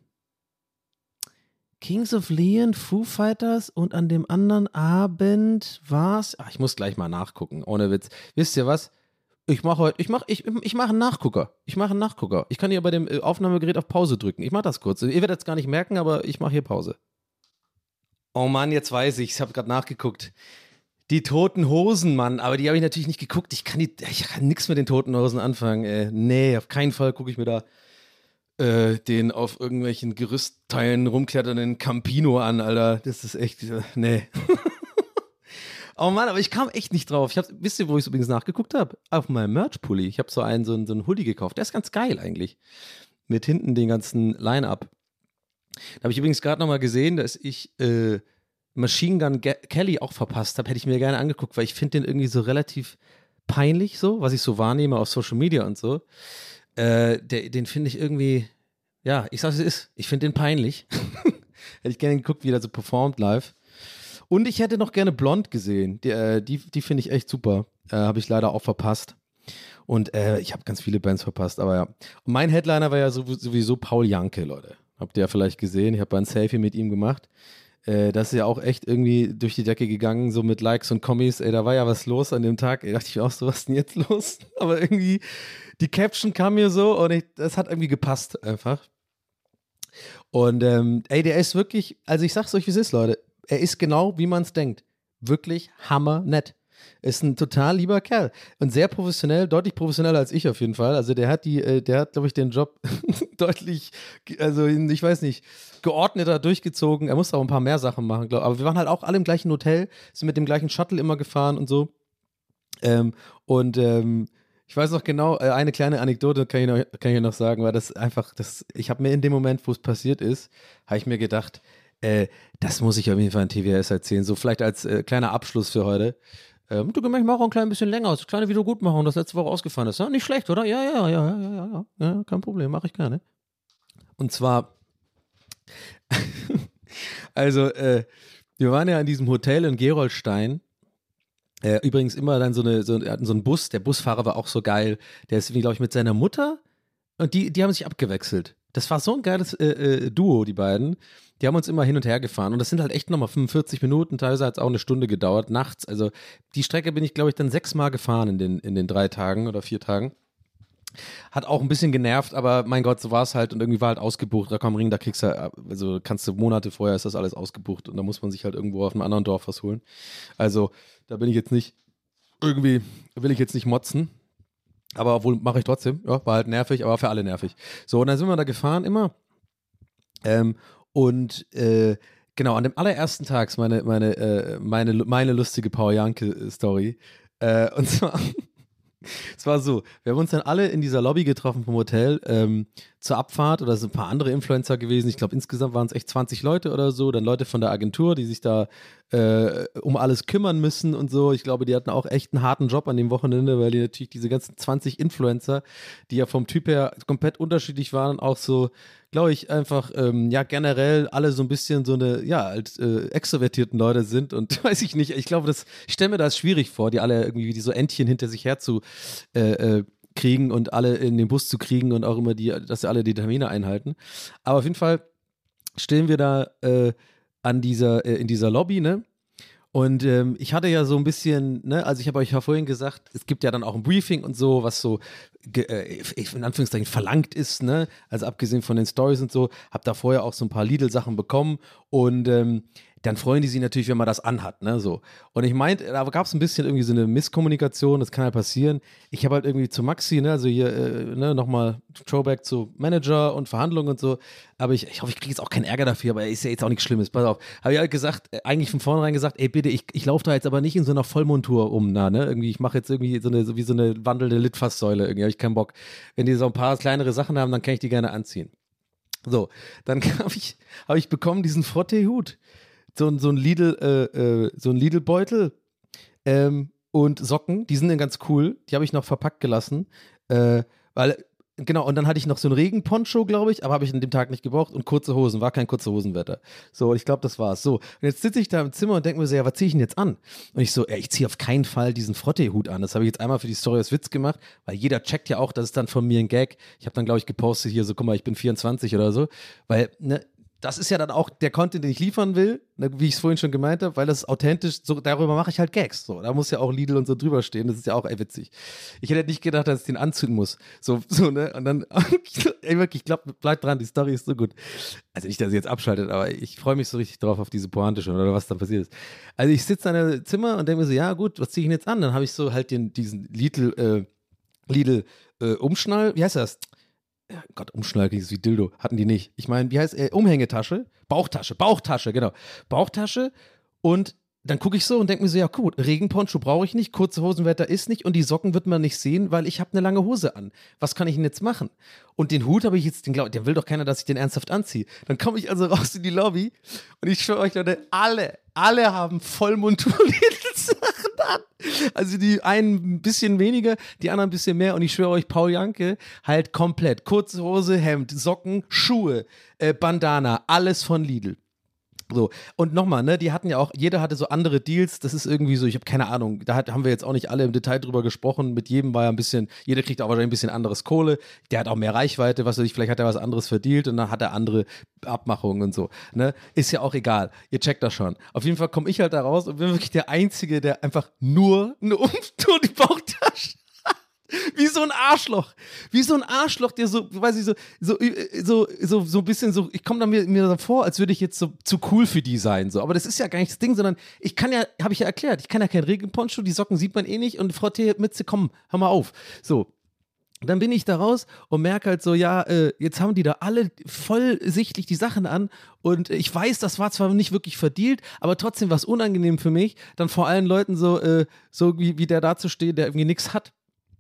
Kings of Leon, Foo Fighters und an dem anderen Abend war's. Ach, ich muss gleich mal nachgucken, ohne Witz. Wisst ihr was? Ich mache heute, ich mache ich, ich mach einen Nachgucker. Ich mache einen Nachgucker. Ich kann hier bei dem Aufnahmegerät auf Pause drücken. Ich mache das kurz. Ihr werdet es gar nicht merken, aber ich mache hier Pause. Oh Mann, jetzt weiß ich, ich habe gerade nachgeguckt. Die Toten Hosen, Mann, aber die habe ich natürlich nicht geguckt. Ich kann, die, ich kann nichts mit den Toten Hosen anfangen. Äh, nee, auf keinen Fall gucke ich mir da äh, den auf irgendwelchen Gerüstteilen rumkletternden Campino an, Alter. Das ist echt, äh, nee. Oh Mann, aber ich kam echt nicht drauf. Ich hab, wisst ihr, wo ich es übrigens nachgeguckt habe? Auf meinem Merch-Pulli. Ich habe so einen, so einen, so einen Hoodie gekauft. Der ist ganz geil eigentlich. Mit hinten den ganzen Line-Up. Da habe ich übrigens gerade nochmal gesehen, dass ich äh, Machine Gun Ge- Kelly auch verpasst habe. Hätte ich mir gerne angeguckt, weil ich finde den irgendwie so relativ peinlich, so, was ich so wahrnehme auf Social Media und so. Äh, der, den finde ich irgendwie, ja, ich sag's, es ist, ich finde den peinlich. Hätte ich gerne geguckt, wie der so performt live. Und ich hätte noch gerne Blond gesehen. Die, äh, die, die finde ich echt super. Äh, habe ich leider auch verpasst. Und äh, ich habe ganz viele Bands verpasst, aber ja. Und mein Headliner war ja sowieso Paul Janke, Leute. Habt ihr ja vielleicht gesehen. Ich habe ein Selfie mit ihm gemacht. Äh, das ist ja auch echt irgendwie durch die Decke gegangen, so mit Likes und Kommis. Ey, da war ja was los an dem Tag. Ey, dachte ich auch so, was ist denn jetzt los? Aber irgendwie, die Caption kam mir so und ich, das hat irgendwie gepasst einfach. Und ähm, ey, der ist wirklich, also ich sag's euch, wie es ist, Leute. Er ist genau, wie man es denkt. Wirklich hammernett. Ist ein total lieber Kerl. Und sehr professionell, deutlich professioneller als ich auf jeden Fall. Also der hat die, äh, der hat, glaube ich, den Job deutlich, also ich weiß nicht, geordneter durchgezogen. Er musste auch ein paar mehr Sachen machen, glaube ich. Aber wir waren halt auch alle im gleichen Hotel, sind mit dem gleichen Shuttle immer gefahren und so. Ähm, und ähm, ich weiß noch genau, äh, eine kleine Anekdote kann ich noch, kann ich noch sagen, weil das einfach, das, ich habe mir in dem Moment, wo es passiert ist, habe ich mir gedacht, Äh, das muss ich auf jeden Fall in T W S erzählen. So vielleicht als äh, kleiner Abschluss für heute. Ähm, du, ich mache auch ein klein bisschen länger. Das kleine Wiedergutmachung, das letzte Woche ausgefallen ist. Ja, nicht schlecht, oder? Ja, ja, ja, ja, ja, ja, ja, kein Problem, mache ich gerne. Und zwar, also, äh, wir waren ja in diesem Hotel in Gerolstein. Äh, übrigens immer dann so eine, so, wir hatten so einen Bus. Der Busfahrer war auch so geil. Der ist, glaube ich, mit seiner Mutter und die, die haben sich abgewechselt. Das war so ein geiles äh, äh, Duo, die beiden. Die haben uns immer hin und her gefahren und das sind halt echt nochmal fünfundvierzig Minuten, teilweise hat es auch eine Stunde gedauert, nachts. Also die Strecke bin ich, glaube ich, dann sechsmal gefahren in den, in den drei Tagen oder vier Tagen. Hat auch ein bisschen genervt, aber mein Gott, so war es halt und irgendwie war halt ausgebucht. Da komm Ring, da kriegst du, also kannst du Monate vorher ist das alles ausgebucht und da muss man sich halt irgendwo auf einem anderen Dorf was holen. Also da bin ich jetzt nicht, irgendwie will ich jetzt nicht motzen. Aber obwohl, mache ich trotzdem. Ja, war halt nervig, aber für alle nervig. So, und dann sind wir da gefahren immer. Ähm, Und äh, genau, an dem allerersten Tag ist meine, meine, äh, meine, meine lustige Paul Janke-Story. Äh, und zwar, es war so, wir haben uns dann alle in dieser Lobby getroffen vom Hotel ähm, zur Abfahrt oder sind ein paar andere Influencer gewesen. Ich glaube, insgesamt waren es echt zwanzig Leute oder so. Dann Leute von der Agentur, die sich da äh, um alles kümmern müssen und so. Ich glaube, die hatten auch echt einen harten Job an dem Wochenende, weil die natürlich diese ganzen zwanzig Influencer, die ja vom Typ her komplett unterschiedlich waren, auch so, glaube ich, einfach, ähm, ja, generell alle so ein bisschen so eine, ja, als äh, extrovertierten Leute sind und weiß ich nicht, ich glaube, das, ich stelle mir das schwierig vor, die alle irgendwie wie die so Entchen hinter sich her zu äh, äh, kriegen und alle in den Bus zu kriegen und auch immer die, dass sie alle die Termine einhalten. Aber auf jeden Fall stehen wir da äh, an dieser, äh, in dieser Lobby, ne? Und ähm, ich hatte ja so ein bisschen, ne, also ich habe euch ja vorhin gesagt, es gibt ja dann auch ein Briefing und so, was so äh, in Anführungszeichen verlangt ist, ne, also abgesehen von den Stories und so, habe da vorher auch so ein paar Lidl-Sachen bekommen und ähm, dann freuen die sich natürlich, wenn man das anhat, ne, so. Und ich meinte, da gab es ein bisschen irgendwie so eine Misskommunikation, das kann halt passieren. Ich habe halt irgendwie zu Maxi, ne, also hier, äh, ne, nochmal Throwback zu Manager und Verhandlungen und so, aber ich, ich hoffe, ich kriege jetzt auch keinen Ärger dafür, aber ist ja jetzt auch nichts Schlimmes, pass auf. Habe ich halt gesagt, äh, eigentlich von vornherein gesagt, ey, bitte, ich, ich laufe da jetzt aber nicht in so einer Vollmontur um, na, ne, irgendwie, ich mache jetzt irgendwie so eine, so wie so eine wandelnde Litfaßsäule, irgendwie habe ich keinen Bock. Wenn die so ein paar kleinere Sachen haben, dann kann ich die gerne anziehen. So, dann habe ich, hab ich bekommen diesen Frottee-Hut. So, so ein Lidl, äh, äh, so ein Lidl-Beutel ähm, und Socken, die sind dann ganz cool, die habe ich noch verpackt gelassen, äh, weil, genau, und dann hatte ich noch so einen Regenponcho, glaube ich, aber habe ich an dem Tag nicht gebraucht und kurze Hosen, war kein kurze Hosenwetter. So, ich glaube, das war's. So, und jetzt sitze ich da im Zimmer und denke mir so, ja, was ziehe ich denn jetzt an? Und ich so, ey, ich ziehe auf keinen Fall diesen Frottee-Hut an. Das habe ich jetzt einmal für die Story als Witz gemacht, weil jeder checkt ja auch, das ist dann von mir ein Gag. Ich habe dann, glaube ich, gepostet hier so, guck mal, ich bin vierundzwanzig oder so, weil, ne, das ist ja dann auch der Content, den ich liefern will, ne, wie ich es vorhin schon gemeint habe, weil das ist authentisch, so, darüber mache ich halt Gags. So, da muss ja auch Lidl und so drüber stehen, das ist ja auch ey, witzig. Ich hätte nicht gedacht, dass ich den anziehen muss. So, so, ne? Und dann, ey, wirklich, ich glaube, bleibt dran, die Story ist so gut. Also nicht, dass ihr jetzt abschaltet, aber ich freue mich so richtig drauf auf diese Pointe schon oder was da passiert ist. Also ich sitze in einem Zimmer und denke mir so, ja gut, was ziehe ich denn jetzt an? Dann habe ich so halt den, diesen Lidl, äh, Lidl äh, Umschnall, wie heißt das? Ja, Gott, Umschnall ist wie Dildo. Hatten die nicht. Ich meine, wie heißt äh, Umhängetasche? Bauchtasche, Bauchtasche, genau. Bauchtasche und dann gucke ich so und denke mir so, ja gut, Regenponcho brauche ich nicht, kurze Hosenwetter ist nicht und die Socken wird man nicht sehen, weil ich habe eine lange Hose an. Was kann ich denn jetzt machen? Und den Hut habe ich jetzt, den, glaub, den will doch keiner, dass ich den ernsthaft anziehe. Dann komme ich also raus in die Lobby und ich schwöre euch, Leute, alle, alle haben Vollmontur-Sachen an. Also die einen ein bisschen weniger, die anderen ein bisschen mehr und ich schwöre euch, Paul Janke halt komplett. Kurze Hose, Hemd, Socken, Schuhe, äh, Bandana, alles von Lidl. So, und nochmal, ne, die hatten ja auch, jeder hatte so andere Deals, das ist irgendwie so, ich habe keine Ahnung, da hat, haben wir jetzt auch nicht alle im Detail drüber gesprochen, mit jedem war ja ein bisschen, jeder kriegt auch wahrscheinlich ein bisschen anderes Kohle, der hat auch mehr Reichweite, was weiß ich, vielleicht hat er was anderes verdient und dann hat er andere Abmachungen und so, ne, ist ja auch egal, ihr checkt das schon. Auf jeden Fall komme ich halt da raus und bin wirklich der Einzige, der einfach nur, nur, nur die Bauchtasche wie so ein Arschloch. Wie so ein Arschloch, der so, weiß ich, so, so, so, so, so ein bisschen so, ich komme da mir, mir so vor, als würde ich jetzt so zu cool für die sein, so. Aber das ist ja gar nicht das Ding, sondern ich kann ja, habe ich ja erklärt, ich kann ja kein Regenponcho, die Socken sieht man eh nicht und Frau T-Mütze, komm, hör mal auf. So. Dann bin ich da raus und merke halt so, ja, äh, jetzt haben die da alle voll sichtlich die Sachen an und ich weiß, das war zwar nicht wirklich verdealt, aber trotzdem war es unangenehm für mich, dann vor allen Leuten so, äh, so wie, wie der da zu stehen, der irgendwie nichts hat.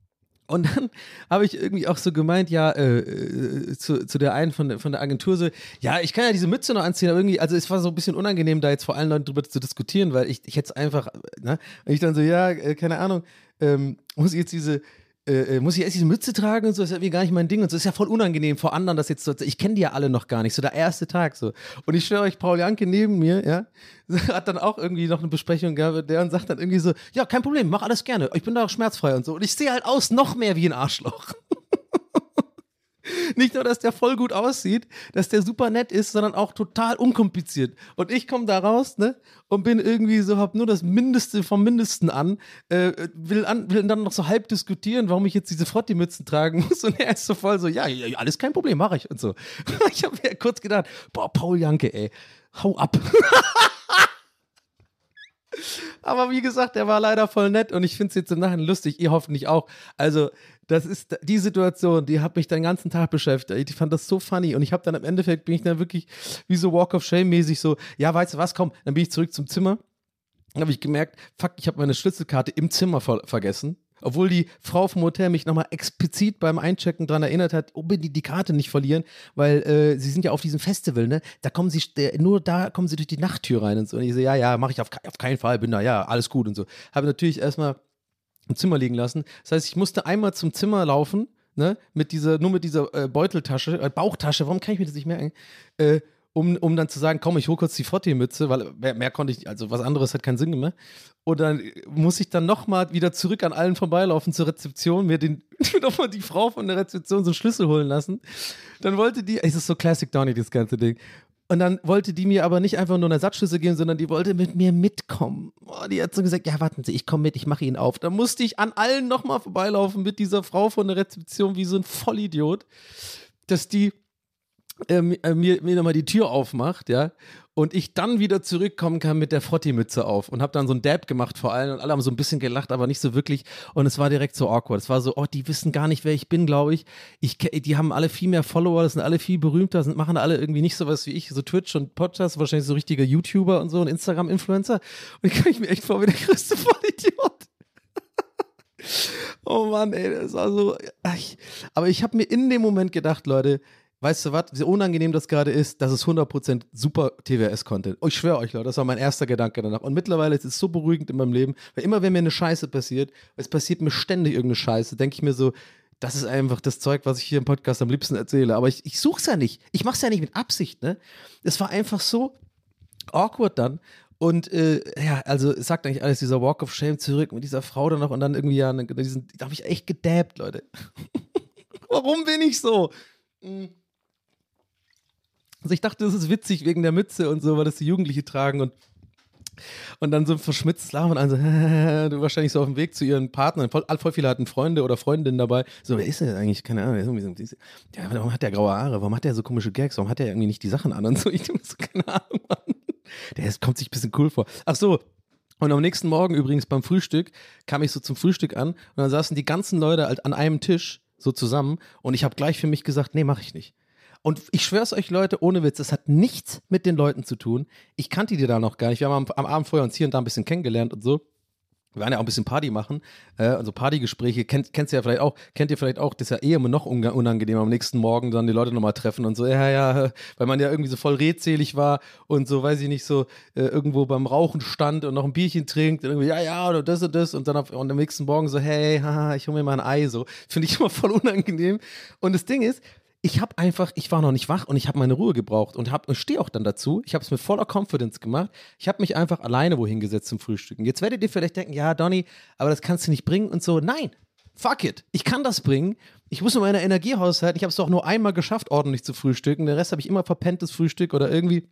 Und dann habe ich irgendwie auch so gemeint, ja, äh, zu, zu der einen von, von der Agentur so, ja, ich kann ja diese Mütze noch anziehen, aber irgendwie, also es war so ein bisschen unangenehm, da jetzt vor allen Leuten drüber zu diskutieren, weil ich, ich hätte es einfach, ne, und ich dann so, ja, äh, keine Ahnung, ähm, muss ich jetzt diese, äh, muss ich erst diese Mütze tragen und so, das ist irgendwie gar nicht mein Ding und so, das ist ja voll unangenehm vor anderen, das jetzt so, ich kenne die ja alle noch gar nicht, so der erste Tag so. Und ich schwöre euch, Paul Janke neben mir, ja, hat dann auch irgendwie noch eine Besprechung gehabt, der und sagt dann irgendwie so, ja, kein Problem, mach alles gerne, ich bin da auch schmerzfrei und so. Und ich sehe halt aus noch mehr wie ein Arschloch. Nicht nur, dass der voll gut aussieht, dass der super nett ist, sondern auch total unkompliziert. Und ich komme da raus, ne, und bin irgendwie so, hab nur das Mindeste vom Mindesten an, äh, will, an will dann noch so halb diskutieren, warum ich jetzt diese Frotti-Mützen tragen muss. Und er ist so voll so, ja, ja alles kein Problem, mache ich und so. Ich habe mir kurz gedacht, boah, Paul Janke, ey, hau ab. Aber wie gesagt, der war leider voll nett und ich finde es jetzt im Nachhinein lustig, ihr hoffentlich auch. Also das ist die Situation, die hat mich den ganzen Tag beschäftigt. Ich fand das so funny und ich habe dann im Endeffekt, bin ich dann wirklich wie so Walk of Shame mäßig so, ja, weißt du was, komm, dann bin ich zurück zum Zimmer. Dann habe ich gemerkt, fuck, ich habe meine Schlüsselkarte im Zimmer ver- vergessen. Obwohl die Frau vom Hotel mich nochmal explizit beim Einchecken daran erinnert hat, unbedingt die Karte nicht verlieren, weil äh, sie sind ja auf diesem Festival, ne? Da kommen sie, der, nur da kommen sie durch die Nachttür rein und so. Und ich so, ja, ja, mache ich auf, auf keinen Fall, bin da, ja, alles gut und so. Habe natürlich erstmal im Zimmer liegen lassen. Das heißt, ich musste einmal zum Zimmer laufen, ne? Mit dieser, nur mit dieser äh, Beuteltasche, äh, Bauchtasche, warum kann ich mir das nicht merken? Äh, Um, um dann zu sagen, komm, ich hole kurz die Frottee-Mütze, weil mehr, mehr konnte ich, also was anderes hat keinen Sinn gemacht. Und dann muss ich dann nochmal wieder zurück an allen vorbeilaufen zur Rezeption, mir den nochmal die Frau von der Rezeption so einen Schlüssel holen lassen. Dann wollte die, es ist so Classic Donny, das ganze Ding. Und dann wollte die mir aber nicht einfach nur einen Ersatzschlüssel geben, sondern die wollte mit mir mitkommen. Oh, die hat so gesagt, ja, warten Sie, ich komme mit, ich mache ihn auf. Da musste ich an allen nochmal vorbeilaufen mit dieser Frau von der Rezeption wie so ein Vollidiot, dass die Äh, mir, mir nochmal die Tür aufmacht, ja, und ich dann wieder zurückkommen kann mit der Frottee-Mütze auf und habe dann so einen Dab gemacht vor allen und alle haben so ein bisschen gelacht, aber nicht so wirklich und es war direkt so awkward. Es war so, oh, die wissen gar nicht, wer ich bin, glaube ich. ich. Die haben alle viel mehr Follower, das sind alle viel berühmter, sind, machen alle irgendwie nicht sowas wie ich, so Twitch und Podcast, wahrscheinlich so richtige YouTuber und so und Instagram-Influencer und ich kann ich mir echt vor wie der größte Vollidiot. Oh Mann, ey, das war so, ach, aber ich habe mir in dem Moment gedacht, Leute, weißt du was, wie unangenehm das gerade ist, das ist hundert Prozent super T W S-Content. Oh, ich schwöre euch, Leute, das war mein erster Gedanke danach. Und mittlerweile ist es so beruhigend in meinem Leben, weil immer, wenn mir eine Scheiße passiert, es passiert mir ständig irgendeine Scheiße, denke ich mir so, das ist einfach das Zeug, was ich hier im Podcast am liebsten erzähle. Aber ich, ich suche es ja nicht. Ich mache es ja nicht mit Absicht, ne? Es war einfach so awkward dann. Und äh, ja, also es sagt eigentlich alles, dieser Walk of Shame zurück mit dieser Frau dann noch und dann irgendwie, ja, diesen, da habe ich echt gedabbt, Leute. Warum bin ich so? Mhm. Also ich dachte, das ist witzig wegen der Mütze und so, weil das die Jugendliche tragen und, und dann so ein verschmitztes Lachen und also, du wahrscheinlich so auf dem Weg zu ihren Partnern. Voll, voll viele hatten Freunde oder Freundinnen dabei. So, wer ist der eigentlich? Keine Ahnung. Der ist so, ja, warum hat der graue Haare? Warum hat der so komische Gags? Warum hat der irgendwie nicht die Sachen an? Und so, ich so, keine Ahnung, Mann. Der ist, kommt sich ein bisschen cool vor. Ach so. Und am nächsten Morgen übrigens beim Frühstück kam ich so zum Frühstück an und dann saßen die ganzen Leute halt an einem Tisch so zusammen und ich habe gleich für mich gesagt, nee, mach ich nicht. Und ich schwör's euch, Leute, ohne Witz, das hat nichts mit den Leuten zu tun. Ich kannte die da noch gar nicht. Wir haben am, am Abend vorher uns hier und da ein bisschen kennengelernt und so. Wir werden ja auch ein bisschen Party machen, äh, also Partygespräche, kennt, kennst du ja vielleicht auch, kennt ihr vielleicht auch, das ist ja eh immer noch unangenehm, am nächsten Morgen dann die Leute nochmal treffen und so, ja, ja, weil man ja irgendwie so voll redselig war und so, weiß ich nicht, so äh, irgendwo beim Rauchen stand und noch ein Bierchen trinkt und irgendwie, ja, ja, oder das und das und dann auf, und am nächsten Morgen so, hey, haha, ich hol mir mal ein Ei, so, finde ich immer voll unangenehm. Und das Ding ist, ich habe einfach, ich war noch nicht wach und ich habe meine Ruhe gebraucht und, hab, und stehe auch dann dazu. Ich habe es mit voller Confidence gemacht. Ich habe mich einfach alleine wohin gesetzt zum Frühstücken. Jetzt werdet ihr vielleicht denken, ja, Donny, aber das kannst du nicht bringen und so. Nein, fuck it. Ich kann das bringen. Ich muss nur meine Energie haushalten. Ich habe es doch nur einmal geschafft, ordentlich zu frühstücken. Den Rest habe ich immer verpennt, das Frühstück oder irgendwie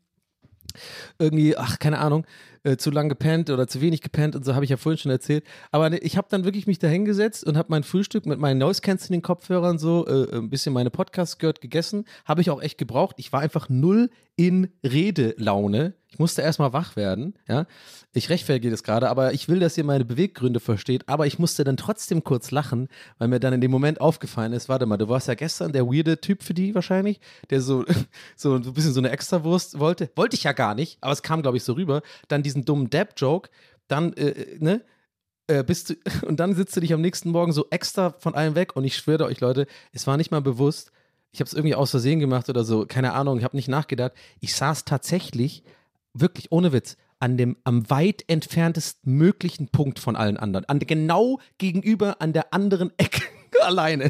irgendwie, ach, keine Ahnung, äh, zu lang gepennt oder zu wenig gepennt und so, habe ich ja vorhin schon erzählt. Aber ne, ich habe dann wirklich mich da hingesetzt und habe mein Frühstück mit meinen Noise-Canceling-Kopfhörern so äh, ein bisschen meine Podcasts gehört, gegessen. Habe ich auch echt gebraucht. Ich war einfach null in Redelaune. Ich musste erstmal wach werden, ja. Ich rechtfertige das gerade, aber ich will, dass ihr meine Beweggründe versteht. Aber ich musste dann trotzdem kurz lachen, weil mir dann in dem Moment aufgefallen ist, warte mal, du warst ja gestern der weirde Typ für die wahrscheinlich, der so, so ein bisschen so eine Extrawurst wollte. Wollte ich ja gar nicht, aber es kam, glaube ich, so rüber. Dann diesen dummen Dab-Joke, dann, äh, ne, äh, bist du, und dann sitzt du dich am nächsten Morgen so extra von allem weg und ich schwöre euch, Leute, es war nicht mal bewusst, ich habe es irgendwie aus Versehen gemacht oder so, keine Ahnung, ich habe nicht nachgedacht. Ich saß tatsächlich, wirklich ohne Witz, an dem am weit entferntesten möglichen Punkt von allen anderen. An, genau gegenüber an der anderen Ecke alleine.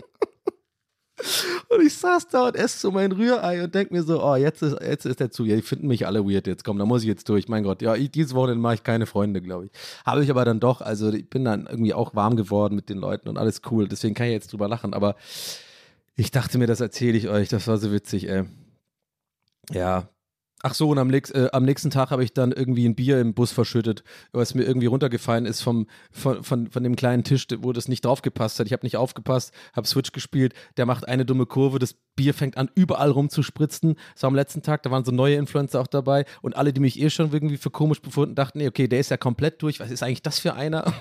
Und ich saß da und esse so mein Rührei und denke mir so, oh, jetzt ist, jetzt ist der Zug, ja, die finden mich alle weird jetzt, komm, da muss ich jetzt durch, mein Gott, ja, ich, dieses Wochenende mache ich keine Freunde, glaube ich. Habe ich aber dann doch, also ich bin dann irgendwie auch warm geworden mit den Leuten und alles cool, deswegen kann ich jetzt drüber lachen, aber ich dachte mir, das erzähle ich euch, das war so witzig, ey. Ja, Ach so, und am, nächst, äh, am nächsten Tag habe ich dann irgendwie ein Bier im Bus verschüttet, was mir irgendwie runtergefallen ist vom, von, von, von dem kleinen Tisch, wo das nicht draufgepasst hat. Ich habe nicht aufgepasst, habe Switch gespielt, der macht eine dumme Kurve, das Bier fängt an, überall rumzuspritzen. Das war am letzten Tag, da waren so neue Influencer auch dabei und alle, die mich eh schon irgendwie für komisch befunden, dachten, nee, okay, der ist ja komplett durch. Was ist eigentlich das für einer?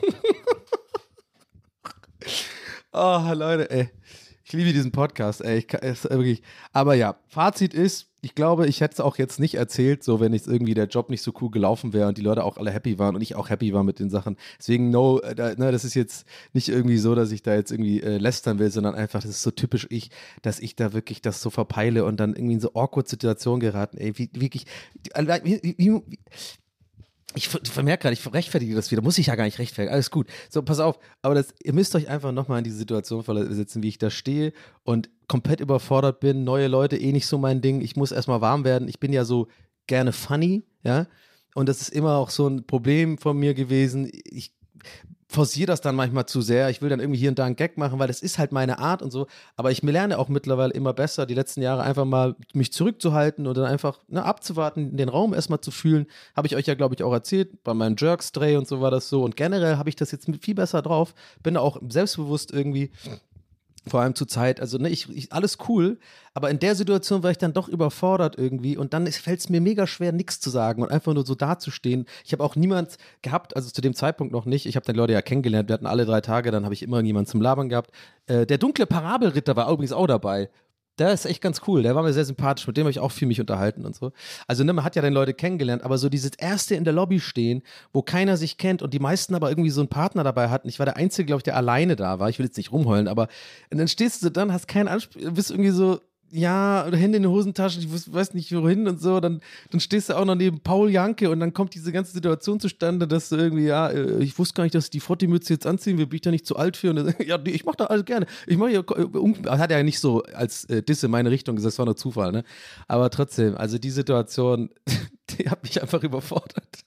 Oh, Leute, ey. Ich liebe diesen Podcast, ey. Ich kann, es, wirklich. Aber ja, Fazit ist, ich glaube, ich hätte es auch jetzt nicht erzählt, so wenn jetzt irgendwie der Job nicht so cool gelaufen wäre und die Leute auch alle happy waren und ich auch happy war mit den Sachen. Deswegen, no, äh, da, ne, das ist jetzt nicht irgendwie so, dass ich da jetzt irgendwie äh, lästern will, sondern einfach, das ist so typisch ich, dass ich da wirklich das so verpeile und dann irgendwie in so awkward Situationen geraten. Ey, wie, wirklich, wie, wie, wie, wie Ich vermerke gerade, ich rechtfertige das wieder, muss ich ja gar nicht rechtfertigen, alles gut. So, pass auf, aber das, ihr müsst euch einfach nochmal in diese Situation versetzen, wie ich da stehe und komplett überfordert bin, neue Leute, eh nicht so mein Ding, ich muss erstmal warm werden, ich bin ja so gerne funny, ja, und das ist immer auch so ein Problem von mir gewesen, ich forciere das dann manchmal zu sehr. Ich will dann irgendwie hier und da einen Gag machen, weil das ist halt meine Art und so. Aber ich lerne auch mittlerweile immer besser, die letzten Jahre einfach mal mich zurückzuhalten und dann einfach ne, abzuwarten, den Raum erstmal zu fühlen. Habe ich euch ja, glaube ich, auch erzählt. Bei meinem Jerks-Dreh und so war das so. Und generell habe ich das jetzt viel besser drauf. Bin auch selbstbewusst irgendwie. Vor allem zur Zeit, also ne, ich, ich, alles cool, aber in der Situation war ich dann doch überfordert irgendwie und dann fällt es mir mega schwer, nichts zu sagen und einfach nur so dazustehen. Ich habe auch niemand gehabt, also zu dem Zeitpunkt noch nicht, ich habe die Leute ja kennengelernt, wir hatten alle drei Tage, dann habe ich immer jemanden zum Labern gehabt. Äh, der dunkle Parabelritter war übrigens auch dabei. Der ist echt ganz cool, der war mir sehr sympathisch, mit dem habe ich auch viel mich unterhalten und so. Also ne, man hat ja dann Leute kennengelernt, aber so dieses erste in der Lobby stehen, wo keiner sich kennt und die meisten aber irgendwie so einen Partner dabei hatten. Ich war der Einzige, glaube ich, der alleine da war. Ich will jetzt nicht rumheulen, aber und dann stehst du dann, hast keinen Anspruch, bist irgendwie so, ja, oder Hände in den Hosentaschen, ich weiß nicht wohin und so, dann, dann stehst du auch noch neben Paul Janke und dann kommt diese ganze Situation zustande, dass du irgendwie, ja, ich wusste gar nicht, dass ich die Frotti-Mütze jetzt anziehen will, bin ich da nicht zu alt für? Und dann, ja, ich mach da alles gerne. Ich mach hier, hat er ja nicht so als äh, Diss in meine Richtung gesagt, das war nur Zufall, ne? Aber trotzdem, also die Situation, die hat mich einfach überfordert.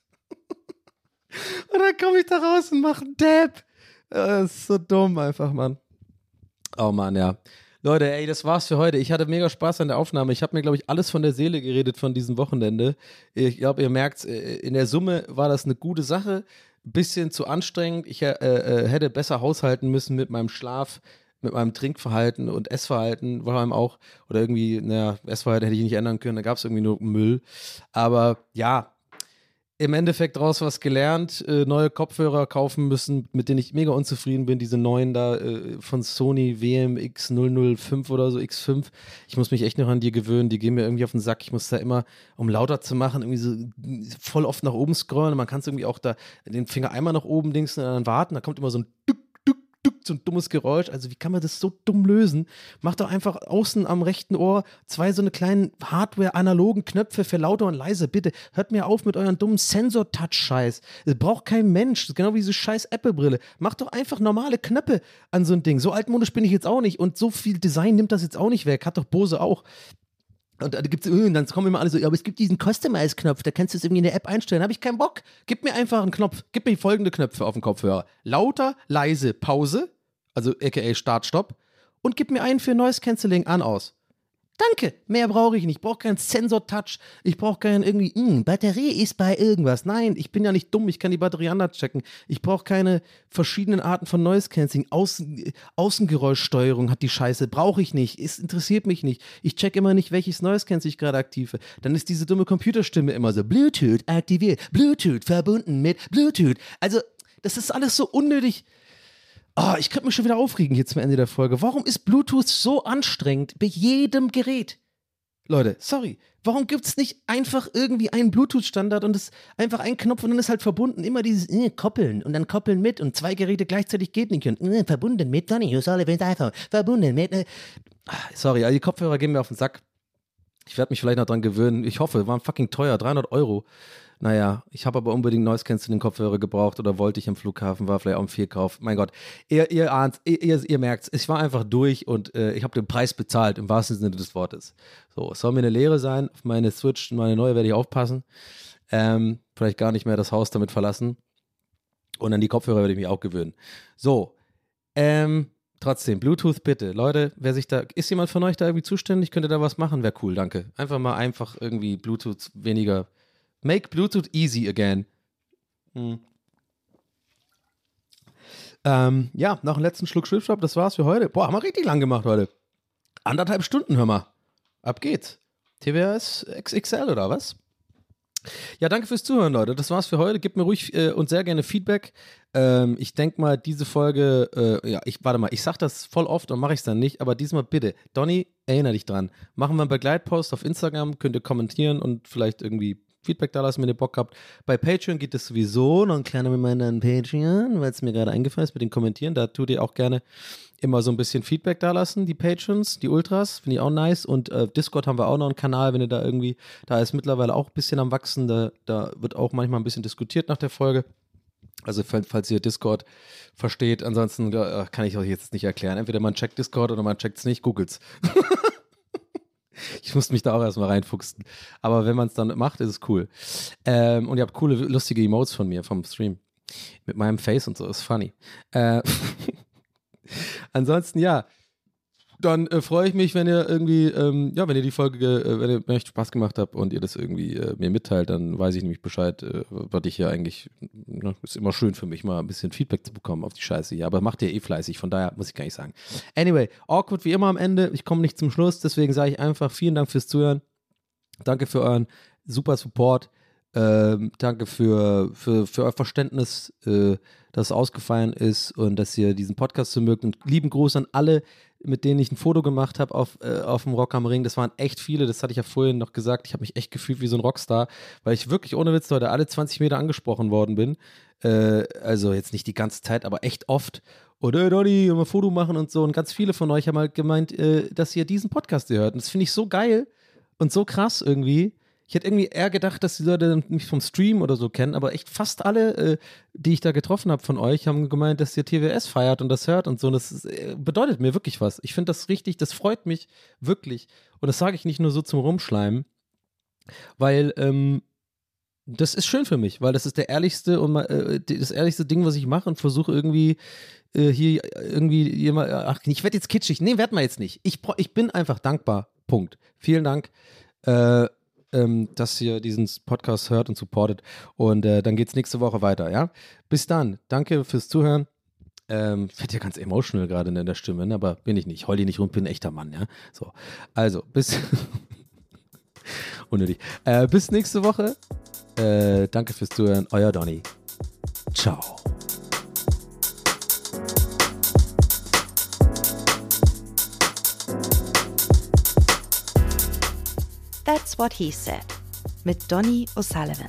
Und dann komme ich da raus und mache einen Dab. Das ist so dumm einfach, Mann. Oh Mann, ja. Leute, ey, das war's für heute. Ich hatte mega Spaß an der Aufnahme. Ich habe mir, glaube ich, alles von der Seele geredet von diesem Wochenende. Ich glaube, ihr merkt, in der Summe war das eine gute Sache. Ein bisschen zu anstrengend. Ich äh, äh, hätte besser haushalten müssen mit meinem Schlaf, mit meinem Trinkverhalten und Essverhalten, vor allem auch. Oder irgendwie, naja, Essverhalten hätte ich nicht ändern können. Da gab es irgendwie nur Müll. Aber ja, im Endeffekt draus was gelernt, äh, neue Kopfhörer kaufen müssen, mit denen ich mega unzufrieden bin, diese neuen da äh, von Sony W M X null null fünf oder so, X fünf. Ich muss mich echt noch an die gewöhnen, die gehen mir irgendwie auf den Sack. Ich muss da immer, um lauter zu machen, irgendwie so voll oft nach oben scrollen. Man kann es irgendwie auch da den Finger einmal nach oben dingsen und dann warten, da kommt immer so ein Dück, Dück, Dück, so ein dummes Geräusch. Also wie kann man das so dumm lösen? Macht doch einfach außen am rechten Ohr zwei so eine kleinen Hardware-analogen Knöpfe für lauter und leise. Bitte hört mir auf mit euren dummen Sensor-Touch-Scheiß. Das braucht kein Mensch. Das ist genau wie diese scheiß Apple-Brille. Macht doch einfach normale Knöpfe an so ein Ding. So altmodisch bin ich jetzt auch nicht und so viel Design nimmt das jetzt auch nicht weg. Hat doch Bose auch. Und da gibt's, und dann kommen immer alle so, ja, aber es gibt diesen Customize-Knopf, da kannst du es irgendwie in der App einstellen. Habe ich keinen Bock. Gib mir einfach einen Knopf. Gib mir folgende Knöpfe auf dem Kopfhörer. Lauter, leise, Pause, also aka Start, Stopp. Und gib mir einen für Noise Cancelling an, aus. Danke, mehr brauche ich nicht. Ich brauche keinen Sensor-Touch. Ich brauche keinen irgendwie, mh, Batterie ist bei irgendwas. Nein, ich bin ja nicht dumm. Ich kann die Batterie anders checken. Ich brauche keine verschiedenen Arten von Noise-Cancelling. Außen, Außengeräuschsteuerung hat die Scheiße. Brauche ich nicht. Es interessiert mich nicht. Ich check immer nicht, welches Noise-Cancelling ich gerade aktive. Dann ist diese dumme Computerstimme immer so, Bluetooth aktiviert, Bluetooth verbunden mit Bluetooth. Also, das ist alles so unnötig. Oh, ich könnte mich schon wieder aufregen hier zum Ende der Folge. Warum ist Bluetooth so anstrengend bei jedem Gerät? Leute, sorry. Warum gibt es nicht einfach irgendwie einen Bluetooth-Standard und es einfach ein Knopf und dann ist halt verbunden? Immer dieses äh, Koppeln und dann Koppeln mit und zwei Geräte gleichzeitig geht nicht. Und, äh, verbunden mit Donny O'Sullivan's iPhone. Verbunden mit... Äh. Sorry, also die Kopfhörer gehen mir auf den Sack. Ich werde mich vielleicht noch dran gewöhnen. Ich hoffe, waren fucking teuer. dreihundert Euro. Naja, ich habe aber unbedingt Noise Cancelling Kopfhörer gebraucht oder wollte ich am Flughafen, war vielleicht auch ein Fehlkauf. Mein Gott, ihr, ihr ahnt, ihr, ihr, ihr merkt es, ich war einfach durch und äh, ich habe den Preis bezahlt, im wahrsten Sinne des Wortes. So, es soll mir eine Lehre sein, auf meine Switch, meine neue werde ich aufpassen. Ähm, vielleicht gar nicht mehr das Haus damit verlassen. Und an die Kopfhörer werde ich mich auch gewöhnen. So, ähm, trotzdem, Bluetooth bitte. Leute, wer sich da, ist jemand von euch da irgendwie zuständig? Könnt ihr da was machen? Wäre cool, danke. Einfach mal einfach irgendwie Bluetooth weniger. Make Bluetooth easy again. Hm. Ähm, ja, noch einen letzten Schluck Schwipschwapp, das war's für heute. Boah, haben wir richtig lang gemacht heute. Anderthalb Stunden, hör mal. Ab geht's. T W S X X L oder was? Ja, danke fürs Zuhören, Leute. Das war's für heute. Gebt mir ruhig äh, und sehr gerne Feedback. Ähm, ich denke mal, diese Folge, äh, ja, ich warte mal, ich sag das voll oft und mache ich es dann nicht, aber diesmal bitte, Donny, erinnere dich dran. Machen wir einen Begleitpost auf Instagram, könnt ihr kommentieren und vielleicht irgendwie Feedback da lassen, wenn ihr Bock habt. Bei Patreon geht es sowieso, noch ein kleiner Reminder an Patreon, weil es mir gerade eingefallen ist mit den Kommentieren, da tut ihr auch gerne immer so ein bisschen Feedback da lassen, die Patrons, die Ultras, finde ich auch nice. Und äh, Discord haben wir auch noch einen Kanal, wenn ihr da irgendwie, da ist mittlerweile auch ein bisschen am Wachsen, da, da wird auch manchmal ein bisschen diskutiert nach der Folge. Also falls ihr Discord versteht, ansonsten äh, kann ich euch jetzt nicht erklären. Entweder man checkt Discord oder man checkt es nicht, googelt's. Ich muss mich da auch erstmal reinfuchsen. Aber wenn man es dann macht, ist es cool. Ähm, und ihr habt coole, lustige Emotes von mir vom Stream. Mit meinem Face und so, ist funny. Äh, ansonsten, ja, dann äh, freue ich mich, wenn ihr irgendwie, ähm, ja, wenn ihr die Folge, äh, wenn ihr wenn euch Spaß gemacht habt und ihr das irgendwie äh, mir mitteilt, dann weiß ich nämlich Bescheid, äh, was ich hier eigentlich, ne, ist immer schön für mich, mal ein bisschen Feedback zu bekommen auf die Scheiße hier, aber macht ihr eh fleißig, von daher muss ich gar nicht sagen. Anyway, awkward wie immer am Ende, ich komme nicht zum Schluss, deswegen sage ich einfach vielen Dank fürs Zuhören, danke für euren super Support, ähm, danke für, für, für euer Verständnis, äh, dass es ausgefallen ist und dass ihr diesen Podcast so mögt und lieben Gruß an alle, mit denen ich ein Foto gemacht habe auf, äh, auf dem Rock am Ring. Das waren echt viele, das hatte ich ja vorhin noch gesagt. Ich habe mich echt gefühlt wie so ein Rockstar, weil ich wirklich ohne Witz heute alle zwanzig Meter angesprochen worden bin. Äh, also jetzt nicht die ganze Zeit, aber echt oft. Und äh, Donny, mal ein Foto machen und so. Und ganz viele von euch haben halt gemeint, äh, dass ihr diesen Podcast hier hört. Und das finde ich so geil und so krass irgendwie. Ich hätte irgendwie eher gedacht, dass die Leute mich vom Stream oder so kennen, aber echt fast alle, äh, die ich da getroffen habe von euch, haben gemeint, dass ihr T W S feiert und das hört und so. Und das ist, äh, bedeutet mir wirklich was. Ich finde das richtig, das freut mich wirklich. Und das sage ich nicht nur so zum Rumschleimen, weil ähm, das ist schön für mich, weil das ist der ehrlichste und äh, das ehrlichste Ding, was ich mache und versuche irgendwie äh, hier irgendwie jemand, ach, ich werde jetzt kitschig. Nee, werd mal jetzt nicht. Ich, ich bin einfach dankbar. Punkt. Vielen Dank. Äh, Ähm, dass ihr diesen Podcast hört und supportet. Und äh, dann geht's nächste Woche weiter, ja? Bis dann. Danke fürs Zuhören. Ähm, ich werde ja ganz emotional gerade in der Stimme, ne? Aber bin ich nicht. Heul die nicht rum, bin ein echter Mann, ja? So. Also, bis. Unnötig. Äh, bis nächste Woche. Äh, danke fürs Zuhören. Euer Donny. Ciao. That's What He Said mit Donny O'Sullivan.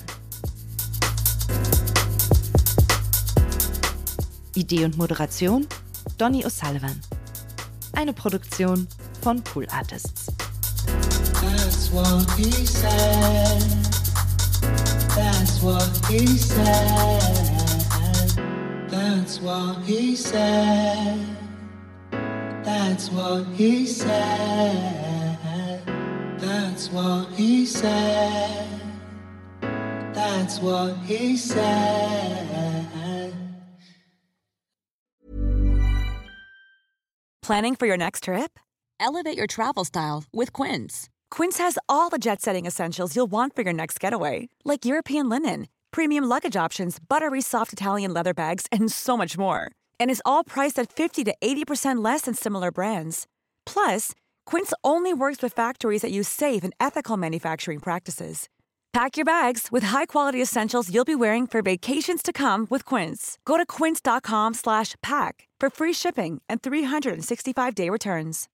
Idee und Moderation Donny O'Sullivan. Eine Produktion von Pool Artists. That's what he said. That's what he said. That's what he said. That's what he said. That's what he said. That's what he said. Planning for your next trip? Elevate your travel style with Quince. Quince has all the jet-setting essentials you'll want for your next getaway, like European linen, premium luggage options, buttery soft Italian leather bags, and so much more. And is all priced at fifty to eighty percent less than similar brands. Plus, Quince only works with factories that use safe and ethical manufacturing practices. Pack your bags with high-quality essentials you'll be wearing for vacations to come with Quince. Go to quince.com slash pack for free shipping and three sixty-five day returns.